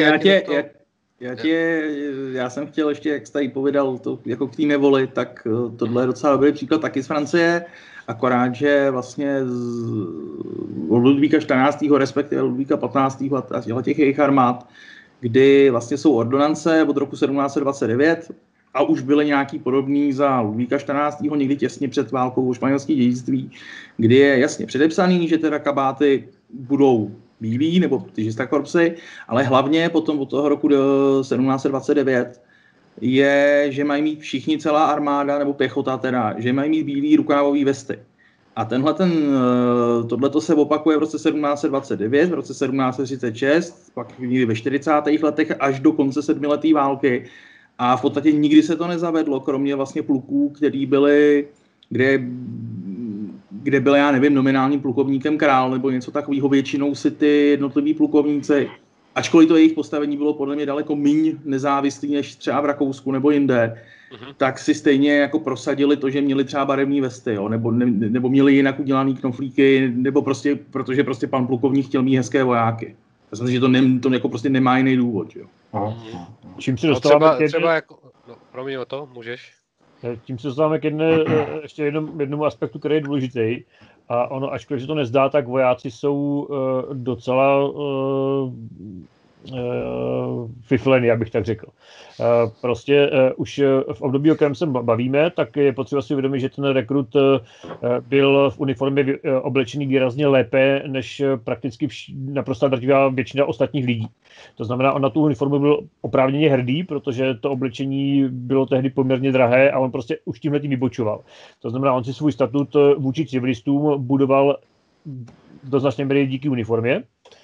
Speaker 4: já jsem chtěl ještě, jak jsi tady povídal, to, jako k té nevoli, tak tohle je docela dobrý příklad taky z Francie, akorát, že vlastně od Ludvíka 14. respektive Ludvíka 15. a těch jejich armád, kdy vlastně jsou ordonance od roku 1729 a už byly nějaký podobný za Ludvíka 14. někdy těsně před válkou o španělské dědictví, kdy je jasně předepsaný, že teda kabáty budou bílí, nebo ty žistakorpsy, ale hlavně potom od toho roku 1729 je, že mají mít všichni, celá armáda, nebo pěchota teda, že mají mít bílý rukávový vesty. A tohleto se opakuje v roce 1729, v roce 1736, pak někdy ve 40. letech až do konce sedmileté války. A v podstatě nikdy se to nezavedlo, kromě vlastně pluků, který byly, kde byl, já nevím, nominálním plukovníkem král nebo něco takového, většinou si ty jednotliví plukovníci, ačkoliv to jejich postavení bylo podle mě daleko míň nezávislý než třeba v Rakousku nebo jinde, tak si stejně jako prosadili to, že měli třeba barevné vesty, jo, nebo měli jinak udělaný knoflíky, nebo prostě, protože prostě pan plukovník chtěl mít hezké vojáky. Já myslím, že to jako prostě nemá jiný důvod, jo.
Speaker 2: Čím se dostáváme
Speaker 1: třeba jako... No, promiň o to, můžeš.
Speaker 2: Tím se dostáváme k ještě jednomu aspektu, který je důležitý. A ono, ačkoliv se to nezdá, tak vojáci jsou docela fifleny, abych tak řekl. Prostě už v období, o kterém se bavíme, tak je potřeba si uvědomit, že ten rekrut byl v uniformě oblečený výrazně lépe než prakticky naprosto drtivá většina ostatních lidí. To znamená, on na tu uniformu byl oprávněně hrdý, protože to oblečení bylo tehdy poměrně drahé a on prostě už tímhletím vybočoval. To znamená, on si svůj statut vůči civilistům budoval do značné míry díky uniformě.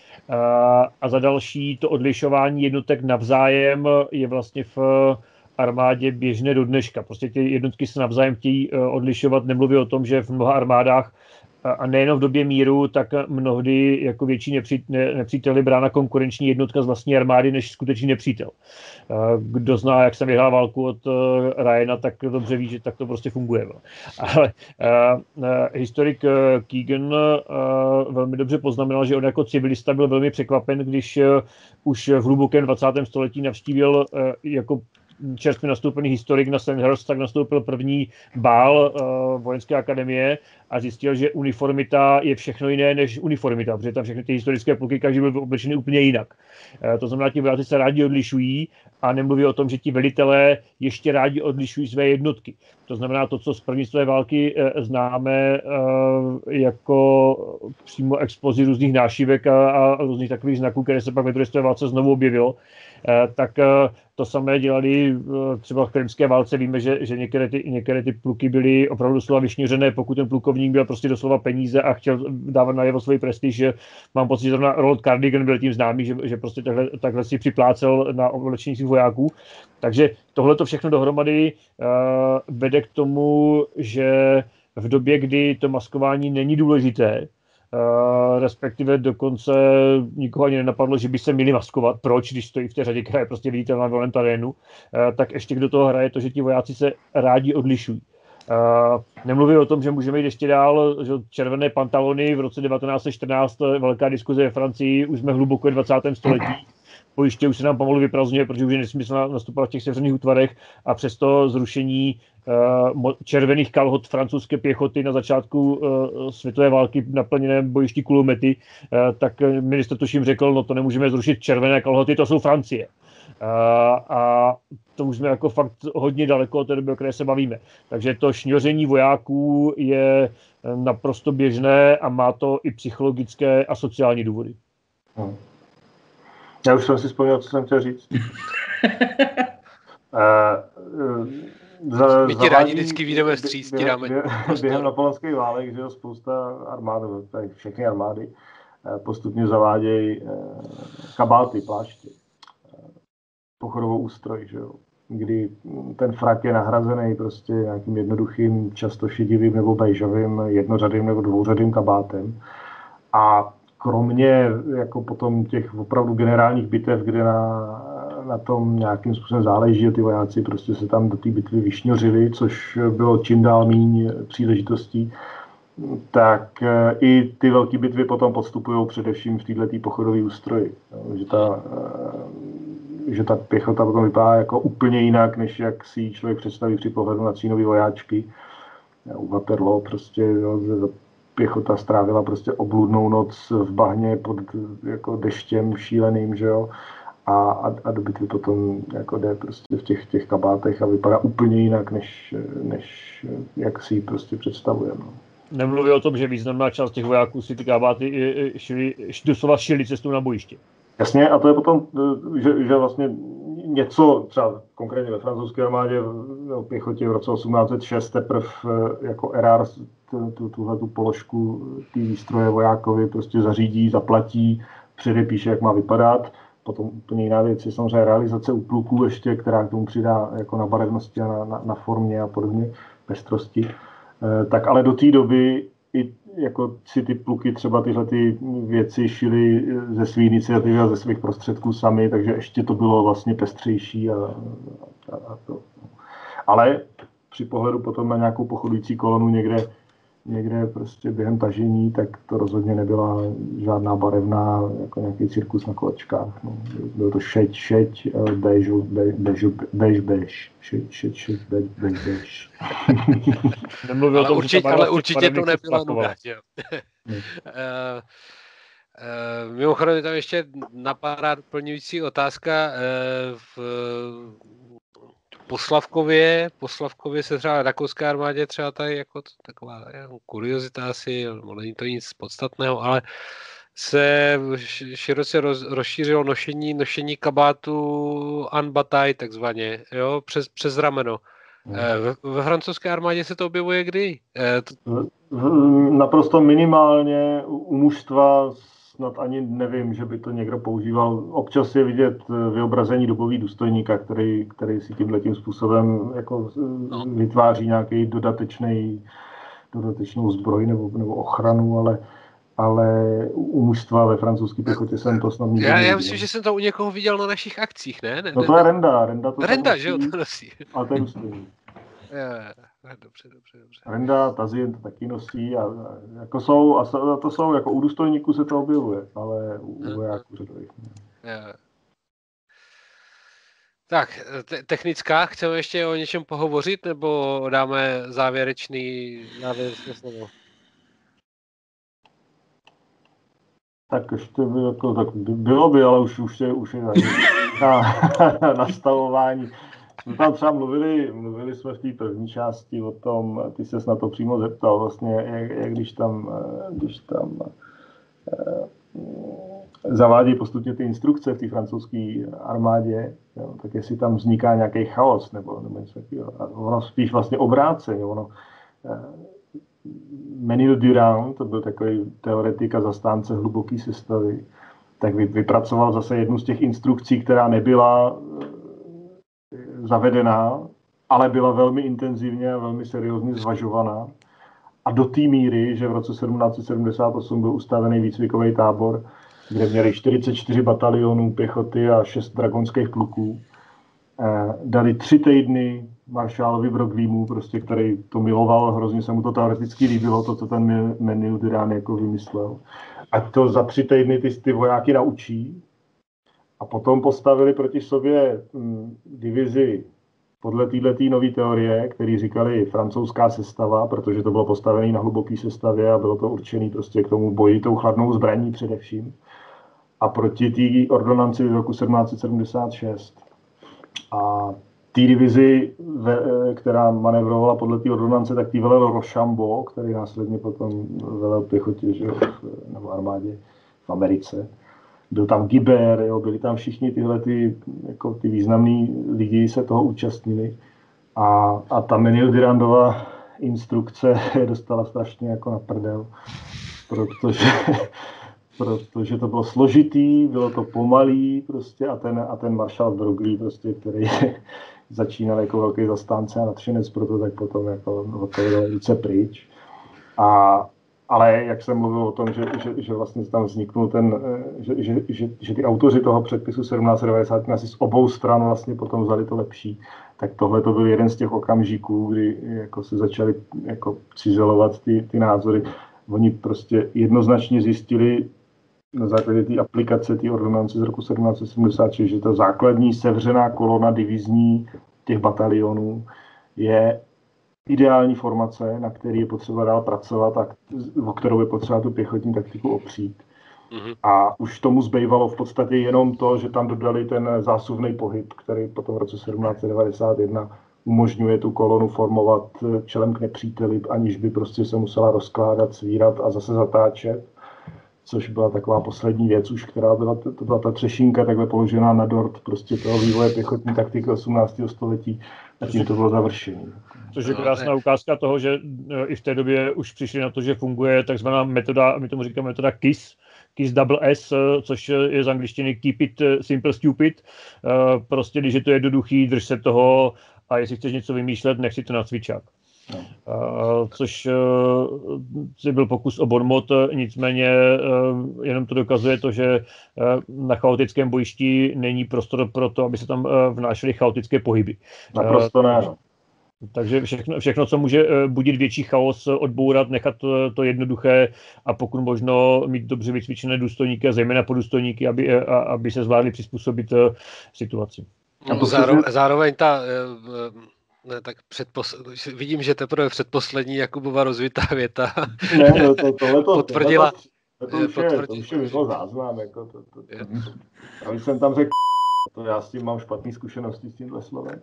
Speaker 2: A za další to odlišování jednotek navzájem je vlastně v armádě běžné do dneška. Prostě ty jednotky se navzájem chtějí odlišovat, nemluví o tom, že v mnoha armádách a nejenom v době míru, tak mnohdy jako větší nepřítel je brána konkurenční jednotka z vlastní armády než skutečný nepřítel. Kdo zná, jak jsem vyhrál válku od Ryana, tak dobře ví, že tak to prostě funguje. Ale historik Keegan velmi dobře poznamenal, že on jako civilista byl velmi překvapen, když už v hlubokém 20. století navštívil jako čerstvě nastoupený historik na Sandhurst, tak nastoupil první bál vojenské akademie a zjistil, že uniformita je všechno jiné než uniformita, protože tam všechny ty historické pluky, každý byl oblečený úplně jinak. To znamená, ti vojáci se rádi odlišují a nemluví o tom, že ti velitelé ještě rádi odlišují své jednotky. To znamená to, co z první světové války známe jako přímo explozi různých nášivek a různých takových znaků, které se pak ve druhé světové válce znovu objevilo. Tak to samé dělali třeba v krymské válce. Víme, že některé ty pluky byly opravdu doslova vyšněřené, pokud ten plukovník byl prostě doslova peníze a chtěl dávat najevo svoji prestiž, že mám pocit, že zrovna Lord Cardigan byl tím známý, že prostě takhle si připlácel na oblečení svých vojáků. Takže tohle to všechno dohromady vede k tomu, že v době, kdy to maskování není důležité, respektive dokonce nikoho ani nenapadlo, že by se měli maskovat. Proč, když stojí v té řadě, která je prostě viditelná na volném terénu, tak ještě do toho hraje to, že ti vojáci se rádi odlišují. Nemluvím o tom, že můžeme jít ještě dál, že červené pantalony v roce 1914, velká diskuze ve Francii, už jsme hluboko v 20. století. Bojiště už se nám pomalu vyprazňuje, protože už je nesmysl nastupovat v těch severních útvarech a přesto zrušení červených kalhot francouzské pěchoty na začátku světové války naplněné bojišti kulomety, tak ministr tuším řekl, no to nemůžeme zrušit červené kalhoty, to jsou Francie. A to už jsme jako fakt hodně daleko od té doby, o které se bavíme. Takže to šňoření vojáků je naprosto běžné a má to i psychologické a sociální důvody.
Speaker 3: Já už jsem si vzpomněl, co jsem chtěl říct.
Speaker 1: My ti rádi vždycky vyjdeme vstříc, ti dáme.
Speaker 3: Během napoleonských válek, že jo, spousta armád, všechny armády postupně zavádějí kabáty, pláště, pochodovou ústroj, že jo, kdy ten frak je nahrazený prostě nějakým jednoduchým, často šedivým nebo bejžovým, jednořadým nebo dvouřadým kabátem. A kromě jako potom těch opravdu generálních bitev, kde na tom nějakým způsobem záleží a ty vojáci prostě se tam do té bitvy vyšňořili, což bylo čím dál míň příležitostí, tak i ty velké bitvy potom podstupují především v této pochodové ústroji. Že ta pěchota potom vypadá jako úplně jinak, než jak si člověk představí při pohledu na cínový vojáčky. U Waterloo prostě jo, pěchota strávila prostě obludnou noc v bahně pod jako deštěm šíleným, že jo. A do bitvy potom jako jde prostě v těch kabátech a vypadá úplně jinak, než jak si ji prostě představujeme. No.
Speaker 2: Nemluví o tom, že významná část těch vojáků si ty kabáty doslova šili cestu na bojiště.
Speaker 3: Jasně, a to je potom, že vlastně něco, třeba konkrétně ve francouzské armádě v pěchotě v roce 1806 teprve jako Erard tuhletu položku té výstroje vojákovi prostě zařídí, zaplatí, předepíše, jak má vypadat. Potom úplně jiná věc je samozřejmě realizace úpluků ještě, která k tomu přidá jako na barevnosti a na formě a podobně, pestrosti. Tak ale do té doby i jako si ty pluky třeba tyhle ty věci šily ze své iniciativy a ze svých prostředků sami, takže ještě to bylo vlastně pestřejší a to. Ale při pohledu potom na nějakou pochodující kolonu někde prostě během tažení, tak to rozhodně nebyla žádná barevná, jako nějaký cirkus na kolečkách. No. Bylo to šeť, bež,
Speaker 1: Ale určitě to nebyla nuda. Mimochodem je tam ještě napadá doplňující otázka. Po Slavkově se třeba rakouské armádě třeba tady jako taková kuriozita asi, není to nic podstatného, ale se široce rozšířilo nošení kabátu en bataille takzvaně, jo, přes rameno. Ve francouzské armádě se to objevuje kdy?
Speaker 3: Naprosto minimálně u mužstva, snad ani nevím, že by to někdo používal. Občas je vidět vyobrazení dobový důstojníka, který si tímhletím způsobem jako vytváří nějaký dodatečnou zbroj nebo ochranu, ale u mužstva ve francouzské pěchotě jsem to snad nikdy neviděl.
Speaker 1: Já myslím, že jsem to u někoho viděl na našich akcích, ne?
Speaker 3: No to je Renda.
Speaker 1: Renda, že jo, to nosí.
Speaker 3: Ale to je důstojník.
Speaker 1: Dobře.
Speaker 3: Renda, Tazien to taky nosí a to jsou jako u důstojníků se to objevuje, ale u vojáků řadových ne.
Speaker 1: Tak, technická, chceme ještě o něčem pohovořit, nebo dáme závěrečné slovo?
Speaker 3: Tak ještě by jako, tak bylo by, ale už je na nastavování. My tam třeba mluvili jsme v té první části o tom, ty ses na to přímo zeptal, vlastně, jak když tam zavádí postupně ty instrukce v té francouzské armádě, jo, tak jestli tam vzniká nějaký chaos nebo něco takového. A ono spíš vlastně obráceně. Ménil Durand, to byl takový teoretik a zastánce hluboké sestavy, tak vypracoval zase jednu z těch instrukcí, která nebyla zavedená, ale byla velmi intenzivně a velmi seriózně zvažovaná. A do té míry, že v roce 1778 byl ustavený výcvikový tábor, kde měli 44 batalionů pěchoty a 6 dragonských pluků. Dali 3 týdny Marshallovi Broglímu, prostě, který to miloval, hrozně se mu to teoreticky líbilo, to, co ten Menil jako vymyslel. Ať to za 3 týdny ty vojáky naučí a potom postavili proti sobě divizi podle této nové teorie, který říkali francouzská sestava, protože to bylo postavené na hluboké sestavě a bylo to určené prostě k tomu boji tou chladnou zbraní především. A proti té ordonanci z roku 1776. A té divizi, která manévrovala podle té ordonance, tak tý velel Rochambeau, který následně potom velel pěchotě, že, nebo armádě v Americe. Byl tam Guibert, jo, byli tam všichni tyhle jako ty významní lidi se toho účastnili. A ta Menil-Durandova instrukce dostala strašně jako na prdel, protože to bylo složitý, bylo to pomalý prostě a ten maršál Broglie, prostě, který začínal jako velký zastánce a nadšenec proto, tak potom jako odpověděl ruce pryč. Ale jak jsem mluvil o tom, že vlastně tam vzniknul že ty autoři toho předpisu 1790 asi z obou stran vlastně potom vzali to lepší, tak tohle to byl jeden z těch okamžiků, kdy jako se začali jako cizelovat ty názory. Oni prostě jednoznačně zjistili na základě té aplikace, té ordonance z roku 1776, že ta základní sevřená kolona divizní těch batalionů je ideální formace, na který je potřeba dál pracovat a o kterou je potřeba tu pěchotní taktiku opřít. A už tomu zbývalo v podstatě jenom to, že tam dodali ten zásuvný pohyb, který potom v roce 1791 umožňuje tu kolonu formovat čelem k nepříteli, aniž by prostě se musela rozkládat, svírat a zase zatáčet. Což byla taková poslední věc už, která byla ta třešínka takhle položená na dort prostě toho vývoje pěchotní taktiky 18. století a tím to bylo završení.
Speaker 2: Což je krásná ukázka toho, že i v té době už přišli na to, že funguje takzvaná metoda, my tomu říkáme metoda KISS double S, což je z angličtiny Keep it simple stupid. Prostě když je to jednoduchý, drž se toho a jestli chceš něco vymýšlet, nech si to na cvičák. No. Což byl pokus o bonmot, nicméně jenom to dokazuje to, že na chaotickém bojišti není prostor pro to, aby se tam vnášely chaotické pohyby.
Speaker 3: Naprosto ne.
Speaker 2: Takže všechno, co může budit větší chaos, odbourat, nechat to jednoduché a pokud možno mít dobře vycvičené důstojníky a zejména podůstojníky, aby se zvládli přizpůsobit situaci.
Speaker 1: Zároveň ta... Ne, tak vidím, že teprve předposlední Jakubova rozvitá věta potvrdila.
Speaker 3: To už je mimo záznam. A když jsem tam řekl, já s tím mám špatné zkušenosti s tímhle slovem.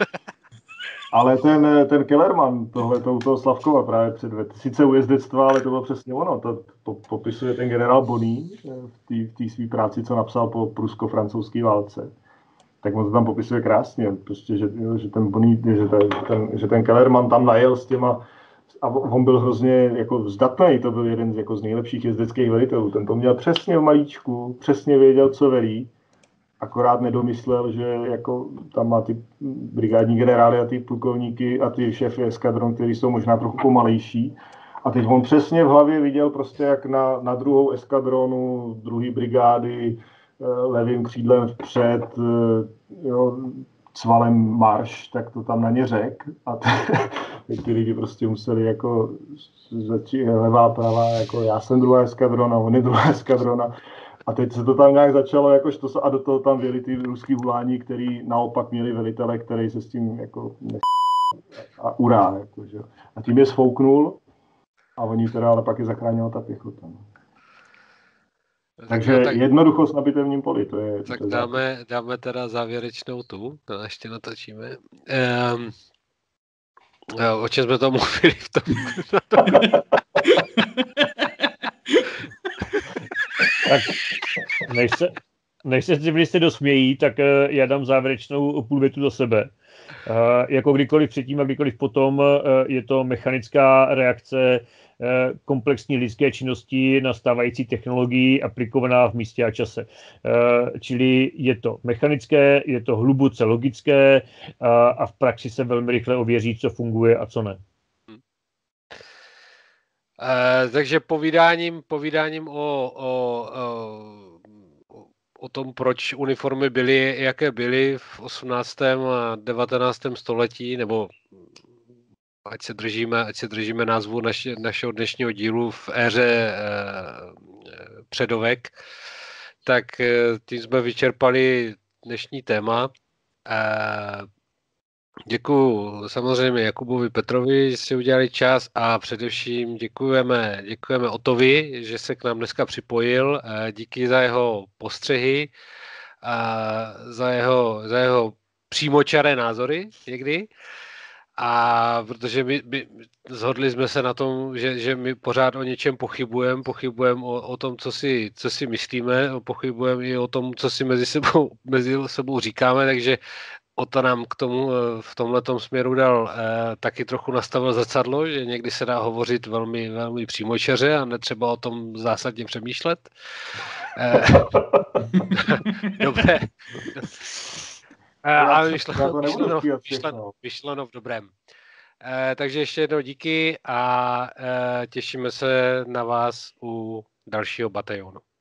Speaker 3: Ale ten Kellerman, toho Slavkova právě předvedl, sice u jezdectva, ale to bylo přesně ono. To popisuje ten generál Bonny v té své práci, co napsal po prusko-francouzské válce. Tak on to tam popisuje krásně, prostě, že ten Bonny, že ten Kellerman tam najel s těma, a on byl hrozně jako vzdatný, to byl jeden jako z nejlepších jezdeckých velitelů, ten to měl přesně v malíčku, přesně věděl, co velí, akorát nedomyslel, že jako tam má ty brigádní generály a ty plukovníky a ty šéfy eskadron, který jsou možná trochu pomalejší. A teď on přesně v hlavě viděl prostě, jak na druhou eskadronu, druhý brigády, levým křídlem vpřed, cvalem marš, tak to tam na ně řek. A ty lidi prostě museli jako začít levá, pravá, jako já jsem druhá eskadrona, on je druhá eskadrona. A teď se to tam nějak začalo, a do toho tam věli ty ruský volání, který naopak měli velitele, který se s tím jako a urá. Jakože. A tím je sfouknul a oni teda, ale pak je zachránila ta pěchota. Takže jednoduchost na bitevním poli, to je...
Speaker 1: Tak dáme teda závěrečnou tu, to ještě natočíme. O čem jsme to mluvili v tom?
Speaker 2: Tak než se civilisté dosmějí, tak já dám závěrečnou půlvětu do sebe. Jako kdykoliv předtím a kdykoliv potom je to mechanická reakce komplexní lidské činnosti na stávající technologii aplikovaná v místě a čase. Čili je to mechanické, je to hluboce logické a v praxi se velmi rychle ověří, co funguje a co ne.
Speaker 1: Takže povídáním o tom, proč uniformy byly, jaké byly v 18. a 19. století, nebo ať se držíme názvu našeho dnešního dílu v éře předovek, tak tím jsme vyčerpali dnešní téma. Děkuju samozřejmě Jakubovi Petrovi, že si udělali čas a především děkujeme Otovi, že se k nám dneska připojil. Díky za jeho postřehy, za jeho přímočaré názory někdy. A protože my shodli jsme se na tom, že my pořád o něčem pochybujeme o tom, co si myslíme, pochybujeme i o tom, co si mezi sebou říkáme, takže Ota nám k tomu v tomhletom směru dal taky trochu nastavil zrcadlo, že někdy se dá hovořit velmi, velmi přímočaře a netřeba o tom zásadně přemýšlet. Dobré. Ale vyšlo v dobrém. Takže ještě jednou díky a těšíme se na vás u dalšího batalionu.